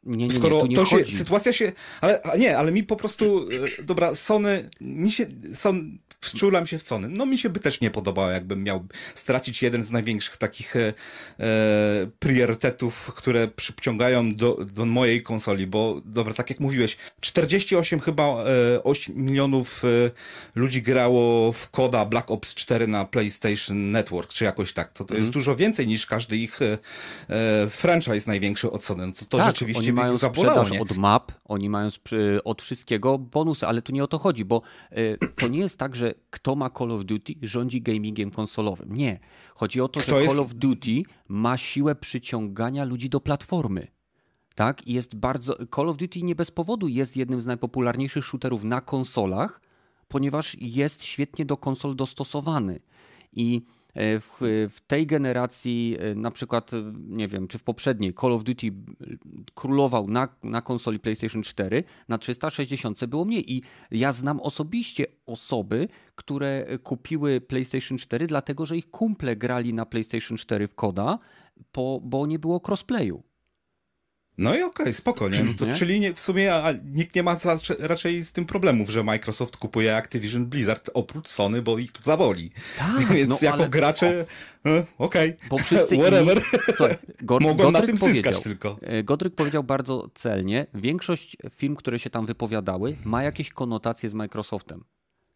Nie, skoro tu nie to chodzi. się, sytuacja się, ale mi po prostu, dobra, Sony, wczulam się w Sony. No mi się by też nie podobało, jakbym miał stracić jeden z największych takich priorytetów, które przyciągają do mojej konsoli, bo dobra, tak jak mówiłeś, 48 chyba 8 milionów ludzi grało w koda Black Ops 4 na PlayStation Network, czy jakoś tak. To jest dużo więcej niż każdy ich franchise największy od Sony. No to tak, rzeczywiście oni mają zabolało, sprzedaż od map, oni mają od wszystkiego bonusy, ale tu nie o to chodzi, bo to nie jest tak, że kto ma Call of Duty rządzi gamingiem konsolowym. Nie. Chodzi o to, że Call of Duty ma siłę przyciągania ludzi do platformy. Tak? I jest bardzo... Call of Duty nie bez powodu jest jednym z najpopularniejszych shooterów na konsolach, ponieważ jest świetnie do konsol dostosowany. I w tej generacji, na przykład, nie wiem, czy w poprzedniej, Call of Duty królował na konsoli PlayStation 4, na 360 było mniej. I ja znam osobiście osoby, które kupiły PlayStation 4, dlatego że ich kumple grali na PlayStation 4 w koda, bo nie było crossplayu. No i okej, spokojnie. No to czyli w sumie nikt nie ma raczej z tym problemów, że Microsoft kupuje Activision Blizzard oprócz Sony, bo ich to zaboli. Tak, więc jako gracze okej, bo wszyscy whatever. Mogą na tym powiedział, zyskać tylko. Godryk powiedział bardzo celnie, większość firm, które się tam wypowiadały, ma jakieś konotacje z Microsoftem.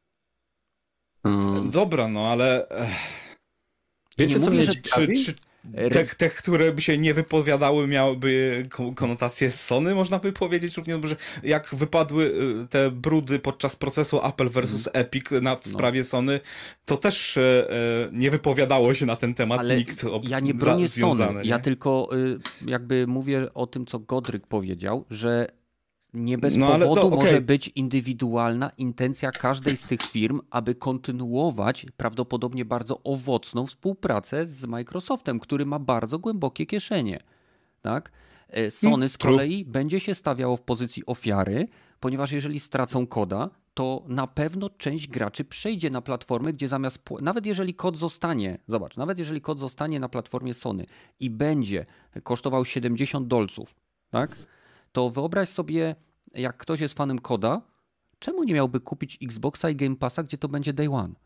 Dobra, no ale... Wiecie, co mnie ciekawi? Te, które by się nie wypowiadały, miałyby konotacje z Sony, można by powiedzieć również, że jak wypadły te brudy podczas procesu Apple versus Epic w sprawie Sony, to też nie wypowiadało się na ten temat ale nikt ja nie bronię związany. Sony, ja tylko jakby mówię o tym, co Godryk powiedział, że nie bez powodu może być indywidualna intencja każdej z tych firm, aby kontynuować prawdopodobnie bardzo owocną współpracę z Microsoftem, który ma bardzo głębokie kieszenie. Tak? Sony z kolei będzie się stawiało w pozycji ofiary, ponieważ jeżeli stracą koda, to na pewno część graczy przejdzie na platformę, gdzie zamiast... Nawet jeżeli kod zostanie, zobacz, nawet jeżeli kod zostanie na platformie Sony i będzie kosztował $70, tak? To wyobraź sobie, jak ktoś jest fanem koda, czemu nie miałby kupić Xboxa i Game Passa, gdzie to będzie day one?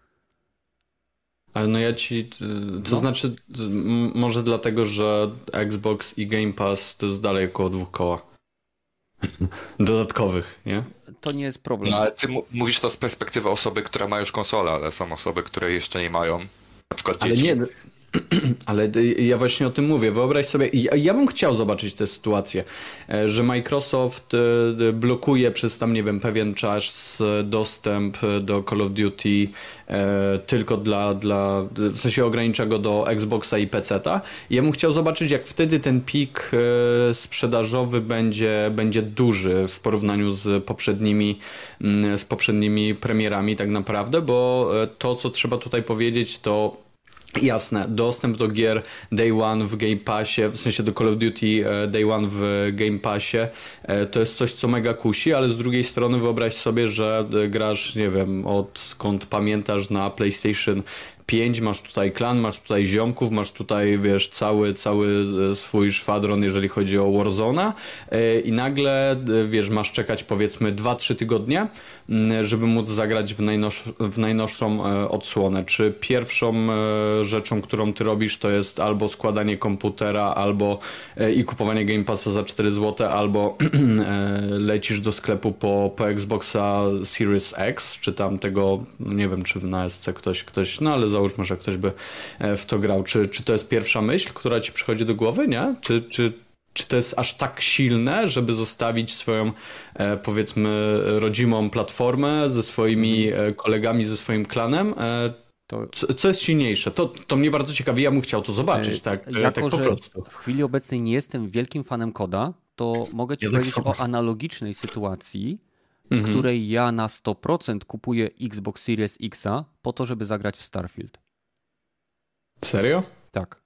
Ale no ja ci... To znaczy, może dlatego, że Xbox i Game Pass to jest dalej około 2 koła. Dodatkowych, nie? To nie jest problem. No ale ty mówisz to z perspektywy osoby, która ma już konsolę, ale są osoby, które jeszcze nie mają, na przykład dzieci. Ale nie... Ale ja właśnie o tym mówię. Wyobraź sobie, ja bym chciał zobaczyć tę sytuację, że Microsoft blokuje przez tam, nie wiem, pewien czas dostęp do Call of Duty tylko w sensie ogranicza go do Xboxa i PC-ta. Ja bym chciał zobaczyć, jak wtedy ten pik sprzedażowy będzie duży w porównaniu z poprzednimi premierami tak naprawdę, bo to, co trzeba tutaj powiedzieć, to jasne, dostęp do gier Day One w Game Passie, w sensie do Call of Duty Day One w Game Passie, to jest coś, co mega kusi, ale z drugiej strony wyobraź sobie, że grasz, nie wiem, odkąd pamiętasz na PlayStation 5, masz tutaj klan, masz tutaj ziomków, masz tutaj, wiesz, cały swój szwadron, jeżeli chodzi o Warzone'a i nagle, wiesz, masz czekać powiedzmy 2-3 tygodnie, żeby móc zagrać w najnowszą odsłonę. Czy pierwszą rzeczą, którą ty robisz, to jest albo składanie komputera, albo i kupowanie Game Passa za 4 zł, albo lecisz do sklepu po Xboxa Series X, czy tam tego, nie wiem, czy na SC ktoś, no ale załóżmy, że ktoś by w to grał. Czy to jest pierwsza myśl, która ci przychodzi do głowy, nie? Czy to jest aż tak silne, żeby zostawić swoją, powiedzmy, rodzimą platformę ze swoimi kolegami, ze swoim klanem? Co jest silniejsze? To mnie bardzo ciekawi. Ja bym chciał to zobaczyć, tak po prostu. W chwili obecnej nie jestem wielkim fanem koda, to mogę ci powiedzieć o analogicznej sytuacji, w której ja na 100% kupuję Xbox Series X-a po to, żeby zagrać w Starfield. Serio? Tak.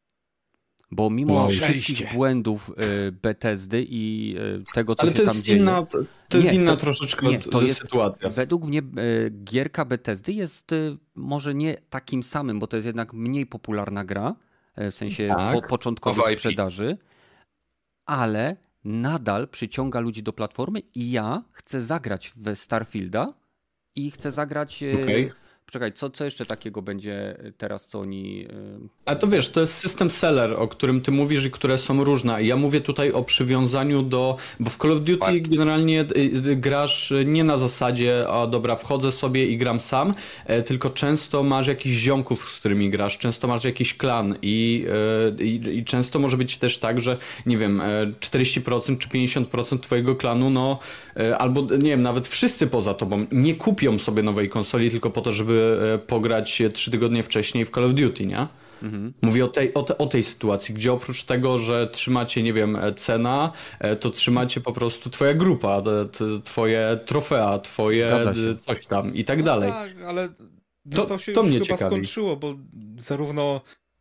Bo mimo wszystkich błędów Bethesdy i tego, co się tam dzieje... To jest inna troszeczkę sytuacja. Według mnie gierka Bethesdy jest może nie takim samym, bo to jest jednak mniej popularna gra, w sensie początkowej sprzedaży, ale nadal przyciąga ludzi do platformy i ja chcę zagrać w Starfielda i chcę zagrać... Poczekaj, co jeszcze takiego będzie teraz, co oni... A to wiesz, to jest system seller, o którym ty mówisz i które są różne. Ja mówię tutaj o przywiązaniu bo w Call of Duty generalnie grasz nie na zasadzie, a dobra, wchodzę sobie i gram sam, tylko często masz jakichś ziomków, z którymi grasz, często masz jakiś klan i często może być też tak, że nie wiem, 40% czy 50% twojego klanu, albo nie wiem, nawet wszyscy poza tobą nie kupią sobie nowej konsoli tylko po to, żeby pograć 3 tygodnie wcześniej w Call of Duty, nie? Mówię o tej sytuacji, gdzie oprócz tego, że trzymacie, nie wiem, cena, to trzymacie po prostu twoja grupa, twoje trofea, twoje coś tam i tak dalej. Tak, ale to się to już mnie chyba ciekawi. skończyło, bo zarówno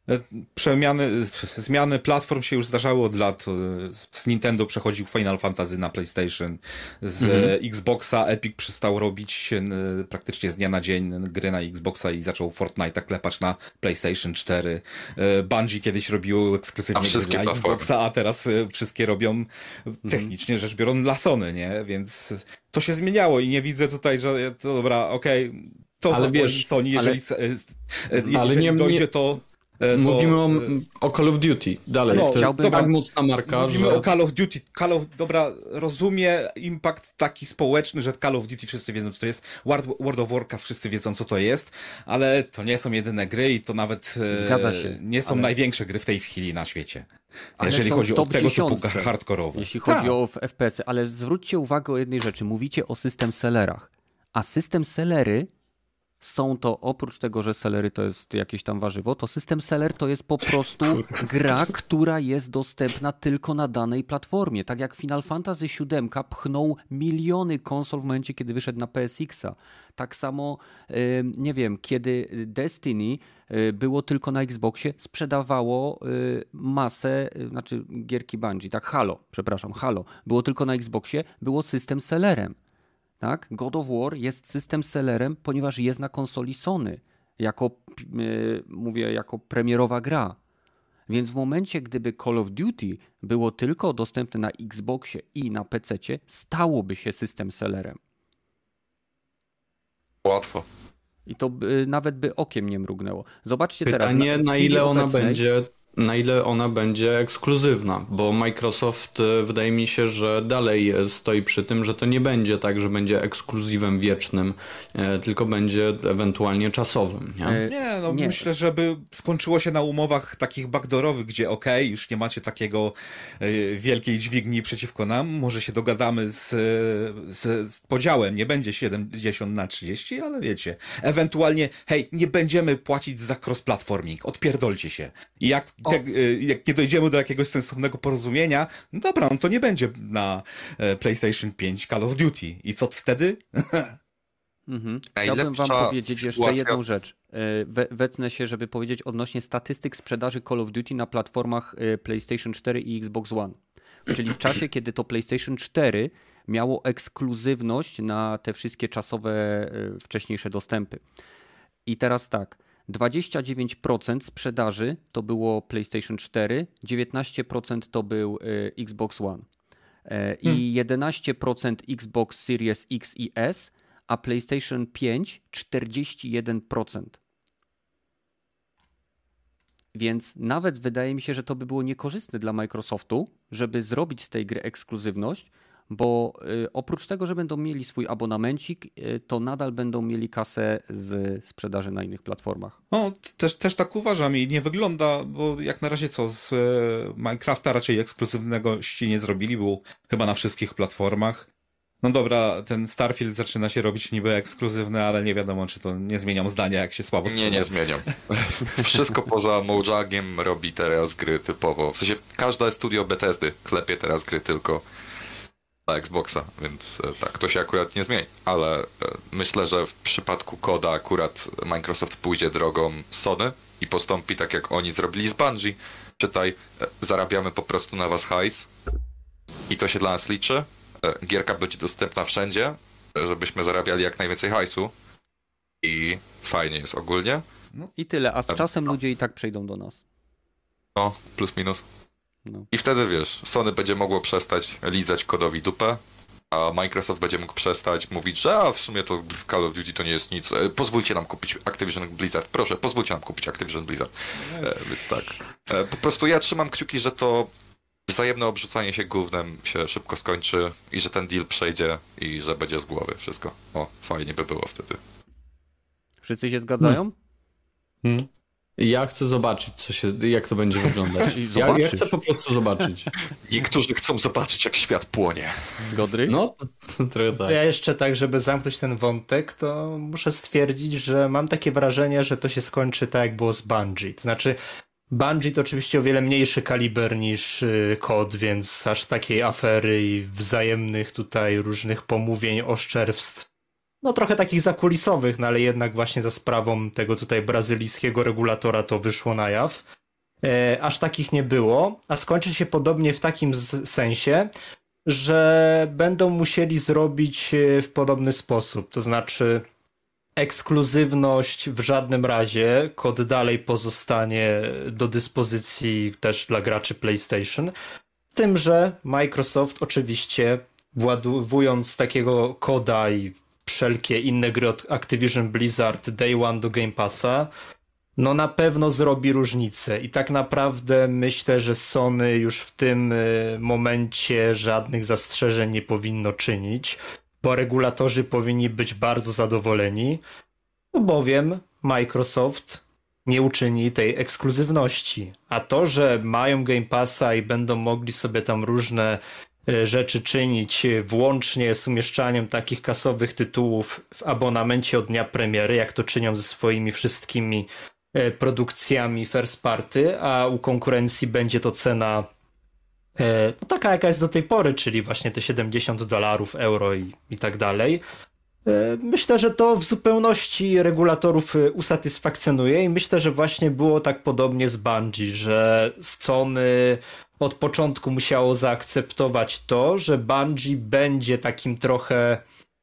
zmiany platform się już zdarzały od lat. Z Nintendo przechodził Final Fantasy na PlayStation, z Xboxa Epic przestał robić praktycznie z dnia na dzień gry na Xboxa i zaczął Fortnite'a klepać na PlayStation 4. Bungie kiedyś robiło ekskluzywnie gry na Xboxa, a teraz wszystkie robią technicznie rzecz biorąc dla Sony, nie? Więc to się zmieniało i nie widzę tutaj, że to dobra, okej, to ale wiesz, Sony, jeżeli dojdzie to... Mówimy o Call of Duty dalej. To jest tak mocna marka, mówimy o Call of Duty. Dobra, rozumie impact taki społeczny, że Call of Duty wszyscy wiedzą, co to jest. World of Warcraft wszyscy wiedzą, co to jest, ale to nie są jedyne gry i to nawet nie są największe gry w tej chwili na świecie. Jeżeli chodzi o tego typu hardkorowe. Jeśli chodzi o FPS-y, ale zwróćcie uwagę o jednej rzeczy. Mówicie o system sellerach, a system sellery są to, oprócz tego, że sellery to jest jakieś tam warzywo, to system seller to jest po prostu gra, która jest dostępna tylko na danej platformie. Tak jak Final Fantasy VII pchnął miliony konsol w momencie, kiedy wyszedł na PSX-a. Tak samo, nie wiem, kiedy Destiny było tylko na Xboxie, sprzedawało masę, znaczy gierki Bungie, tak, Halo, było tylko na Xboxie, było system sellerem. Tak? God of War jest system sellerem, ponieważ jest na konsoli Sony, jako premierowa gra. Więc w momencie, gdyby Call of Duty było tylko dostępne na Xboxie i na PC-cie, stałoby się system sellerem. Łatwo. I to nawet by okiem nie mrugnęło. Zobaczcie pytanie, teraz. Na ile ona będzie ekskluzywna, bo Microsoft wydaje mi się, że dalej stoi przy tym, że to nie będzie tak, że będzie ekskluzywem wiecznym, tylko będzie ewentualnie czasowym. Nie? Myślę, żeby skończyło się na umowach takich backdoorowych, gdzie już nie macie takiego wielkiej dźwigni przeciwko nam, może się dogadamy z podziałem, nie będzie 70/30, ale wiecie, ewentualnie nie będziemy płacić za cross-platforming, odpierdolcie się. I jak nie dojdziemy do jakiegoś sensownego porozumienia, no dobra, to nie będzie na PlayStation 5 Call of Duty. I co wtedy? Chciałbym wam powiedzieć jeszcze jedną rzecz. Wetnę się, żeby powiedzieć odnośnie statystyk sprzedaży Call of Duty na platformach PlayStation 4 i Xbox One. Czyli w czasie, kiedy to PlayStation 4 miało ekskluzywność na te wszystkie czasowe, wcześniejsze dostępy. I teraz tak, 29% sprzedaży to było PlayStation 4, 19% to był Xbox One i 11% Xbox Series X i S, a PlayStation 5 41%. Więc nawet wydaje mi się, że to by było niekorzystne dla Microsoftu, żeby zrobić z tej gry ekskluzywność, bo oprócz tego, że będą mieli swój abonamencik, to nadal będą mieli kasę z sprzedaży na innych platformach. No, też tak uważam i nie wygląda, bo jak na razie z Minecrafta raczej ekskluzywnegości nie zrobili, był chyba na wszystkich platformach. No dobra, ten Starfield zaczyna się robić niby ekskluzywny, ale nie wiadomo, czy to nie zmienią zdania, jak się słabo sprzedaje. Nie zmienią. Wszystko poza Mojangiem robi teraz gry typowo. W sensie każde studio Bethesdy klepie teraz gry tylko na Xboxa, więc tak, to się akurat nie zmieni. Ale myślę, że w przypadku Koda akurat Microsoft pójdzie drogą Sony i postąpi tak, jak oni zrobili z Bungie. Czytaj, zarabiamy po prostu na was hajs i to się dla nas liczy. Gierka będzie dostępna wszędzie, żebyśmy zarabiali jak najwięcej hajsu i fajnie jest ogólnie. No i tyle, a z czasem ludzie i tak przejdą do nas. No, plus minus. No. I wtedy wiesz, Sony będzie mogło przestać lizać kodowi dupę, a Microsoft będzie mógł przestać mówić, że w sumie to Call of Duty to nie jest nic, pozwólcie nam kupić Activision Blizzard, proszę, pozwólcie nam kupić Activision Blizzard. Więc tak. Po prostu ja trzymam kciuki, że to wzajemne obrzucanie się gównem się szybko skończy i że ten deal przejdzie i że będzie z głowy wszystko. O, fajnie by było wtedy. Wszyscy się zgadzają? Ja chcę zobaczyć, jak to będzie wyglądać. Ja chcę po prostu zobaczyć. Niektórzy chcą zobaczyć, jak świat płonie. Godry? No, to trochę tak. Ja jeszcze tak, żeby zamknąć ten wątek, to muszę stwierdzić, że mam takie wrażenie, że to się skończy tak, jak było z Bungie. To znaczy, Bungie to oczywiście o wiele mniejszy kaliber niż COD, więc aż takiej afery i wzajemnych tutaj różnych pomówień, oszczerstw, no trochę takich zakulisowych, no ale jednak właśnie za sprawą tego tutaj brazylijskiego regulatora to wyszło na jaw. Aż takich nie było, a skończy się podobnie w takim sensie, że będą musieli zrobić w podobny sposób, to znaczy ekskluzywność w żadnym razie, kod dalej pozostanie do dyspozycji też dla graczy PlayStation, z tym, że Microsoft oczywiście władowując takiego koda i wszelkie inne gry od Activision Blizzard Day One do Game Passa, no na pewno zrobi różnicę i tak naprawdę myślę, że Sony już w tym momencie żadnych zastrzeżeń nie powinno czynić, bo regulatorzy powinni być bardzo zadowoleni, bowiem Microsoft nie uczyni tej ekskluzywności. A to, że mają Game Passa i będą mogli sobie tam różne rzeczy czynić, włącznie z umieszczaniem takich kasowych tytułów w abonamencie od dnia premiery, jak to czynią ze swoimi wszystkimi produkcjami first party, a u konkurencji będzie to cena no taka jaka jest do tej pory, czyli właśnie te $70, euro i tak dalej. Myślę, że to w zupełności regulatorów usatysfakcjonuje i myślę, że właśnie było tak podobnie z Bungie, że Sony od początku musiało zaakceptować to, że Bungie będzie takim trochę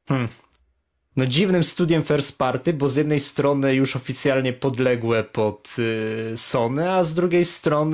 no dziwnym studiem first party, bo z jednej strony już oficjalnie podległe pod Sony, a z drugiej strony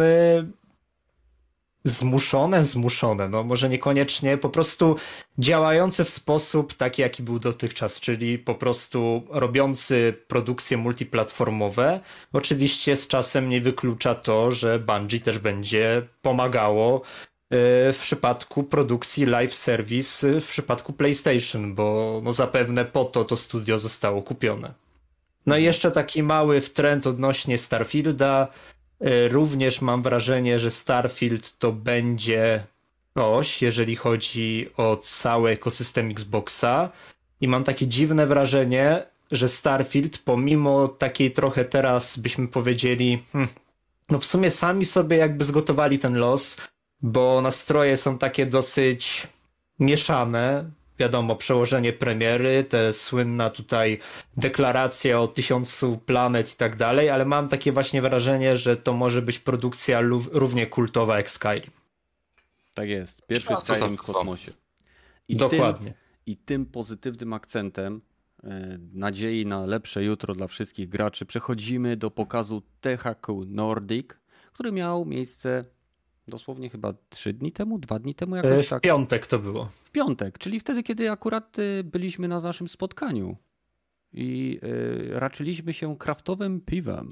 zmuszone, no może niekoniecznie, po prostu działające w sposób taki, jaki był dotychczas, czyli po prostu robiący produkcje multiplatformowe. Oczywiście z czasem nie wyklucza to, że Bungie też będzie pomagało w przypadku produkcji live service w przypadku PlayStation, bo no zapewne po to studio zostało kupione. No i jeszcze taki mały trend odnośnie Starfielda. Również mam wrażenie, że Starfield to będzie coś, jeżeli chodzi o cały ekosystem Xboxa i mam takie dziwne wrażenie, że Starfield pomimo takiej trochę teraz byśmy powiedzieli no w sumie sami sobie jakby zgotowali ten los, bo nastroje są takie dosyć mieszane. Wiadomo, przełożenie premiery, te słynna tutaj deklaracja o 1000 planet i tak dalej, ale mam takie właśnie wrażenie, że to może być produkcja równie kultowa jak Skyrim. Tak jest. Pierwszy Skyrim w kosmosie. Dokładnie. I tym pozytywnym akcentem nadziei na lepsze jutro dla wszystkich graczy przechodzimy do pokazu THQ Nordic, który miał miejsce dosłownie chyba 3 dni temu, 2 dni temu jakoś tak. W piątek to było. W piątek, czyli wtedy, kiedy akurat byliśmy na naszym spotkaniu i raczyliśmy się kraftowym piwem.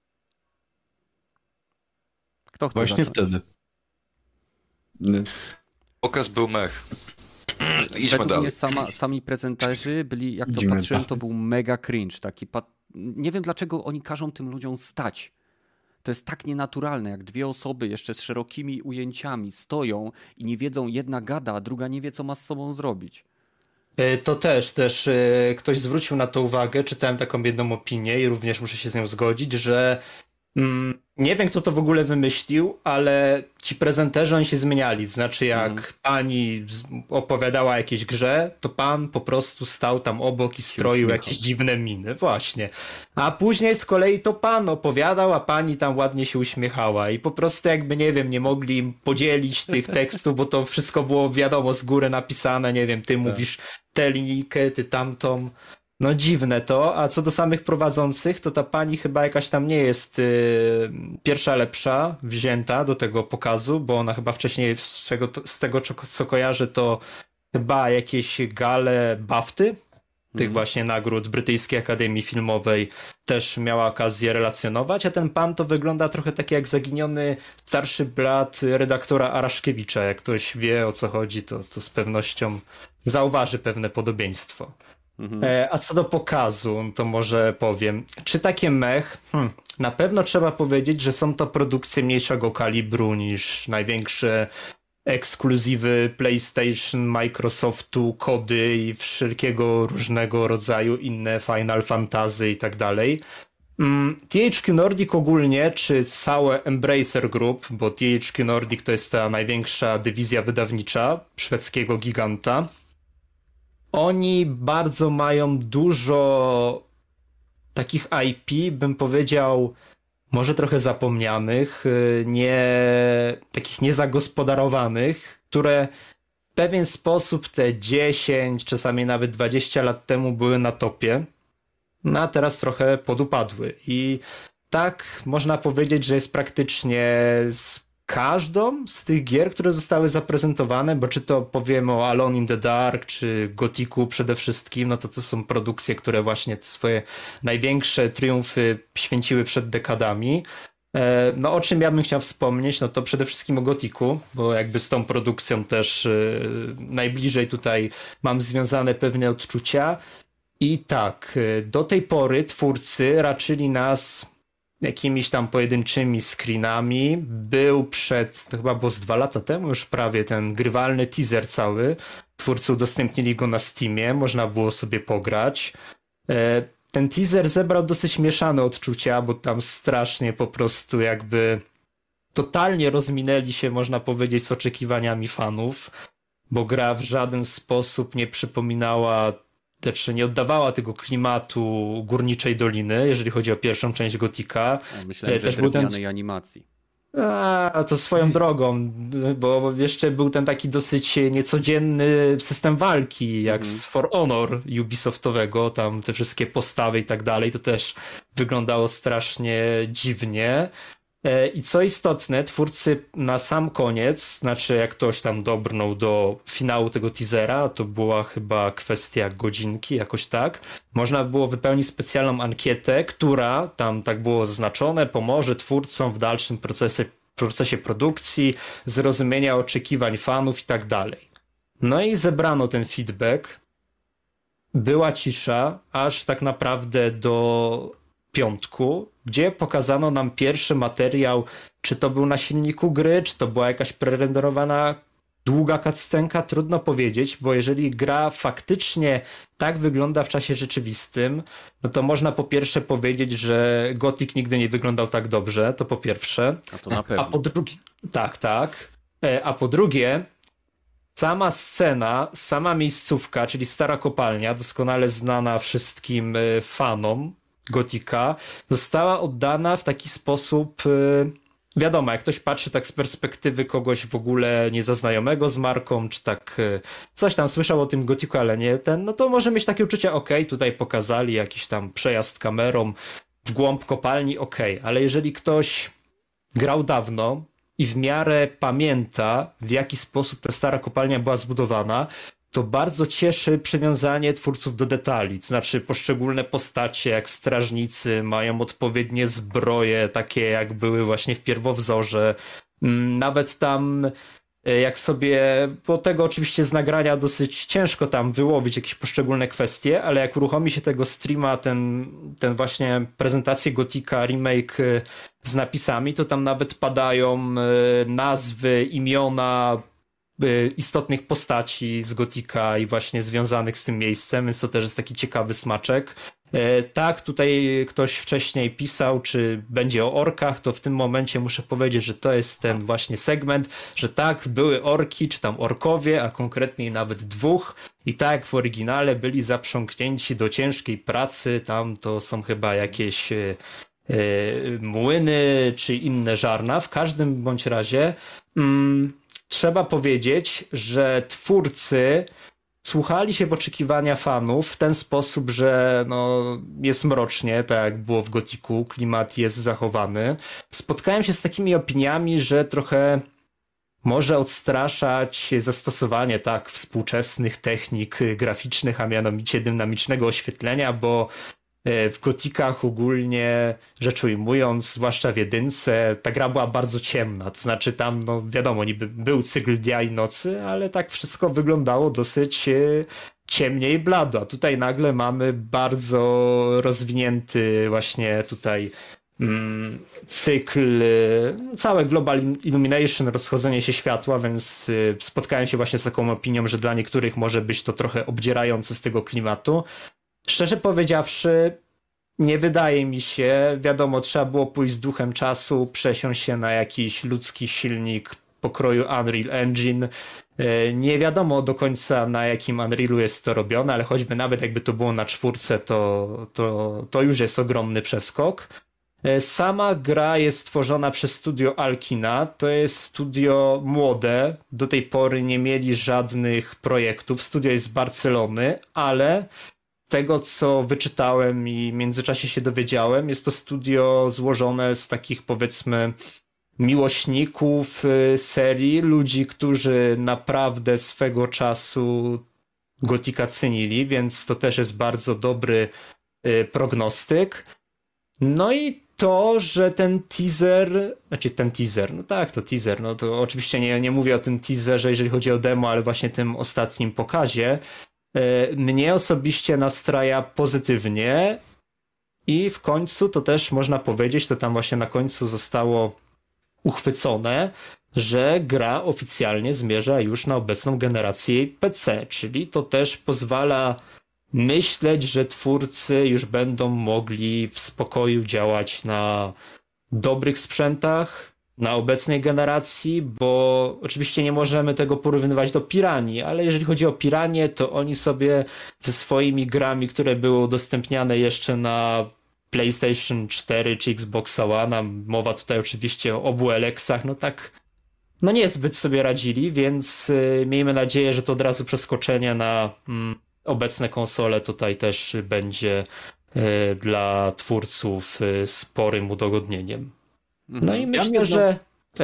Kto chce Właśnie zacząć? wtedy. Pokaz był mech. Idźmy Według dalej. mnie sami prezenterzy byli, jak to Idziemy patrzyłem, dalej. to był mega cringe. Nie wiem, dlaczego oni każą tym ludziom stać. To jest tak nienaturalne, jak dwie osoby jeszcze z szerokimi ujęciami stoją i nie wiedzą, jedna gada, a druga nie wie, co ma z sobą zrobić. To też ktoś zwrócił na to uwagę, czytałem taką jedną opinię i również muszę się z nią zgodzić, że nie wiem, kto to w ogóle wymyślił, ale ci prezenterzy, oni się zmieniali. Znaczy, jak pani opowiadała o jakiejś grze, to pan po prostu stał tam obok i stroił jakieś dziwne miny. Właśnie. A później z kolei to pan opowiadał, a pani tam ładnie się uśmiechała. I po prostu jakby, nie wiem, nie mogli im podzielić tych tekstów, bo to wszystko było wiadomo z góry napisane. Nie wiem, ty mówisz tę linijkę, ty tamtą. No dziwne to, a co do samych prowadzących, to ta pani chyba jakaś tam nie jest pierwsza lepsza wzięta do tego pokazu, bo ona chyba wcześniej, z tego co kojarzę, to chyba jakieś gale BAFTY, tych właśnie nagród Brytyjskiej Akademii Filmowej, też miała okazję relacjonować, a ten pan to wygląda trochę tak jak zaginiony starszy brat redaktora Araszkiewicza. Jak ktoś wie, o co chodzi, to z pewnością zauważy pewne podobieństwo. A co do pokazu, to może powiem. Czy takie mech? Na pewno trzeba powiedzieć, że są to produkcje mniejszego kalibru niż największe ekskluzywy PlayStation, Microsoftu, kody i wszelkiego różnego rodzaju inne Final Fantasy i tak dalej. THQ Nordic ogólnie, czy całe Embracer Group, bo THQ Nordic to jest ta największa dywizja wydawnicza szwedzkiego giganta, oni bardzo mają dużo takich IP, bym powiedział, może trochę zapomnianych, takich niezagospodarowanych, które w pewien sposób te 10, czasami nawet 20 lat temu były na topie, no a teraz trochę podupadły. I tak można powiedzieć, że jest praktycznie z każdą z tych gier, które zostały zaprezentowane, bo czy to powiemy o Alone in the Dark, czy Gothicu przede wszystkim, no to są produkcje, które właśnie swoje największe triumfy święciły przed dekadami. No o czym ja bym chciał wspomnieć, no to przede wszystkim o Gothicu, bo jakby z tą produkcją też najbliżej tutaj mam związane pewne odczucia. I tak, do tej pory twórcy raczyli nas jakimiś tam pojedynczymi screenami. Był to chyba było z 2 lata temu już prawie, ten grywalny teaser cały. Twórcy udostępnili go na Steamie, można było sobie pograć. Ten teaser zebrał dosyć mieszane odczucia, bo tam strasznie po prostu jakby totalnie rozminęli się, można powiedzieć, z oczekiwaniami fanów, bo gra w żaden sposób nie przypominała, znaczy nie oddawała tego klimatu Górniczej Doliny, jeżeli chodzi o pierwszą część Gothica. Myślałem, że drewnianej animacji. To swoją drogą, bo jeszcze był ten taki dosyć niecodzienny system walki, jak z For Honor Ubisoftowego, tam te wszystkie postawy i tak dalej, to też wyglądało strasznie dziwnie. I co istotne, twórcy na sam koniec, znaczy jak ktoś tam dobrnął do finału tego teasera, to była chyba kwestia godzinki, jakoś tak, można było wypełnić specjalną ankietę, która, tam tak było zaznaczone, pomoże twórcom w dalszym procesie produkcji, zrozumienia oczekiwań fanów i tak dalej. No i zebrano ten feedback, była cisza, aż tak naprawdę do piątku, gdzie pokazano nam pierwszy materiał, czy to był na silniku gry, czy to była jakaś prerenderowana długa cutscenka, trudno powiedzieć, bo jeżeli gra faktycznie tak wygląda w czasie rzeczywistym, no to można po pierwsze powiedzieć, że Gothic nigdy nie wyglądał tak dobrze, to po pierwsze. A to na pewno. A po drugie, tak. A po drugie, sama scena, sama miejscówka, czyli stara kopalnia, doskonale znana wszystkim fanom Gothica, została oddana w taki sposób, wiadomo, jak ktoś patrzy tak z perspektywy kogoś w ogóle niezaznajomego z marką, czy tak coś tam słyszał o tym Gothicu, ale nie ten, no to może mieć takie uczucie, okej, tutaj pokazali jakiś tam przejazd kamerą w głąb kopalni, ale jeżeli ktoś grał dawno i w miarę pamięta, w jaki sposób ta stara kopalnia była zbudowana, to bardzo cieszy przywiązanie twórców do detali. To znaczy poszczególne postacie, jak strażnicy, mają odpowiednie zbroje, takie jak były właśnie w pierwowzorze. Nawet tam, jak sobie, bo tego oczywiście z nagrania dosyć ciężko tam wyłowić jakieś poszczególne kwestie, ale jak uruchomi się tego streama, ten właśnie prezentację Gothica, remake z napisami, to tam nawet padają nazwy, imiona istotnych postaci z Gothica i właśnie związanych z tym miejscem, więc to też jest taki ciekawy smaczek. Tak, tutaj ktoś wcześniej pisał, czy będzie o orkach, to w tym momencie muszę powiedzieć, że to jest ten właśnie segment, że tak, były orki, czy tam orkowie, a konkretniej nawet 2 i tak w oryginale byli zaprzągnięci do ciężkiej pracy, tam to są chyba jakieś młyny, czy inne żarna, w każdym bądź razie trzeba powiedzieć, że twórcy wsłuchali się w oczekiwania fanów w ten sposób, że no, jest mrocznie, tak jak było w Gothicu, klimat jest zachowany. Spotkałem się z takimi opiniami, że trochę może odstraszać zastosowanie tak współczesnych technik graficznych, a mianowicie dynamicznego oświetlenia, bo w Gothicach ogólnie rzecz ujmując, zwłaszcza w jedynce, ta gra była bardzo ciemna. To znaczy tam, no wiadomo, niby był cykl dnia i nocy, ale tak wszystko wyglądało dosyć ciemnie i blado. A tutaj nagle mamy bardzo rozwinięty właśnie tutaj cykl, całe Global Illumination, rozchodzenie się światła, więc spotkałem się właśnie z taką opinią, że dla niektórych może być to trochę obdzierające z tego klimatu. Szczerze powiedziawszy, nie wydaje mi się, wiadomo, trzeba było pójść z duchem czasu, przesiąść się na jakiś ludzki silnik pokroju Unreal Engine. Nie wiadomo do końca, na jakim Unrealu jest to robione, ale choćby nawet jakby to było na 4, to już jest ogromny przeskok. Sama gra jest stworzona przez studio Alkina. To jest studio młode. Do tej pory nie mieli żadnych projektów. Studio jest z Barcelony, ale z tego, co wyczytałem i w międzyczasie się dowiedziałem, jest to studio złożone z takich, powiedzmy, miłośników serii, ludzi, którzy naprawdę swego czasu Gothica cenili, więc to też jest bardzo dobry prognostyk. No i to, że ten teaser, no tak, to teaser, no to oczywiście nie mówię o tym teaserze, jeżeli chodzi o demo, ale właśnie tym ostatnim pokazie, mnie osobiście nastraja pozytywnie i w końcu to też można powiedzieć, to tam właśnie na końcu zostało uchwycone, że gra oficjalnie zmierza już na obecną generację PC, czyli to też pozwala myśleć, że twórcy już będą mogli w spokoju działać na dobrych sprzętach, na obecnej generacji, bo oczywiście nie możemy tego porównywać do Piranii, ale jeżeli chodzi o Piranię, to oni sobie ze swoimi grami, które były udostępniane jeszcze na PlayStation 4 czy Xbox One, mowa tutaj oczywiście o obu Elexach, no tak, no niezbyt sobie radzili, więc miejmy nadzieję, że to od razu przeskoczenie na obecne konsole tutaj też będzie dla twórców sporym udogodnieniem. No i myślę, że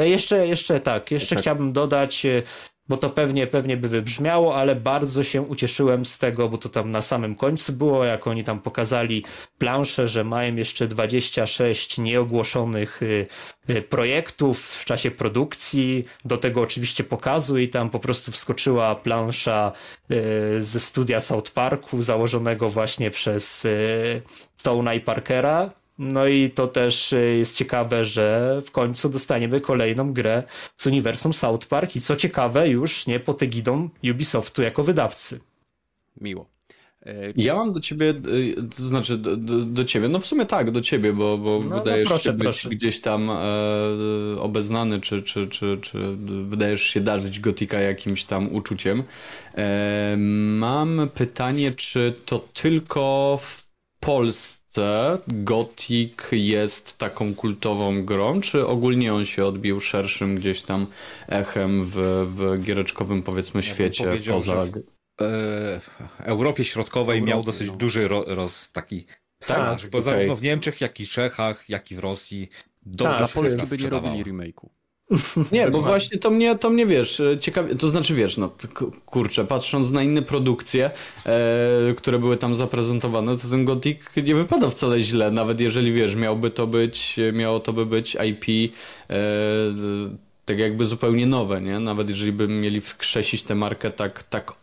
jeszcze chciałbym dodać, bo to pewnie by wybrzmiało, ale bardzo się ucieszyłem z tego, bo to tam na samym końcu było, jak oni tam pokazali planszę, że mają jeszcze 26 nieogłoszonych projektów w czasie produkcji, do tego oczywiście pokazu i tam po prostu wskoczyła plansza ze studia South Parku, założonego właśnie przez Stone'a i Parkera. No i to też jest ciekawe, że w końcu dostaniemy kolejną grę z uniwersum South Park i co ciekawe już nie pod egidą Ubisoftu jako wydawcy. Miło. Ja mam do ciebie, to znaczy do ciebie, no w sumie tak, do ciebie, bo wydajesz się być gdzieś tam obeznany, czy wydajesz się darzyć Gothica jakimś tam uczuciem. Mam pytanie, czy to tylko w Polsce Gothic jest taką kultową grą, czy ogólnie on się odbił szerszym gdzieś tam echem w giereczkowym, powiedzmy, świecie poza... Europie Środkowej miał dosyć duży taki sprzedaż, bo zarówno w Niemczech, jak i Czechach, jak i w Rosji dla Polski by nie robili remake'u. Nie, bo właśnie to mnie wiesz, ciekawie, to znaczy wiesz, no kurczę, patrząc na inne produkcje, które były tam zaprezentowane, to ten Gothic nie wypada wcale źle, nawet jeżeli wiesz, miało to być IP tak jakby zupełnie nowe, nie? Nawet jeżeli by mieli wskrzesić tę markę tak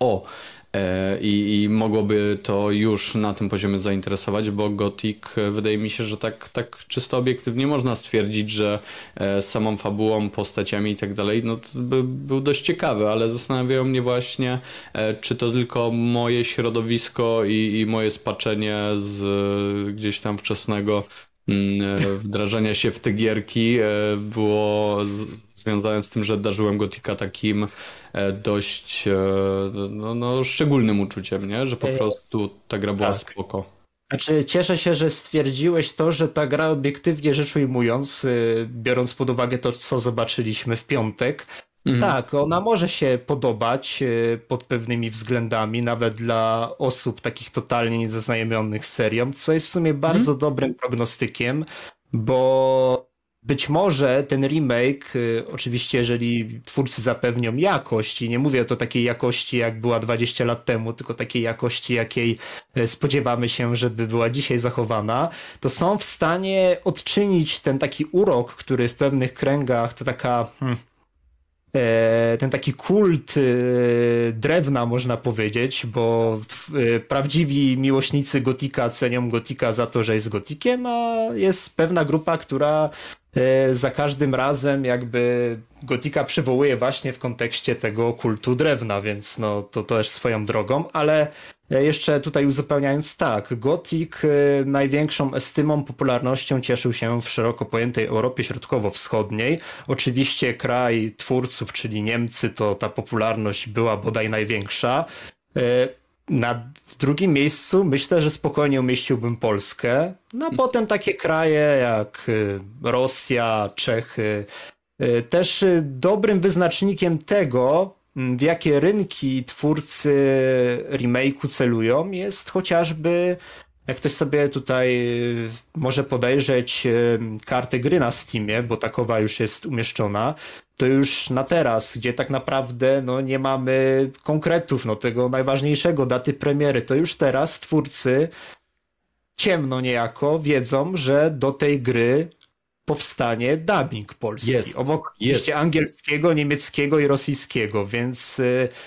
i mogłoby to już na tym poziomie zainteresować, bo Gothic wydaje mi się, że tak czysto obiektywnie można stwierdzić, że samą fabułą, postaciami i tak dalej, no to był dość ciekawy, ale zastanawiają mnie właśnie, czy to tylko moje środowisko i moje spaczenie z gdzieś tam wczesnego wdrażania się w te gierki było związane z tym, że darzyłem Gothica takim dość szczególnym uczuciem, nie? Że po prostu ta gra była spoko. Znaczy, cieszę się, że stwierdziłeś to, że ta gra obiektywnie rzecz ujmując, biorąc pod uwagę to, co zobaczyliśmy w piątek, Tak, ona może się podobać pod pewnymi względami, nawet dla osób takich totalnie niezaznajomionych z serią, co jest w sumie bardzo dobrym prognostykiem, bo być może ten remake, oczywiście jeżeli twórcy zapewnią jakość, i nie mówię o takiej jakości jak była 20 lat temu, tylko takiej jakości, jakiej spodziewamy się, żeby była dzisiaj zachowana, to są w stanie odczynić ten taki urok, który w pewnych kręgach to taka... ten taki kult drewna, można powiedzieć, bo prawdziwi miłośnicy Gotika cenią Gotika za to, że jest Gotikiem, a jest pewna grupa, która za każdym razem jakby Gotika przywołuje właśnie w kontekście tego kultu drewna, więc no to też swoją drogą, ale jeszcze tutaj uzupełniając, tak, Gothic największą estymą, popularnością cieszył się w szeroko pojętej Europie Środkowo-Wschodniej. Oczywiście kraj twórców, czyli Niemcy, to ta popularność była bodaj największa. W drugim miejscu myślę, że spokojnie umieściłbym Polskę, no a potem takie kraje jak Rosja, Czechy. Też dobrym wyznacznikiem tego, w jakie rynki twórcy remake'u celują, jest chociażby, jak ktoś sobie tutaj może podejrzeć kartę gry na Steamie, bo takowa już jest umieszczona, to już na teraz, gdzie tak naprawdę no, nie mamy konkretów, no, tego najważniejszego, daty premiery, to już teraz twórcy ciemno niejako wiedzą, że do tej gry powstanie dubbing polski. Obok oczywiście angielskiego, niemieckiego i rosyjskiego, więc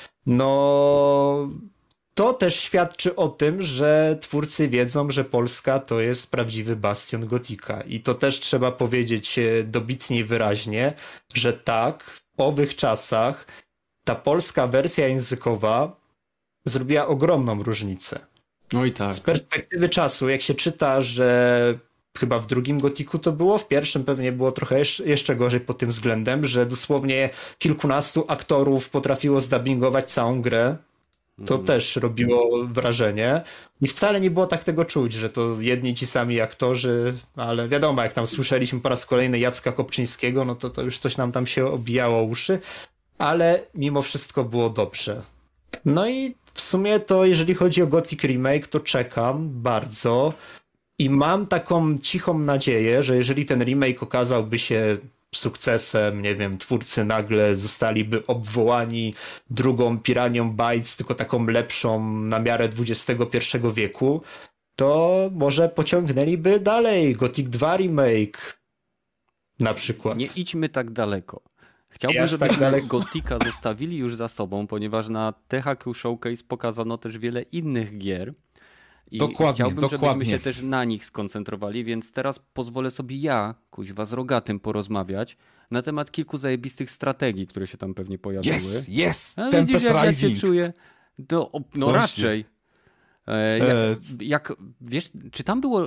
no to też świadczy o tym, że twórcy wiedzą, że Polska to jest prawdziwy bastion Gotika. I to też trzeba powiedzieć dobitnie i wyraźnie, że tak, w owych czasach ta polska wersja językowa zrobiła ogromną różnicę. Oj tak. Z perspektywy czasu, jak się czyta, że chyba w drugim Gotiku to było, w pierwszym pewnie było trochę jeszcze gorzej pod tym względem, że dosłownie kilkunastu aktorów potrafiło zdubbingować całą grę. To też robiło wrażenie. I wcale nie było tak tego czuć, że to jedni ci sami aktorzy, ale wiadomo, jak tam słyszeliśmy po raz kolejny Jacka Kopczyńskiego, no to już coś nam tam się obijało uszy, ale mimo wszystko było dobrze. No i w sumie to jeżeli chodzi o Gothic Remake, to czekam bardzo i mam taką cichą nadzieję, że jeżeli ten remake okazałby się sukcesem, nie wiem, twórcy nagle zostaliby obwołani drugą Piranią Bytes, tylko taką lepszą na miarę XXI wieku, to może pociągnęliby dalej Gothic 2 remake na przykład. Nie idźmy tak daleko. Chciałbym, żebyśmy Gotika zostawili już za sobą, ponieważ na THQ Showcase pokazano też wiele innych gier. I chciałbym, żebyśmy się też na nich skoncentrowali, więc teraz pozwolę sobie kuźwa, z Rogatym porozmawiać na temat kilku zajebistych strategii, które się tam pewnie pojawiły. Yes! Widzisz, jak ja się czuję? No raczej. Wiesz, czy tam było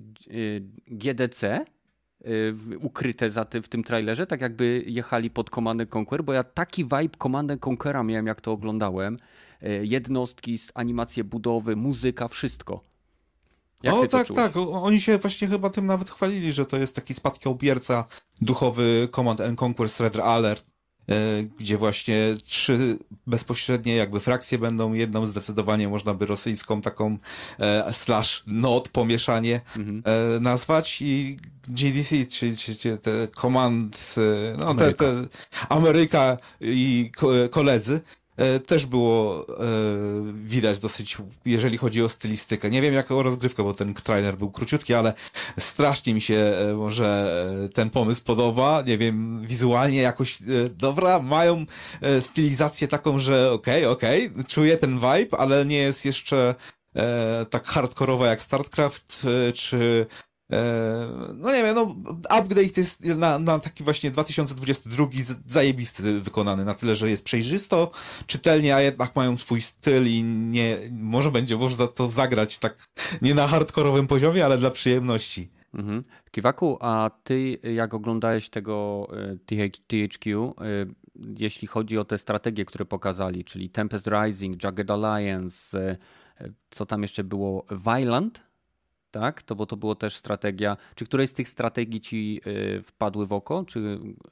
GDC ukryte w tym trailerze, tak jakby jechali pod Command & Conquer, bo ja taki vibe Command & Conquera miałem, jak to oglądałem. Jednostki, animacje budowy, muzyka, wszystko. Jak tak. Oni się właśnie chyba tym nawet chwalili, że to jest taki spadkobierca duchowy Command & Conquer Red Alert, gdzie właśnie 3 bezpośrednie jakby frakcje będą, jedną zdecydowanie można by rosyjską taką /nod pomieszanie nazwać i GDC, czy te Command, te Ameryka i koledzy, też było widać dosyć, jeżeli chodzi o stylistykę. Nie wiem jak o rozgrywkę, bo ten trailer był króciutki, ale strasznie mi się może ten pomysł podoba. Nie wiem, wizualnie jakoś dobra, mają stylizację taką, że okej, czuję ten vibe, ale nie jest jeszcze tak hardkorowa jak StarCraft, czy no nie wiem, no upgrade jest na taki właśnie 2022 zajebisty wykonany, na tyle, że jest przejrzysto, czytelnie, a jednak mają swój styl i nie, może będzie można to zagrać tak nie na hardkorowym poziomie, ale dla przyjemności. Kiwaku, a ty jak oglądałeś tego THQ, jeśli chodzi o te strategie, które pokazali, czyli Tempest Rising, Jagged Alliance, co tam jeszcze było, Violent? Tak, bo to było też strategia. Czy któreś z tych strategii ci wpadły w oko? Czy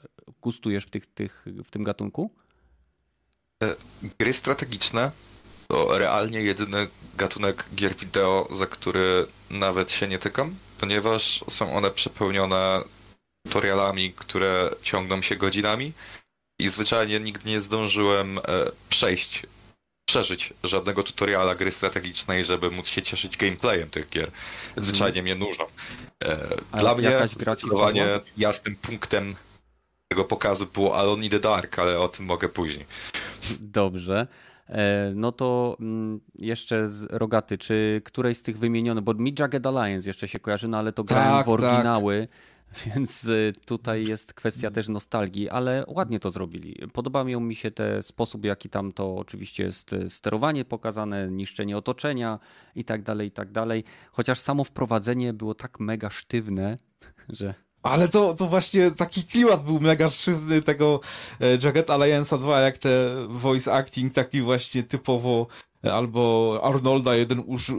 gustujesz w tym gatunku? Gry strategiczne to realnie jedyny gatunek gier wideo, za który nawet się nie tykam, ponieważ są one przepełnione tutorialami, które ciągną się godzinami i zwyczajnie nigdy nie zdążyłem przeżyć żadnego tutoriala gry strategicznej, żeby móc się cieszyć gameplayem tych gier. Zwyczajnie mnie nużą. Dla mnie zdecydowanie jasnym punktem tego pokazu było Alone in the Dark, ale o tym mogę później. Dobrze. No to jeszcze z Rogaty, czy której z tych wymienionych, bo mi Jagged Alliance jeszcze się kojarzy, no ale to grałem w oryginały, więc tutaj jest kwestia też nostalgii, ale ładnie to zrobili. Podoba mi się ten sposób, jaki tam to oczywiście jest sterowanie pokazane, niszczenie otoczenia i tak dalej, chociaż samo wprowadzenie było tak mega sztywne, że... Ale to właśnie taki klimat był mega sztywny tego Jagged Alliance'a 2, jak te voice acting taki właśnie typowo, albo Arnolda jeden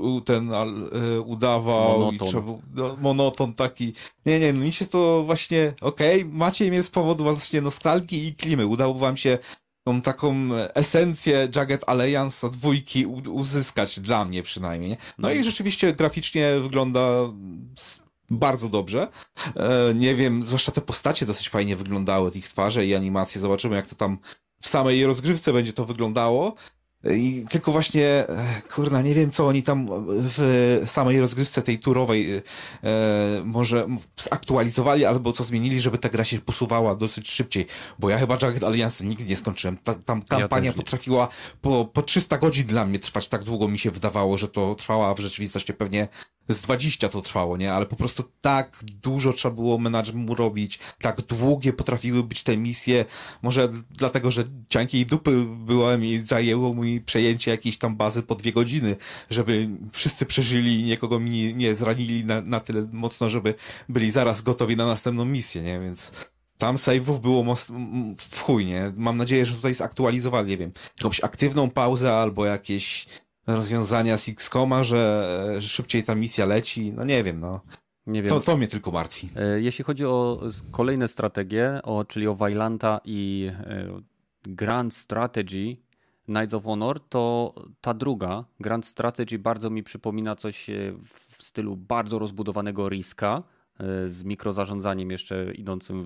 udawał monoton. I trzeba był, monoton taki. Nie, no mi się to właśnie, macie mnie z powodu właśnie nostalgii i klimy. Udało wam się tą taką esencję Jagged Alliance'a 2 uzyskać, dla mnie przynajmniej. No i rzeczywiście graficznie wygląda bardzo dobrze. Nie wiem, zwłaszcza te postacie dosyć fajnie wyglądały, ich twarze i animacje. Zobaczymy, jak to tam w samej rozgrywce będzie to wyglądało. I tylko właśnie, kurna, nie wiem, co oni tam w samej rozgrywce tej turowej może zaktualizowali albo co zmienili, żeby ta gra się posuwała dosyć szybciej. Bo ja chyba Jagged Alliance nigdy nie skończyłem. Tam kampania potrafiła po 300 godzin dla mnie trwać. Tak długo mi się wydawało, że to trwała, a w rzeczywistości pewnie z 20 to trwało, nie? Ale po prostu tak dużo trzeba było menadżmentu robić, tak długie potrafiły być te misje, może dlatego, że cienkiej dupy byłem i zajęło mi przejęcie jakiejś tam bazy po 2 godziny, żeby wszyscy przeżyli i nikogo mi nie zranili na tyle mocno, żeby byli zaraz gotowi na następną misję, nie? Więc tam save'ów było w chuj, nie? Mam nadzieję, że tutaj zaktualizowali, nie wiem, jakąś aktywną pauzę albo jakieś rozwiązania z XCOMa, że szybciej ta misja leci, no nie wiem, no. Nie wiem. To mnie tylko martwi. Jeśli chodzi o kolejne strategie, czyli o Vailanta i Grand Strategy Knights of Honor, to ta druga, Grand Strategy, bardzo mi przypomina coś w stylu bardzo rozbudowanego Riska z mikrozarządzaniem jeszcze idącym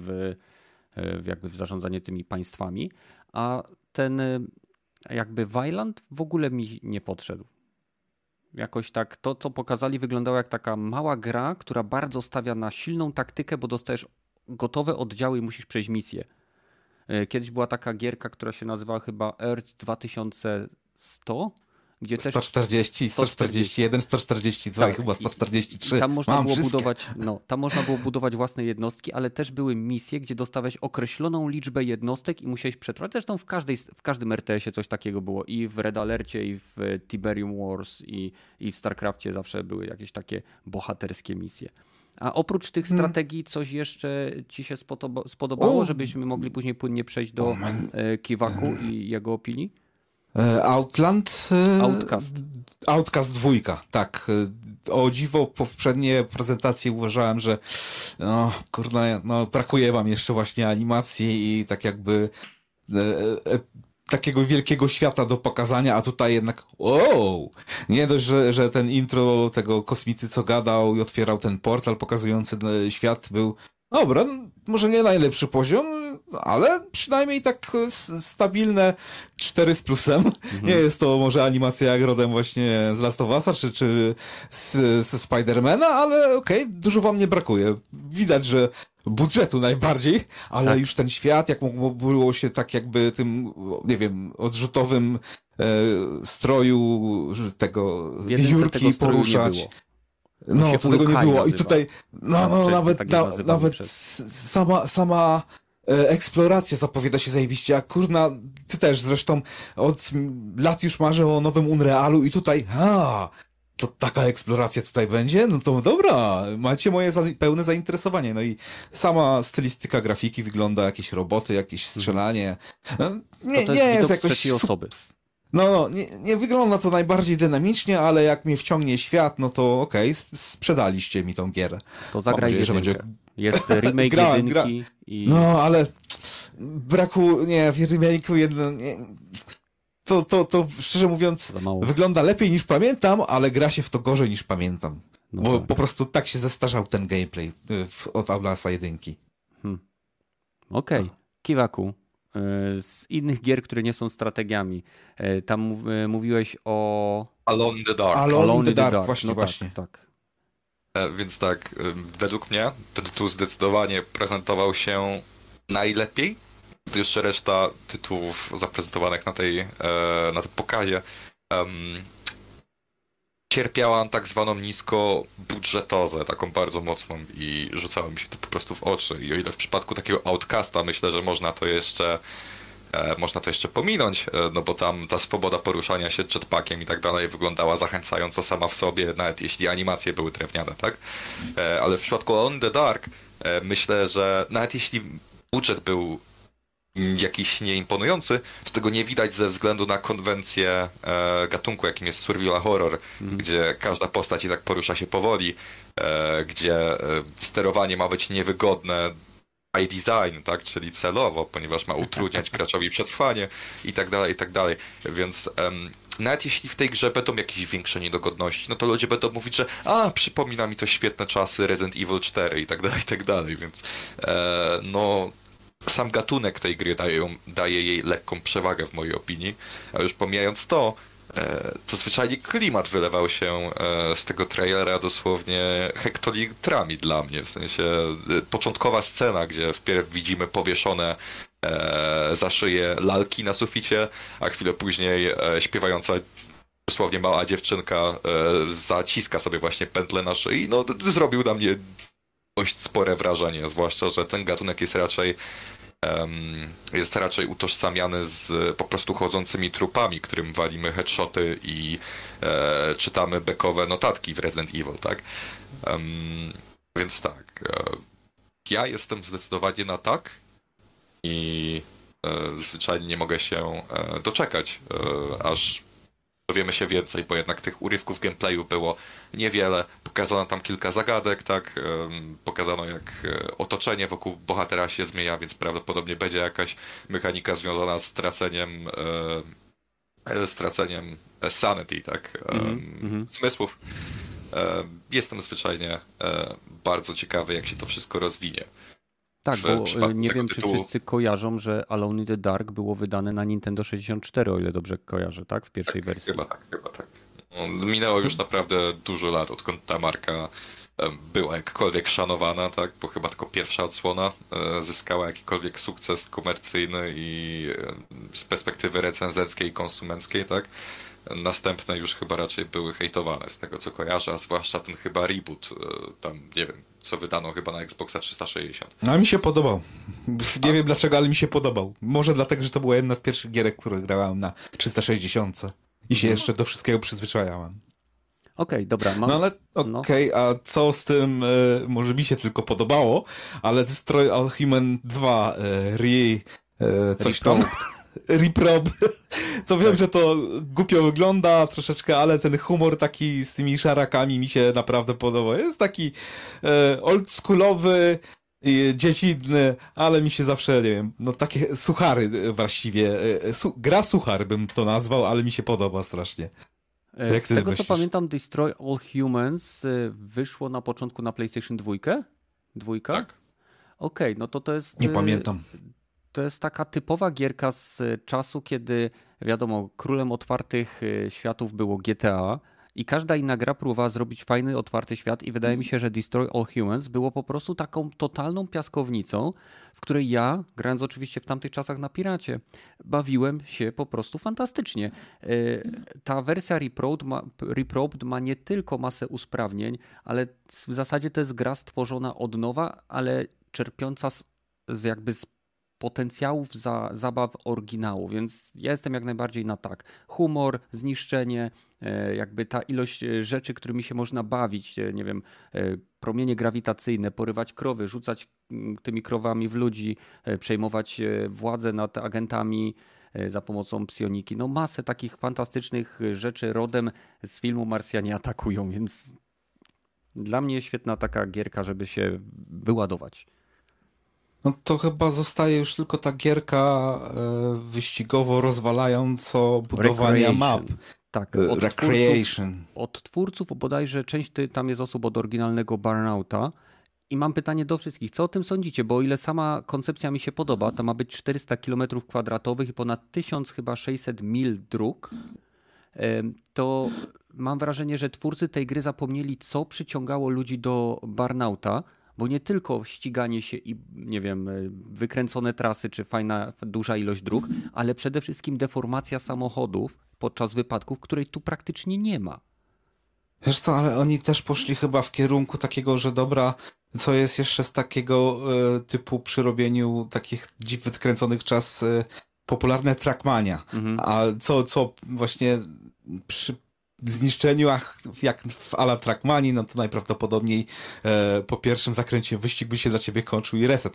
w zarządzanie tymi państwami, a ten jakby Vaillant w ogóle mi nie podszedł. Jakoś tak to, co pokazali, wyglądało jak taka mała gra, która bardzo stawia na silną taktykę, bo dostajesz gotowe oddziały i musisz przejść misję. Kiedyś była taka gierka, która się nazywała chyba Earth 2100, gdzie 140, 141, 142 tak, i chyba 143. Tam można było budować własne jednostki, ale też były misje, gdzie dostawałeś określoną liczbę jednostek i musiałeś przetrwać. Zresztą w każdym RTS-ie coś takiego było. I w Red Alercie, i w Tiberium Wars, i w StarCraftie zawsze były jakieś takie bohaterskie misje. A oprócz tych strategii coś jeszcze ci się spodobało, żebyśmy mogli później płynnie przejść do Kiwaku i jego opinii? Outcast 2, tak. O dziwo, poprzednie prezentacje uważałem, że brakuje wam jeszcze właśnie animacji i tak jakby takiego wielkiego świata do pokazania, a tutaj jednak nie dość, że ten intro tego kosmity, co gadał i otwierał ten portal pokazujący świat, był dobra, może nie najlepszy poziom, ale przynajmniej tak stabilne 4 z plusem. Nie jest to może animacja jak rodem właśnie z Last of Usa czy ze Spidermana, ale dużo wam nie brakuje. Widać, że budżetu najbardziej, ale już ten świat, jak było się tak jakby tym, nie wiem, odrzutowym stroju tego wiewiórki poruszać. No, to tego nie było. Nazywa. I tutaj, nawet sama eksploracja zapowiada się zajebiście, a kurna, ty też zresztą od lat już marzę o nowym Unrealu i tutaj, to taka eksploracja tutaj będzie? No to dobra, macie moje pełne zainteresowanie. No i sama stylistyka grafiki wygląda, jakieś roboty, jakieś strzelanie. Nie jest jakoś trzeciej osoby. Nie wygląda to najbardziej dynamicznie, ale jak mnie wciągnie świat, no to sprzedaliście mi tą gierę. To zagraj jedynkę. Jest remake jedynki No, ale nie, w remake'u to szczerze mówiąc wygląda lepiej niż pamiętam, ale gra się w to gorzej niż pamiętam. No bo tak. Po prostu tak się zestarzał ten gameplay od Outlasta 1. Okej. Kiwaku, z innych gier, które nie są strategiami, tam mówiłeś o... Alone in the Dark. Alone in the Dark, właśnie. Tak. Więc tak, według mnie ten tytuł zdecydowanie prezentował się najlepiej, gdyż reszta tytułów zaprezentowanych na tym pokazie cierpiała na tak zwaną niskobudżetozę, taką bardzo mocną i rzucało mi się to po prostu w oczy. I o ile w przypadku takiego Outcasta myślę, że można to jeszcze pominąć, no bo tam ta swoboda poruszania się jetpackiem i tak dalej wyglądała zachęcająco sama w sobie, nawet jeśli animacje były drewniane, tak? Ale w przypadku Alone in the Dark myślę, że nawet jeśli budżet był jakiś nieimponujący, to tego nie widać ze względu na konwencję gatunku, jakim jest survival horror, gdzie każda postać i tak porusza się powoli, gdzie sterowanie ma być niewygodne by design, tak, czyli celowo, ponieważ ma utrudniać graczowi przetrwanie i tak dalej, więc nawet jeśli w tej grze będą jakieś większe niedogodności, no to ludzie będą mówić, że przypomina mi to świetne czasy Resident Evil 4 i tak dalej, więc no sam gatunek tej gry daje jej lekką przewagę w mojej opinii, a już pomijając to zwyczajnie klimat wylewał się z tego trailera dosłownie hektolitrami dla mnie, w sensie początkowa scena, gdzie wpierw widzimy powieszone za szyję lalki na suficie, a chwilę później śpiewająca dosłownie mała dziewczynka zaciska sobie właśnie pętlę na szyi, no zrobił na mnie dość spore wrażenie, zwłaszcza, że ten gatunek jest raczej utożsamiany z po prostu chodzącymi trupami, którym walimy headshoty i czytamy bekowe notatki w Resident Evil, tak? Więc tak, ja jestem zdecydowanie na tak i zwyczajnie nie mogę się doczekać, aż dowiemy się więcej, bo jednak tych urywków gameplayu było niewiele. Pokazano tam kilka zagadek, tak? Pokazano, jak otoczenie wokół bohatera się zmienia, więc prawdopodobnie będzie jakaś mechanika związana z straceniem sanity, tak? Zmysłów. Jestem zwyczajnie bardzo ciekawy, jak się to wszystko rozwinie. Tak, bo nie wiem, czy wszyscy kojarzą, że Alone in the Dark było wydane na Nintendo 64, o ile dobrze kojarzę, tak? W pierwszej wersji. Chyba tak. Minęło już naprawdę dużo lat, odkąd ta marka była jakkolwiek szanowana, tak? Bo chyba tylko pierwsza odsłona zyskała jakikolwiek sukces komercyjny i z perspektywy recenzenckiej i konsumenckiej, tak? Następne już chyba raczej były hejtowane z tego, co kojarzę, a zwłaszcza ten chyba reboot, tam nie wiem, co wydano chyba na Xboxa 360. No mi się podobał. Nie wiem dlaczego, ale mi się podobał. Może dlatego, że to była jedna z pierwszych gierek, które grałem na 360 i się jeszcze do wszystkiego przyzwyczajałem. Okej, dobra. No ale a co z tym, może mi się tylko podobało, ale Destroy All Human 2 coś tam... Reprob. To wiem, że to głupio wygląda troszeczkę, ale ten humor taki z tymi szarakami mi się naprawdę podoba. Jest taki oldschoolowy, dziecinny, ale mi się zawsze, nie wiem, no takie suchary właściwie. Gra suchar bym to nazwał, ale mi się podoba strasznie. Jak z tego co pamiętam, Destroy All Humans wyszło na początku na PlayStation 2? Dwójka? Tak. Okej, no to jest... Nie pamiętam. To jest taka typowa gierka z czasu, kiedy wiadomo, królem otwartych światów było GTA i każda inna gra próbowała zrobić fajny, otwarty świat i wydaje mi się, że Destroy All Humans było po prostu taką totalną piaskownicą, w której ja, grając oczywiście w tamtych czasach na piracie, bawiłem się po prostu fantastycznie. Ta wersja Reprobed ma nie tylko masę usprawnień, ale w zasadzie to jest gra stworzona od nowa, ale czerpiąca z potencjałów zabaw oryginału, więc ja jestem jak najbardziej na tak. Humor, zniszczenie, jakby ta ilość rzeczy, którymi się można bawić, nie wiem, promienie grawitacyjne, porywać krowy, rzucać tymi krowami w ludzi, przejmować władzę nad agentami za pomocą psioniki. No masę takich fantastycznych rzeczy rodem z filmu Marsjanie atakują, więc dla mnie świetna taka gierka, żeby się wyładować. No to chyba zostaje już tylko ta gierka wyścigowo rozwalająco budowania map. Tak, Recreation. Od twórców bodajże część tam jest osób od oryginalnego Burnouta. I mam pytanie do wszystkich. Co o tym sądzicie? Bo o ile sama koncepcja mi się podoba, to ma być 400 km² i ponad 1600 mil dróg, to mam wrażenie, że twórcy tej gry zapomnieli, co przyciągało ludzi do Burnouta, bo nie tylko ściganie się i, nie wiem, wykręcone trasy czy fajna, duża ilość dróg, ale przede wszystkim deformacja samochodów podczas wypadków, której tu praktycznie nie ma. Wiesz co, ale oni też poszli chyba w kierunku takiego, że dobra, co jest jeszcze z takiego typu przy robieniu takich wykręconych czas popularne Trackmania. A co właśnie przy zniszczeniu, jak w ala Trackmanii, no to najprawdopodobniej po pierwszym zakręcie wyścig by się dla ciebie kończył i reset.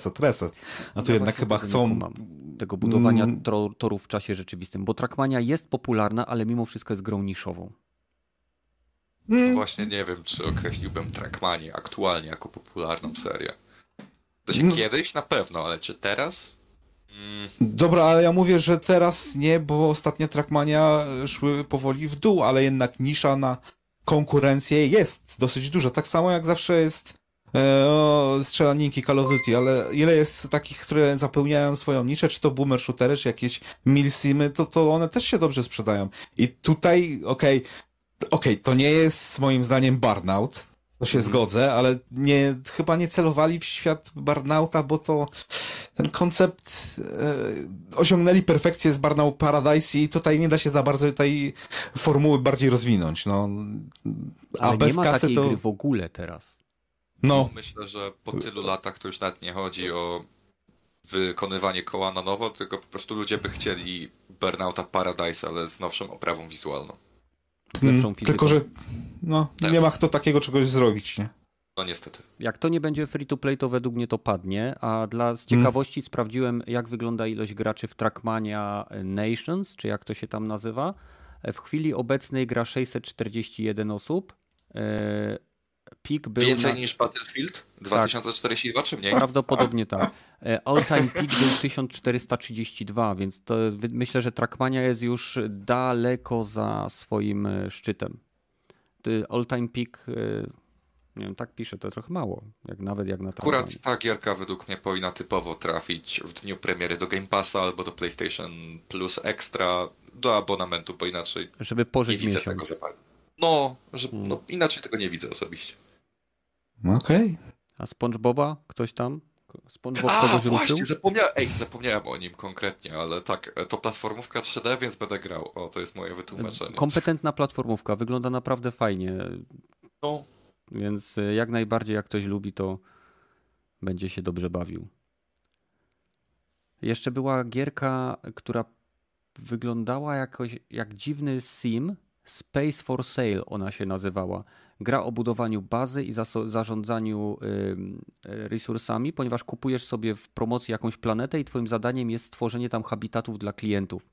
A tu jednak chyba chcą tego budowania torów w czasie rzeczywistym, bo Trackmania jest popularna, ale mimo wszystko jest grą niszową. No właśnie nie wiem, czy określiłbym Trackmanię aktualnie jako popularną serię. To się kiedyś na pewno, ale czy teraz? Dobra, ale ja mówię, że teraz nie, bo ostatnie Trackmania szły powoli w dół, ale jednak nisza na konkurencję jest dosyć duża. Tak samo jak zawsze jest strzelaninki Call of Duty, ale ile jest takich, które zapełniają swoją niszę, czy to boomer shootery, czy jakieś milsimy, to one też się dobrze sprzedają. I tutaj, okej, to nie jest moim zdaniem Burnout, to się zgodzę, ale chyba nie celowali w świat Burnouta, bo to ten koncept osiągnęli perfekcję z Burnout Paradise i tutaj nie da się za bardzo tej formuły bardziej rozwinąć. No. Ale bez nie ma takiej gry w ogóle teraz. No. Myślę, że po tylu latach to już nawet nie chodzi o wykonywanie koła na nowo, tylko po prostu ludzie by chcieli Burnouta Paradise, ale z nowszą oprawą wizualną. Z lepszą fizyką. Tylko, że nie ma kto takiego czegoś zrobić, nie? No niestety. Jak to nie będzie free to play, to według mnie to padnie, a z ciekawości sprawdziłem, jak wygląda ilość graczy w Trackmania Nations, czy jak to się tam nazywa. W chwili obecnej gra 641 osób. Pik był więcej niż Battlefield 2042, czy mniej? Prawdopodobnie tak. All-time peak był 1432, więc to myślę, że Trackmania jest już daleko za swoim szczytem. All-time peak, nie wiem, tak pisze, to trochę mało, nawet jak na Trackmania. Akurat ta gierka według mnie powinna typowo trafić w dniu premiery do Game Passa albo do PlayStation Plus Extra, do abonamentu, bo inaczej żeby pożyć nie widzę miesiąc. tego zapalenia. Inaczej tego nie widzę osobiście. Okej. A SpongeBoba? Ktoś tam? SpongeBob kogoś ruszył? Zapomniałem o nim konkretnie, ale tak, to platformówka 3D, więc będę grał. To jest moje wytłumaczenie. Kompetentna platformówka, wygląda naprawdę fajnie. No. Więc jak najbardziej, jak ktoś lubi, to będzie się dobrze bawił. Jeszcze była gierka, która wyglądała jakoś jak dziwny sim. Space for Sale ona się nazywała. Gra o budowaniu bazy i zarządzaniu resursami, ponieważ kupujesz sobie w promocji jakąś planetę i twoim zadaniem jest stworzenie tam habitatów dla klientów.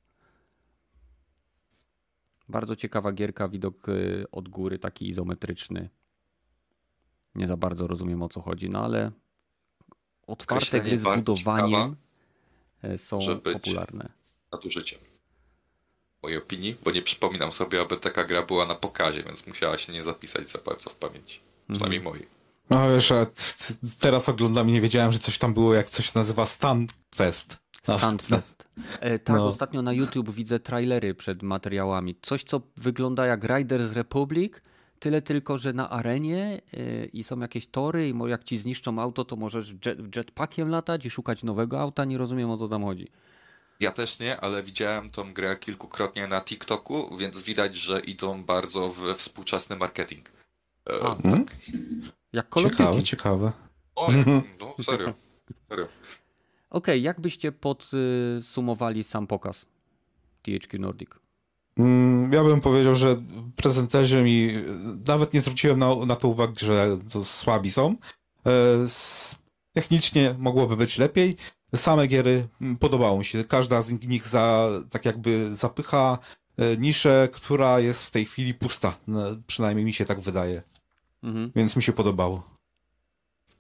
Bardzo ciekawa gierka, widok od góry taki izometryczny. Nie za bardzo rozumiem, o co chodzi, no ale otwarte gry z budowaniem są popularne. Nadużyciem. W mojej opinii, bo nie przypominam sobie, aby taka gra była na pokazie, więc musiała się nie zapisać za bardzo w pamięci. Przynajmniej mojej. No wiesz, teraz oglądam i nie wiedziałem, że coś tam było, jak coś się nazywa Stunfest. Stunfest. Tak, ostatnio na YouTube widzę trailery przed materiałami. Coś, co wygląda jak Riders Republic, tyle tylko, że na arenie i są jakieś tory i jak ci zniszczą auto, to możesz jetpackiem latać i szukać nowego auta. Nie rozumiem, o co tam chodzi. Ja też nie, ale widziałem tą grę kilkukrotnie na TikToku, więc widać, że idą bardzo w współczasny marketing. Tak. Jak Call of Duty. Ciekawe. Serio. Okej, jak byście podsumowali sam pokaz THQ Nordic? Ja bym powiedział, że prezenterzy mi nawet nie zwróciłem na to uwagi, że to słabi są. Technicznie mogłoby być lepiej. Same giery podobało mi się. Każda z nich tak jakby zapycha niszę, która jest w tej chwili pusta. Przynajmniej mi się tak wydaje. Więc mi się podobało. W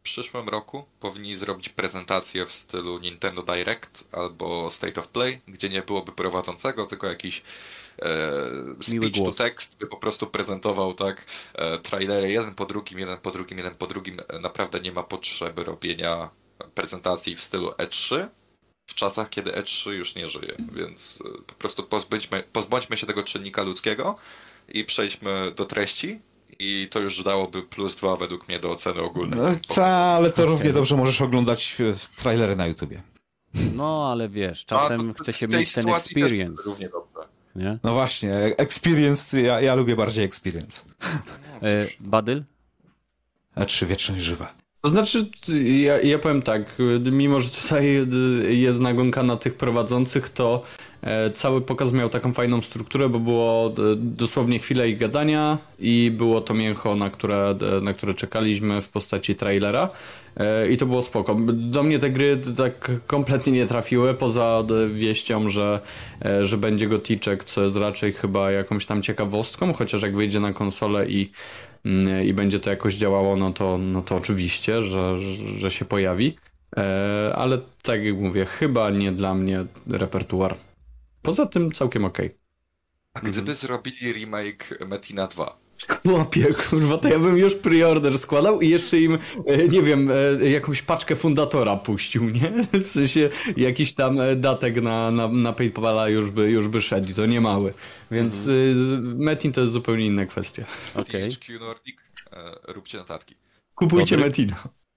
przyszłym roku powinni zrobić prezentację w stylu Nintendo Direct albo State of Play, gdzie nie byłoby prowadzącego, tylko jakiś speech to text, by po prostu prezentował tak trailery jeden po drugim. Naprawdę nie ma potrzeby robienia prezentacji w stylu E3 w czasach, kiedy E3 już nie żyje, więc po prostu pozbądźmy się tego czynnika ludzkiego i przejdźmy do treści. I to już dałoby +2 według mnie do oceny ogólnej. No, ale to równie dobrze możesz oglądać trailery na YouTubie. No, ale wiesz, czasem chce się mieć ten experience. Równie dobrze. Nie? No właśnie, experience, ja lubię bardziej experience. Badyl? E3 wieczność żywa. To znaczy, ja powiem tak, mimo że tutaj jest nagonka na tych prowadzących, to cały pokaz miał taką fajną strukturę, bo było dosłownie chwilę ich gadania i było to mięcho, na które czekaliśmy w postaci trailera i to było spoko. Do mnie te gry tak kompletnie nie trafiły, poza wieścią, że będzie goticzek, co jest raczej chyba jakąś tam ciekawostką, chociaż jak wyjdzie na konsolę i będzie to jakoś działało, no to oczywiście, że się pojawi. Ale tak jak mówię, chyba nie dla mnie repertuar. Poza tym całkiem okej. A gdyby zrobili remake Metina 2? Chłopie, kurwa, to ja bym już pre-order składał i jeszcze im, nie wiem, jakąś paczkę Fundatora puścił, nie? W sensie jakiś tam datek na PayPala już by szedł i to nie mały. Więc Metin to jest zupełnie inna kwestia. Okay. THQ Nordic, róbcie notatki. Kupujcie Metina.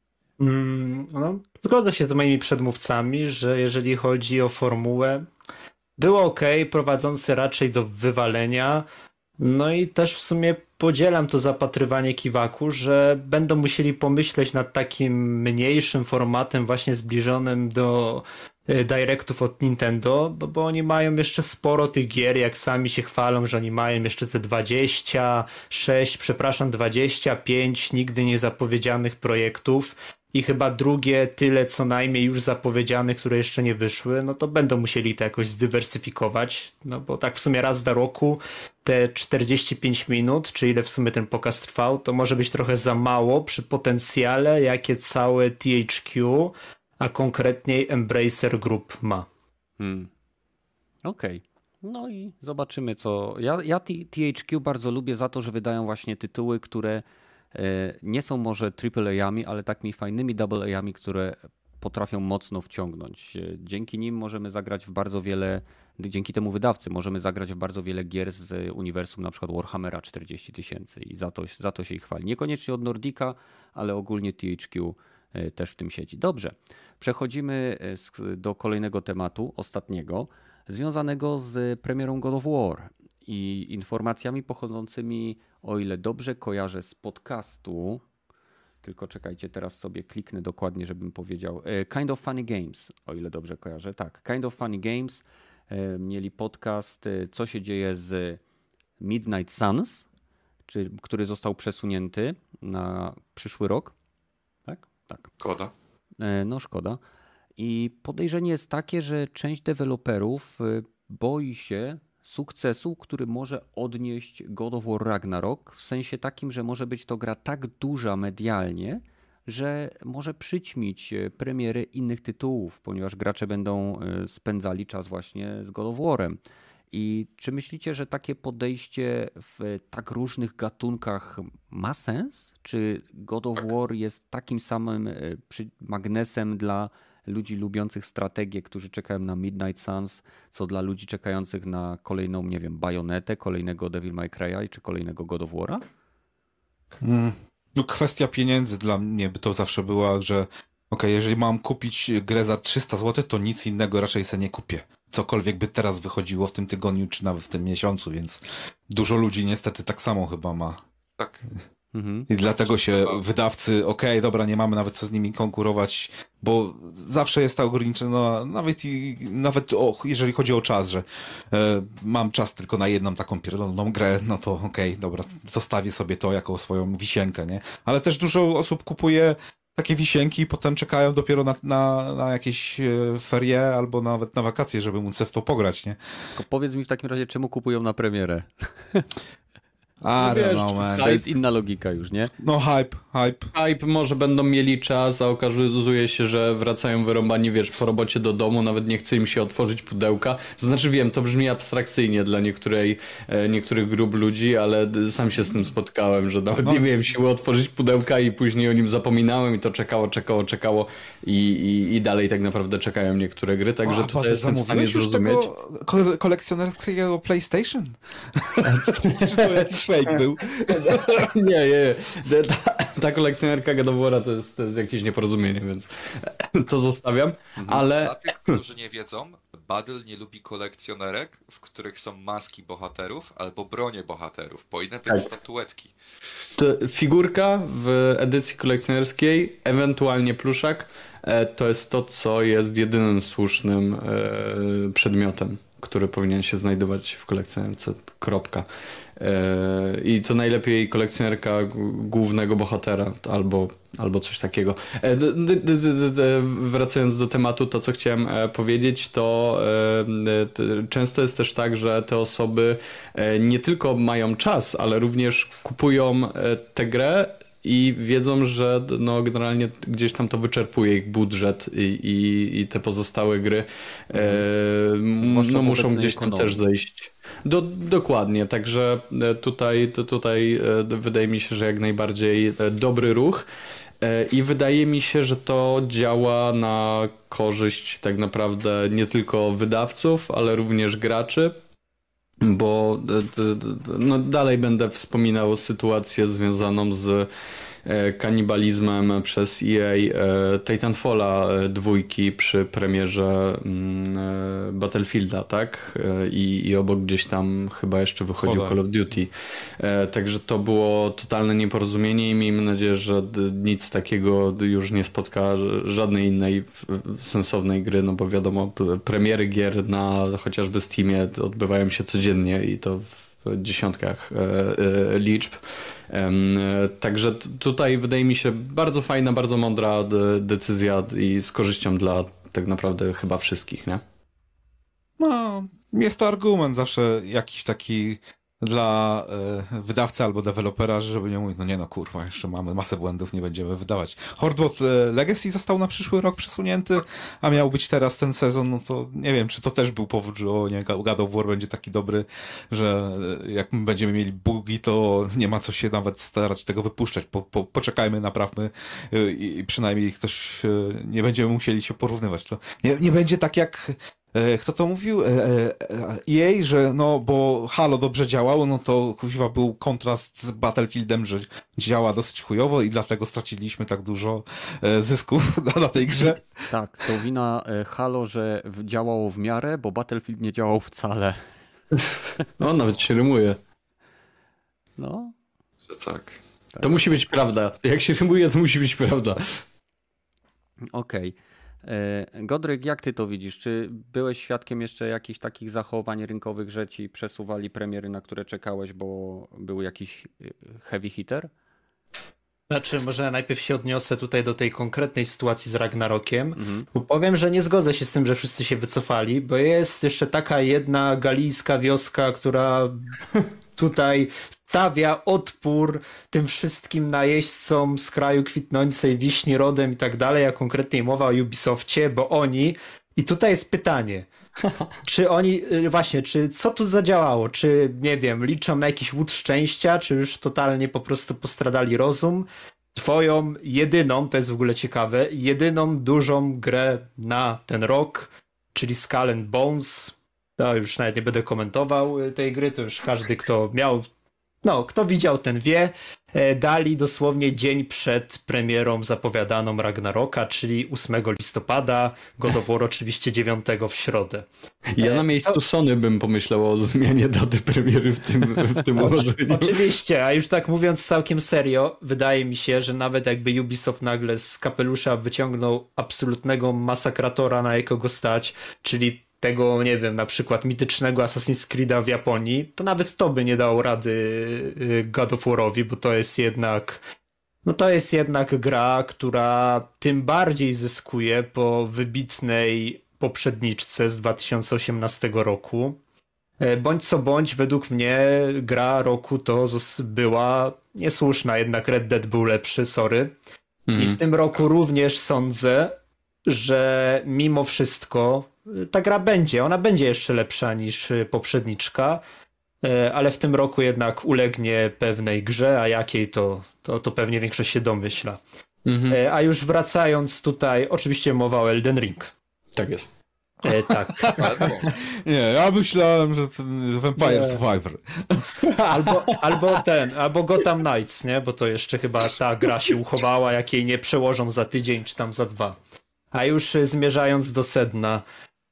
No, zgodzę się z moimi przedmówcami, że jeżeli chodzi o formułę, było ok, prowadzący raczej do wywalenia. No i też w sumie podzielam to zapatrywanie Kiwaku, że będą musieli pomyśleć nad takim mniejszym formatem, właśnie zbliżonym do directów od Nintendo, no bo oni mają jeszcze sporo tych gier, jak sami się chwalą, że oni mają jeszcze te 25 nigdy nie zapowiedzianych projektów. I chyba drugie tyle co najmniej już zapowiedzianych, które jeszcze nie wyszły, no to będą musieli to jakoś zdywersyfikować, no bo tak w sumie raz do roku te 45 minut, czy ile w sumie ten pokaz trwał, to może być trochę za mało przy potencjale, jakie całe THQ, a konkretniej Embracer Group ma. Okej. No i zobaczymy co. Ja THQ bardzo lubię za to, że wydają właśnie tytuły, które nie są może AAA-ami, ale takimi fajnymi AA-ami, które potrafią mocno wciągnąć. Dzięki nim możemy zagrać w bardzo wiele, dzięki temu wydawcy możemy zagrać w bardzo wiele gier z uniwersum, na przykład Warhammera 40 000 i za to się ich chwali. Niekoniecznie od Nordica, ale ogólnie THQ też w tym siedzi. Dobrze, przechodzimy do kolejnego tematu, ostatniego, związanego z premierą God of War i informacjami pochodzącymi, o ile dobrze kojarzę z podcastu, tylko czekajcie, teraz sobie kliknę dokładnie, żebym powiedział, Kind of Funny Games, o ile dobrze kojarzę, tak, Kind of Funny Games mieli podcast, co się dzieje z Midnight Suns, który został przesunięty na przyszły rok, tak? Tak. Szkoda. No szkoda. I podejrzenie jest takie, że część deweloperów boi się sukcesu, który może odnieść God of War Ragnarok, w sensie takim, że może być to gra tak duża medialnie, że może przyćmić premiery innych tytułów, ponieważ gracze będą spędzali czas właśnie z God of War'em. I czy myślicie, że takie podejście w tak różnych gatunkach ma sens? Czy God of War jest takim samym magnesem dla ludzi lubiących strategię, którzy czekają na Midnight Suns, co dla ludzi czekających na kolejną, nie wiem, Bajonetę, kolejnego Devil May Cry'a czy kolejnego God of War'a? No kwestia pieniędzy dla mnie by to zawsze była, że jeżeli mam kupić grę za 300 zł, to nic innego raczej sobie nie kupię. Cokolwiek by teraz wychodziło w tym tygodniu, czy nawet w tym miesiącu, więc dużo ludzi niestety tak samo chyba ma. Tak. I dlatego się wydawcy, dobra, nie mamy nawet co z nimi konkurować, bo zawsze jest ta ograniczona, nawet jeżeli chodzi o czas, że mam czas tylko na jedną taką pierdoloną grę, no to dobra, zostawię sobie to jako swoją wisienkę, nie? Ale też dużo osób kupuje takie wisienki i potem czekają dopiero na jakieś ferie albo nawet na wakacje, żeby móc w to pograć, nie? Tylko powiedz mi w takim razie, czemu kupują na premierę? To jest inna logika już, nie? No hype. Hype, może będą mieli czas, a okazuje się, że wracają wyrąbani, po robocie do domu, nawet nie chce im się otworzyć pudełka. To znaczy, wiem, to brzmi abstrakcyjnie dla niektórych grup ludzi, ale sam się z tym spotkałem, że nawet nie miałem siły otworzyć pudełka i później o nim zapominałem i to czekało i dalej tak naprawdę czekają niektóre gry, także tutaj jestem w stanie zrozumieć. Tego kolekcjonerskiego PlayStation? Czy to jakiś fake był? Nie. Ta kolekcjonerka God of War'a to jest jakieś nieporozumienie, więc to zostawiam, ale... Dla tych, którzy nie wiedzą, Badl nie lubi kolekcjonerek, w których są maski bohaterów albo bronie bohaterów. Powinny być statuetki. To figurka w edycji kolekcjonerskiej, ewentualnie pluszak, to jest to, co jest jedynym słusznym przedmiotem, który powinien się znajdować w kolekcjonerce. Kropka. I to najlepiej kolekcjonerka głównego bohatera albo coś takiego. Wracając do tematu, to co chciałem powiedzieć, to często jest też tak, że te osoby nie tylko mają czas, ale również kupują tę grę i wiedzą, że generalnie gdzieś tam to wyczerpuje ich budżet i te pozostałe gry muszą gdzieś tam też zejść. Dokładnie, także tutaj wydaje mi się, że jak najbardziej dobry ruch i wydaje mi się, że to działa na korzyść tak naprawdę nie tylko wydawców, ale również graczy, bo dalej będę wspominał sytuację związaną z kanibalizmem przez EA Titanfalla 2 przy premierze Battlefielda, tak? I obok gdzieś tam chyba jeszcze wychodził Call of Duty. Także to było totalne nieporozumienie i miejmy nadzieję, że nic takiego już nie spotka żadnej innej sensownej gry, no bo wiadomo, premiery gier na chociażby Steamie odbywają się codziennie i to w dziesiątkach liczb. Także tutaj wydaje mi się bardzo fajna, bardzo mądra decyzja i z korzyścią dla tak naprawdę chyba wszystkich, nie? No, jest to argument zawsze jakiś taki dla wydawcy albo dewelopera, żeby nie mówić, kurwa, jeszcze mamy masę błędów, nie będziemy wydawać. Horde Legacy został na przyszły rok przesunięty, a miał być teraz ten sezon, no to nie wiem, czy to też był powód, że God of War będzie taki dobry, że jak my będziemy mieli bugi, to nie ma co się nawet starać tego wypuszczać. Poczekajmy, naprawmy i przynajmniej ktoś nie będziemy musieli się porównywać. To nie będzie tak jak kto to mówił? EA, że bo Halo dobrze działało, no to kuźwa był kontrast z Battlefieldem, że działa dosyć chujowo i dlatego straciliśmy tak dużo zysków na tej grze. Tak, to wina Halo, że działało w miarę, bo Battlefield nie działał wcale. No, nawet się rymuje. No. Że tak. To musi być prawda. Jak się rymuje, to musi być prawda. Okej. Godryk, jak ty to widzisz? Czy byłeś świadkiem jeszcze jakichś takich zachowań rynkowych, że ci przesuwali premiery, na które czekałeś, bo był jakiś heavy hitter? Znaczy, może najpierw się odniosę tutaj do tej konkretnej sytuacji z Ragnarokiem, bo powiem, że nie zgodzę się z tym, że wszyscy się wycofali, bo jest jeszcze taka jedna galijska wioska, która tutaj stawia odpór tym wszystkim najeźdźcom z kraju kwitnącej wiśni rodem i tak dalej, a konkretnie mowa o Ubisoftie, bo oni, i tutaj jest pytanie, czy oni, właśnie, czy co tu zadziałało, czy nie wiem, liczą na jakiś łód szczęścia, czy już totalnie po prostu postradali rozum? Twoją jedyną, to jest w ogóle ciekawe, jedyną dużą grę na ten rok, czyli Skull and Bones, to już nawet nie będę komentował tej gry, to już każdy, kto miał, kto widział, ten wie, dali dosłownie dzień przed premierą zapowiadaną Ragnaroka, czyli 8 listopada, God of War oczywiście 9 w środę. Ja na miejscu Sony bym pomyślał o zmianie daty premiery w tym ułożeniu. Oczywiście, a już tak mówiąc całkiem serio, wydaje mi się, że nawet jakby Ubisoft nagle z kapelusza wyciągnął absolutnego masakratora, na jakiego stać, czyli tego, nie wiem, na przykład mitycznego Assassin's Creed'a w Japonii, to nawet to by nie dało rady God of War'owi, bo to jest jednak gra, która tym bardziej zyskuje po wybitnej poprzedniczce z 2018 roku. Bądź co bądź, według mnie gra roku to była niesłuszna, jednak Red Dead był lepszy, sorry. I w tym roku również sądzę, że mimo wszystko ta gra ona będzie jeszcze lepsza niż poprzedniczka, ale w tym roku jednak ulegnie pewnej grze, a jakiej to pewnie większość się domyśla. A już wracając tutaj, oczywiście mowa o Elden Ring. Tak jest. Tak. Nie, ja myślałem, że ten Vampire Survivor. Albo Gotham Knights, nie? Bo to jeszcze chyba ta gra się uchowała, jak jej nie przełożą za tydzień czy tam za 2. A już zmierzając do sedna.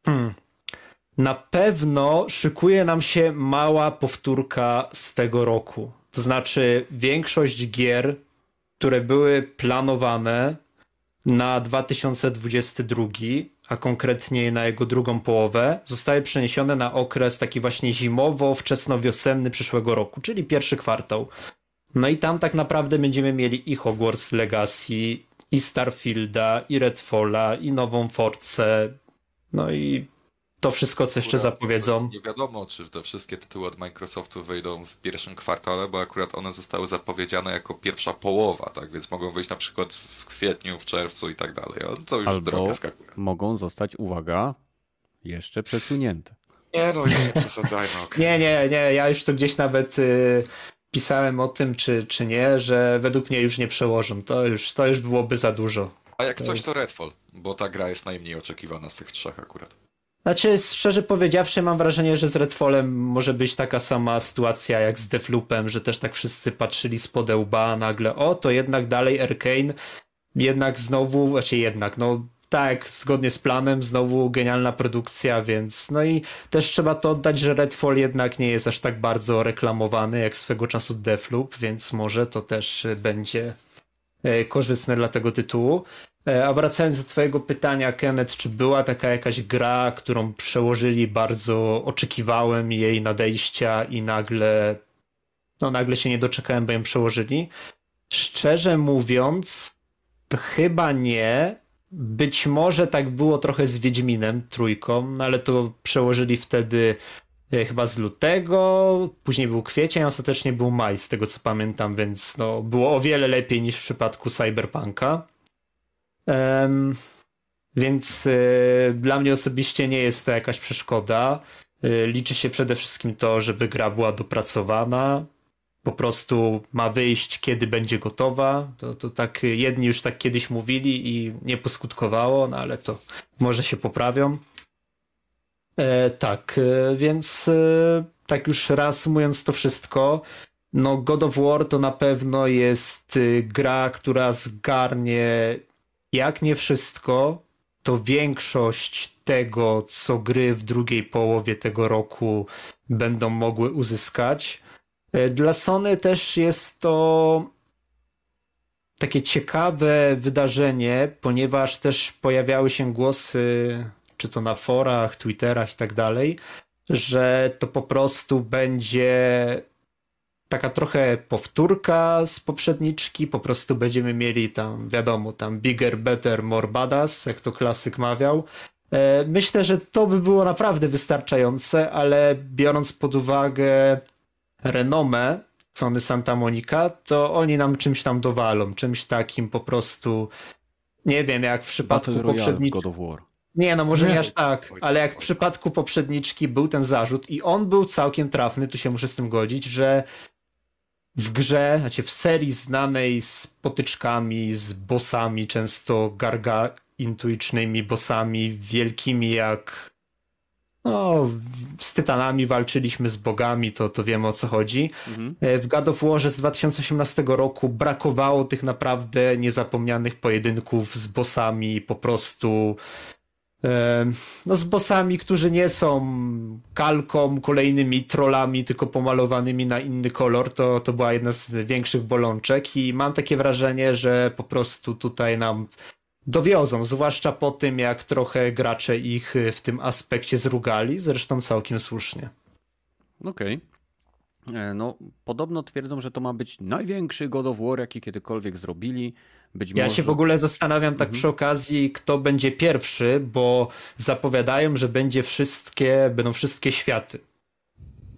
Na pewno szykuje nam się mała powtórka z tego roku. To znaczy większość gier, które były planowane na 2022, a konkretnie na jego drugą połowę, zostały przeniesione na okres taki właśnie zimowo-wczesnowiosenny przyszłego roku, czyli pierwszy kwartał. No i tam tak naprawdę będziemy mieli i Hogwarts Legacy, i Starfielda, i Redfalla, i nową Forcę, no i to wszystko, co jeszcze zapowiedzą. Nie wiadomo, czy te wszystkie tytuły od Microsoftu wyjdą w pierwszym kwartale, bo akurat one zostały zapowiedziane jako pierwsza połowa, tak? Więc mogą wyjść na przykład w kwietniu, w czerwcu i tak dalej. To już drogę skakuje. Mogą zostać, uwaga, jeszcze przesunięte. Nie no, już nie przesadzajmy. Okay. Nie, ja już to gdzieś nawet pisałem o tym, czy nie, że według mnie już nie przełożą. To już byłoby za dużo. A jak coś to Redfall, bo ta gra jest najmniej oczekiwana z tych trzech akurat. Znaczy, szczerze powiedziawszy, mam wrażenie, że z Redfallem może być taka sama sytuacja jak z Deathloopem, że też tak wszyscy patrzyli spod łba, a nagle to jednak dalej Arcane, jednak znowu, tak, zgodnie z planem, znowu genialna produkcja, więc no i też trzeba to oddać, że Redfall jednak nie jest aż tak bardzo reklamowany jak swego czasu Deathloop, więc może to też będzie korzystne dla tego tytułu. A wracając do twojego pytania, Kenneth, czy była taka jakaś gra, którą przełożyli, bardzo oczekiwałem jej nadejścia i nagle się nie doczekałem, bo ją przełożyli? Szczerze mówiąc, to chyba nie. Być może tak było trochę z Wiedźminem trójką, ale to przełożyli wtedy chyba z lutego, później był kwiecień, a ostatecznie był maj, z tego co pamiętam, więc było o wiele lepiej niż w przypadku Cyberpunka. Więc dla mnie osobiście nie jest to jakaś przeszkoda. Liczy się przede wszystkim to, żeby gra była dopracowana. Po prostu ma wyjść, kiedy będzie gotowa. To tak jedni już tak kiedyś mówili i nie poskutkowało, no ale to może się poprawią. Więc tak już reasumując to wszystko, God of War to na pewno jest gra, która zgarnie jak nie wszystko, to większość tego, co gry w drugiej połowie tego roku będą mogły uzyskać. Dla Sony też jest to takie ciekawe wydarzenie, ponieważ też pojawiały się głosy, czy to na forach, Twitterach i tak dalej, że to po prostu będzie taka trochę powtórka z poprzedniczki, po prostu będziemy mieli tam, wiadomo, tam bigger, better, more badass, jak to klasyk mawiał. Myślę, że to by było naprawdę wystarczające, ale biorąc pod uwagę renomę Sony Santa Monica, to oni nam czymś tam dowalą, czymś takim po prostu, nie wiem, jak w przypadku poprzedniczki. God of War. Nie, może nie aż tak, ale jak w przypadku poprzedniczki był ten zarzut i on był całkiem trafny, tu się muszę z tym godzić, że w grze, w serii znanej z potyczkami, z bossami, często gargantuicznymi bossami, wielkimi jak z tytanami walczyliśmy, z bogami, to wiemy o co chodzi. W God of Warze z 2018 roku brakowało tych naprawdę niezapomnianych pojedynków z bossami, po prostu z bossami, którzy nie są kalką, kolejnymi trollami, tylko pomalowanymi na inny kolor. To była jedna z większych bolączek i mam takie wrażenie, że po prostu tutaj nam dowiozą, zwłaszcza po tym, jak trochę gracze ich w tym aspekcie zrugali, zresztą całkiem słusznie. Okej. Podobno twierdzą, że to ma być największy God of War, jaki kiedykolwiek zrobili. Ja się w ogóle zastanawiam tak przy okazji, kto będzie pierwszy, bo zapowiadają, że będą wszystkie światy.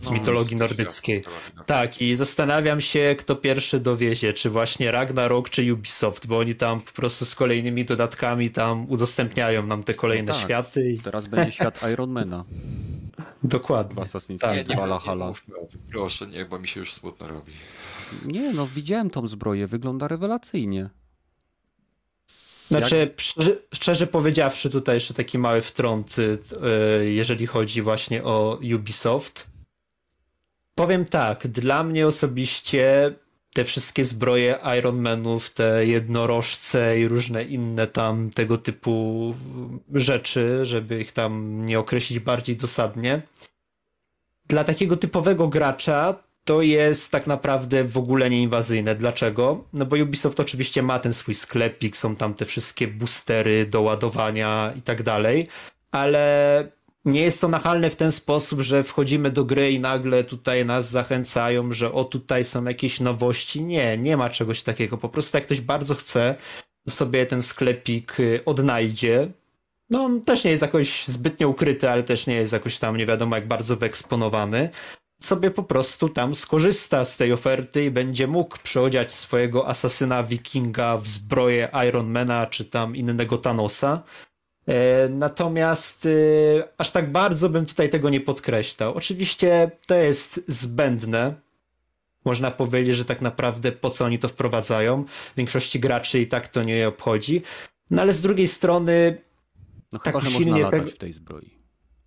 z mitologii nordyckiej. Tak, i zastanawiam się, kto pierwszy dowiezie, czy właśnie Ragnarok, czy Ubisoft, bo oni tam po prostu z kolejnymi dodatkami tam udostępniają nam te kolejne światy. Teraz będzie świat Ironmana. Dokładnie. W Assassin's Creed Valhalla. Proszę, nie, bo mi się już smutno robi. Nie, no widziałem tą zbroję, wygląda rewelacyjnie. Znaczy, szczerze powiedziawszy, tutaj jeszcze taki mały wtrąt, jeżeli chodzi właśnie o Ubisoft. Powiem tak, dla mnie osobiście te wszystkie zbroje Ironmanów, te jednorożce i różne inne tam tego typu rzeczy, żeby ich tam nie określić bardziej dosadnie, dla takiego typowego gracza to jest tak naprawdę w ogóle nieinwazyjne. Dlaczego? No bo Ubisoft oczywiście ma ten swój sklepik, są tam te wszystkie boostery do ładowania i tak dalej, ale nie jest to nachalne w ten sposób, że wchodzimy do gry i nagle tutaj nas zachęcają, że o tutaj są jakieś nowości. Nie ma czegoś takiego. Po prostu jak ktoś bardzo chce, to sobie ten sklepik odnajdzie. No on też nie jest jakoś zbytnio ukryty, ale też nie jest jakoś tam nie wiadomo jak bardzo wyeksponowany. Sobie po prostu tam skorzysta z tej oferty i będzie mógł przeodziać swojego asasyna wikinga w zbroję Ironmana czy tam innego Thanosa. Natomiast aż tak bardzo bym tutaj tego nie podkreślał. Oczywiście to jest zbędne. Można powiedzieć, że tak naprawdę po co oni to wprowadzają. Większości graczy i tak to nie obchodzi. No ale z drugiej strony... No chyba, że można latać w tej zbroi.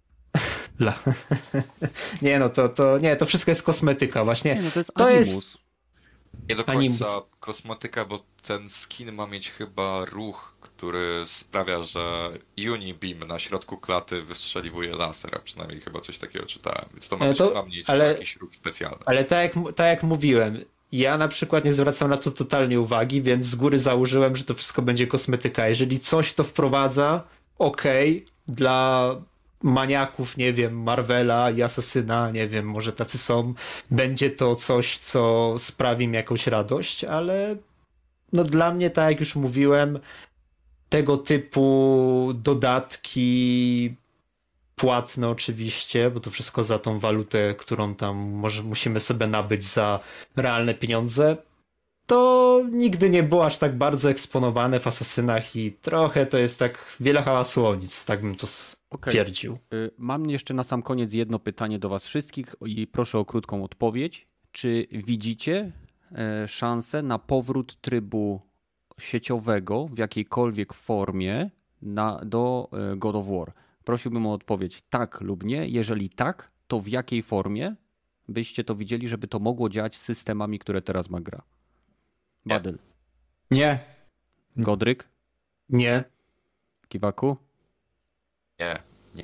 Nie no, to wszystko jest kosmetyka właśnie. Nie, no to jest Nie do końca kosmetyka, bo ten skin ma mieć chyba ruch, który sprawia, że Unibeam na środku klaty wystrzeliwuje laser, a przynajmniej chyba coś takiego czytałem. Więc to ma mieć jakiś ruch specjalny. Ale tak jak mówiłem, ja na przykład nie zwracam na to totalnie uwagi, więc z góry założyłem, że to wszystko będzie kosmetyka. Jeżeli coś to wprowadza, okej, dla maniaków, nie wiem, Marvela i Asasyna, nie wiem, może tacy są, będzie to coś, co sprawi mi jakąś radość, ale no dla mnie, tak jak już mówiłem, tego typu dodatki płatne oczywiście, bo to wszystko za tą walutę, którą tam może musimy sobie nabyć za realne pieniądze, to nigdy nie było aż tak bardzo eksponowane w Asasynach i trochę to jest tak wiele hałasu o nic, tak bym to stwierdził. Mam jeszcze na sam koniec jedno pytanie do was wszystkich i proszę o krótką odpowiedź. Czy widzicie szansę na powrót trybu sieciowego w jakiejkolwiek formie do God of War? Prosiłbym o odpowiedź tak lub nie. Jeżeli tak, to w jakiej formie byście to widzieli, żeby to mogło działać z systemami, które teraz ma gra? Badyl. Nie. Godryk? Nie. Kiwaku? Nie.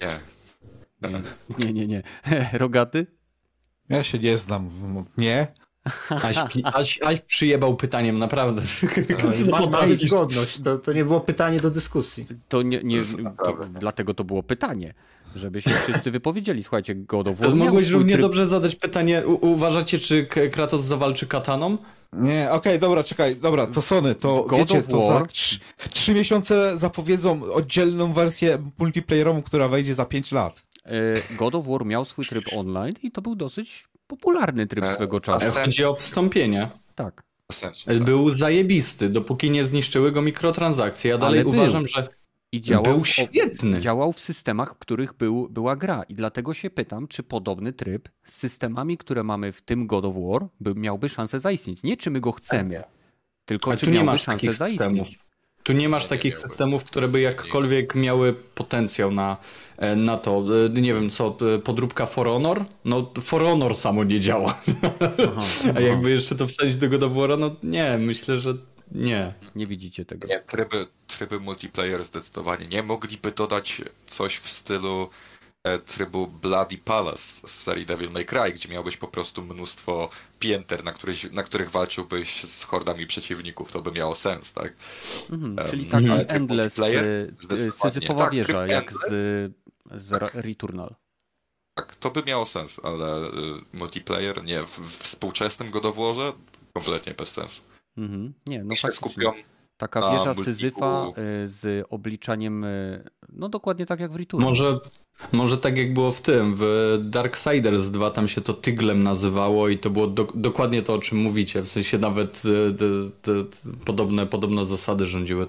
Nie. Rogaty? Ja się nie znam. Nie. Aś przyjebał pytaniem, naprawdę. Mamy zgodność. To nie było pytanie do dyskusji. Dlatego to było pytanie, żeby się wszyscy wypowiedzieli. Słuchajcie, God of War. To mogłeś równie dobrze zadać pytanie. Uważacie, czy Kratos zawalczy kataną? Nie, okej, dobra, czekaj, dobra, to Sony, to wiecie, to za 3 miesiące zapowiedzą oddzielną wersję multiplayerową, która wejdzie za 5 lat. God of War miał swój tryb online i to był dosyć popularny tryb swego czasu. Chodzi o wstąpienie. Tak. Był zajebisty, dopóki nie zniszczyły go mikrotransakcje. Ja dalej uważam, że był świetny. Działał w systemach, w których była gra i dlatego się pytam, czy podobny tryb z systemami, które mamy w tym God of War miałby szansę zaistnieć. Nie czy my go chcemy, tylko czy miałby szansę zaistnieć. Tu nie masz takich systemów, które by jakkolwiek miały potencjał na to. Nie wiem co, podróbka For Honor? No For Honor samo nie działa. A jakby jeszcze to wsadzić do God of War, no nie, myślę, że nie. Nie widzicie tego. Nie, tryby multiplayer zdecydowanie. Nie mogliby dodać coś w stylu trybu Bloody Palace z serii Devil May Cry, gdzie miałbyś po prostu mnóstwo pięter, na których walczyłbyś z hordami przeciwników. To by miało sens, tak? Czyli taki endless syzyfowa wieża, jak z Returnal. Tak, to by miało sens, ale multiplayer nie. W współczesnym God of Warze kompletnie bez sensu. Nie, no się skupią Taka wieża Syzyfa z obliczaniem, no dokładnie tak jak w Returnal. Może tak jak było w Darksiders 2, tam się to tyglem nazywało i to było dokładnie to, o czym mówicie. W sensie nawet podobne zasady rządziły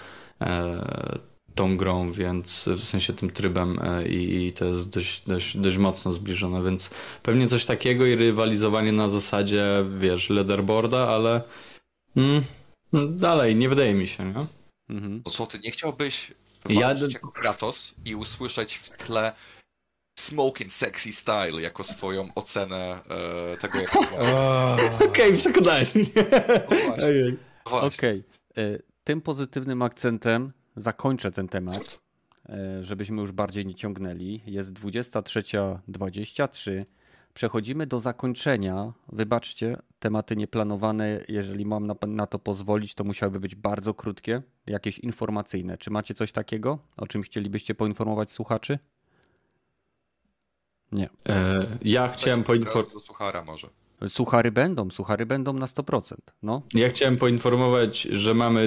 tą grą, więc w sensie tym trybem i to jest dość mocno zbliżone, więc pewnie coś takiego i rywalizowanie na zasadzie, wiesz, leaderboarda, ale dalej, nie wydaje mi się, nie? No co, ty nie chciałbyś walczyć jako Kratos i usłyszeć w tle Smoking Sexy Style jako swoją ocenę tego, jak Okej, przekonałeś mnie. Okej. Tym pozytywnym akcentem zakończę ten temat, żebyśmy już bardziej nie ciągnęli. Jest 23:23. Przechodzimy do zakończenia. Wybaczcie, tematy nieplanowane, jeżeli mam na to pozwolić, to musiałyby być bardzo krótkie, jakieś informacyjne. Czy macie coś takiego, o czym chcielibyście poinformować słuchaczy? Nie. Ja chciałem poinformować... do suchara może. Suchary będą na 100%. No. Ja chciałem poinformować, że mamy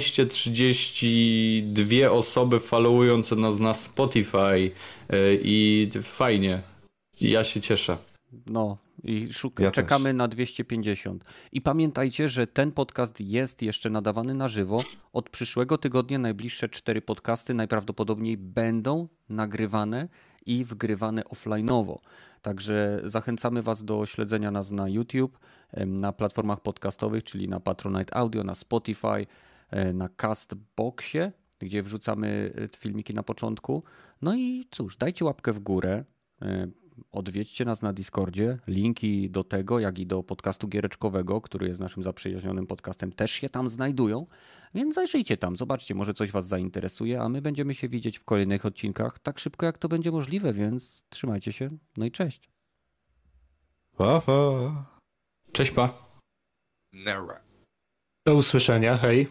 232 osoby followujące nas na Spotify i fajnie. Ja się cieszę. No i czekamy na 250. I pamiętajcie, że ten podcast jest jeszcze nadawany na żywo. Od przyszłego tygodnia najbliższe 4 podcasty najprawdopodobniej będą nagrywane i wgrywane offline'owo. Także zachęcamy Was do śledzenia nas na YouTube, na platformach podcastowych, czyli na Patronite Audio, na Spotify, na Castboxie, gdzie wrzucamy filmiki na początku. No i cóż, dajcie łapkę w górę, odwiedźcie nas na Discordzie. Linki do tego, jak i do podcastu giereczkowego, który jest naszym zaprzyjaźnionym podcastem, też się tam znajdują, więc zajrzyjcie tam, zobaczcie, może coś Was zainteresuje, a my będziemy się widzieć w kolejnych odcinkach tak szybko, jak to będzie możliwe, więc trzymajcie się, no i cześć. Pa, pa. Cześć, pa. Nara. Do usłyszenia, hej.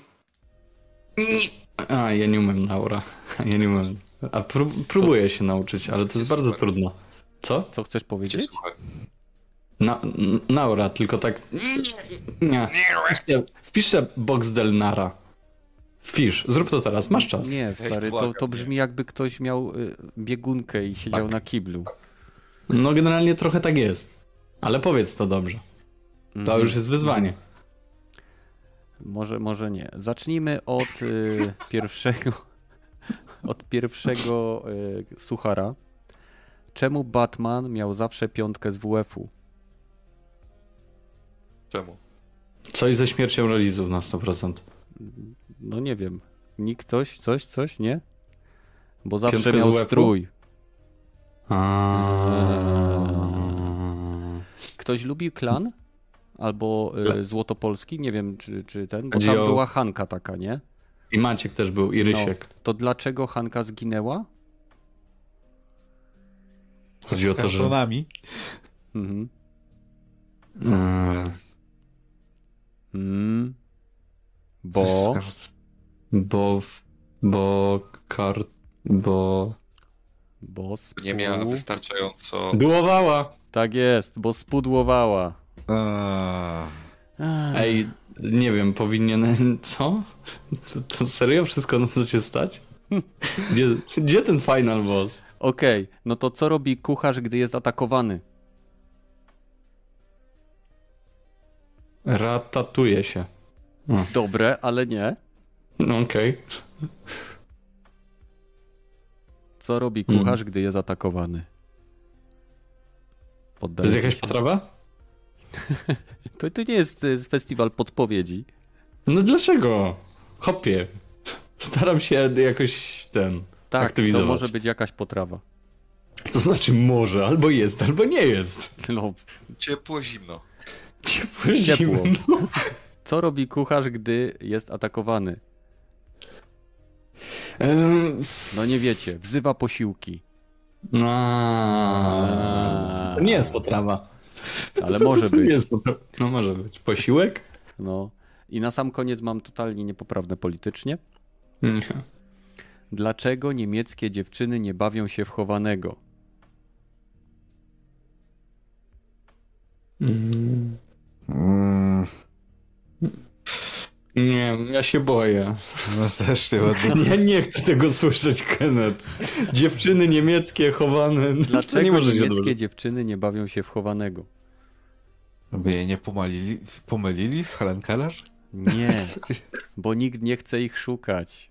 Ja nie umiem Naura. Ja nie umiem. A próbuję się nauczyć, ale to jest bardzo trudno. Co? Co chcesz powiedzieć? Naura, tylko tak... Nie. Wpiszę Box del Nara. Wpisz, zrób to teraz, masz czas. Nie, stary, to brzmi jakby ktoś miał biegunkę i siedział na kiblu. No generalnie trochę tak jest. Ale powiedz to dobrze. To już jest wyzwanie. Może nie. Zacznijmy od pierwszego suchara. Czemu Batman miał zawsze 5 z WF-u? Czemu? Coś ze śmiercią rodziców na 100%. No nie wiem. Nikt coś, nie? Bo zawsze 5 miał z WF-u? strój. Ktoś lubi Klan? Albo Złotopolski? Nie wiem, czy ten. Bo tam była Hanka taka, nie? I Maciek też był, i Rysiek. No, to dlaczego Hanka zginęła? Chodzi o to, że... kartonami. Mhm. Nie miała wystarczająco... Dułowała! Tak jest, bo spudłowała. Ej, nie wiem, powinien... Co? To serio wszystko na co się stać? Gdzie ten final boss? Okej, no to co robi kucharz, gdy jest atakowany? Ratatuje się. Dobre, ale nie. Okej. Co robi kucharz, gdy jest atakowany? To jest jakaś potrawa? To nie jest festiwal podpowiedzi. No dlaczego? Hopie. Staram się jakoś Tak, aktywizować. to może być jakaś potrawa. To znaczy może, albo jest, albo nie jest. No. Ciepło, zimno. Ciepło, zimno. Co robi kucharz, gdy jest atakowany? No nie wiecie, wzywa posiłki. To nie jest potrawa. Ale może być. Nie jest potrawa. No może być. Posiłek? No. I na sam koniec mam totalnie niepoprawne politycznie. Dlaczego niemieckie dziewczyny nie bawią się w chowanego? Nie, ja się boję. No też się ładnie. Ja nie chcę tego słyszeć, Kenneth. Dziewczyny niemieckie chowane. Dlaczego nie może niemieckie dziewczyny nie bawią się w chowanego? By jej nie pomylili z Helen Keller? Nie, bo nikt nie chce ich szukać.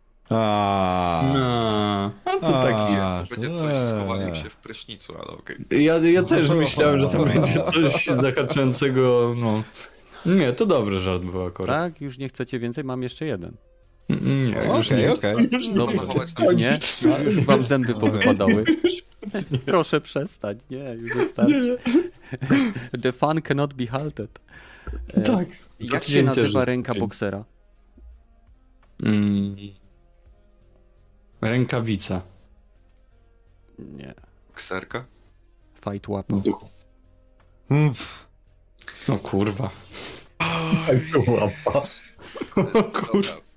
No to tak. Będzie coś z chowaniem się w prysznicu, ale okej. Ja też myślałem, że to będzie coś zahaczającego, no. Nie, to dobry żart był akurat. Tak? Już nie chcecie więcej? Mam jeszcze jeden. Nie, już nie. Dobrze, już nie? Już wam zęby powypadały. Proszę przestać. Nie, już wystarczy. The fun cannot be halted. Tak. Jak się nazywa ręka boksera? Rękawica. Nie. Kserka? Fight łapa. No kurwa. Łapa. O kurwa.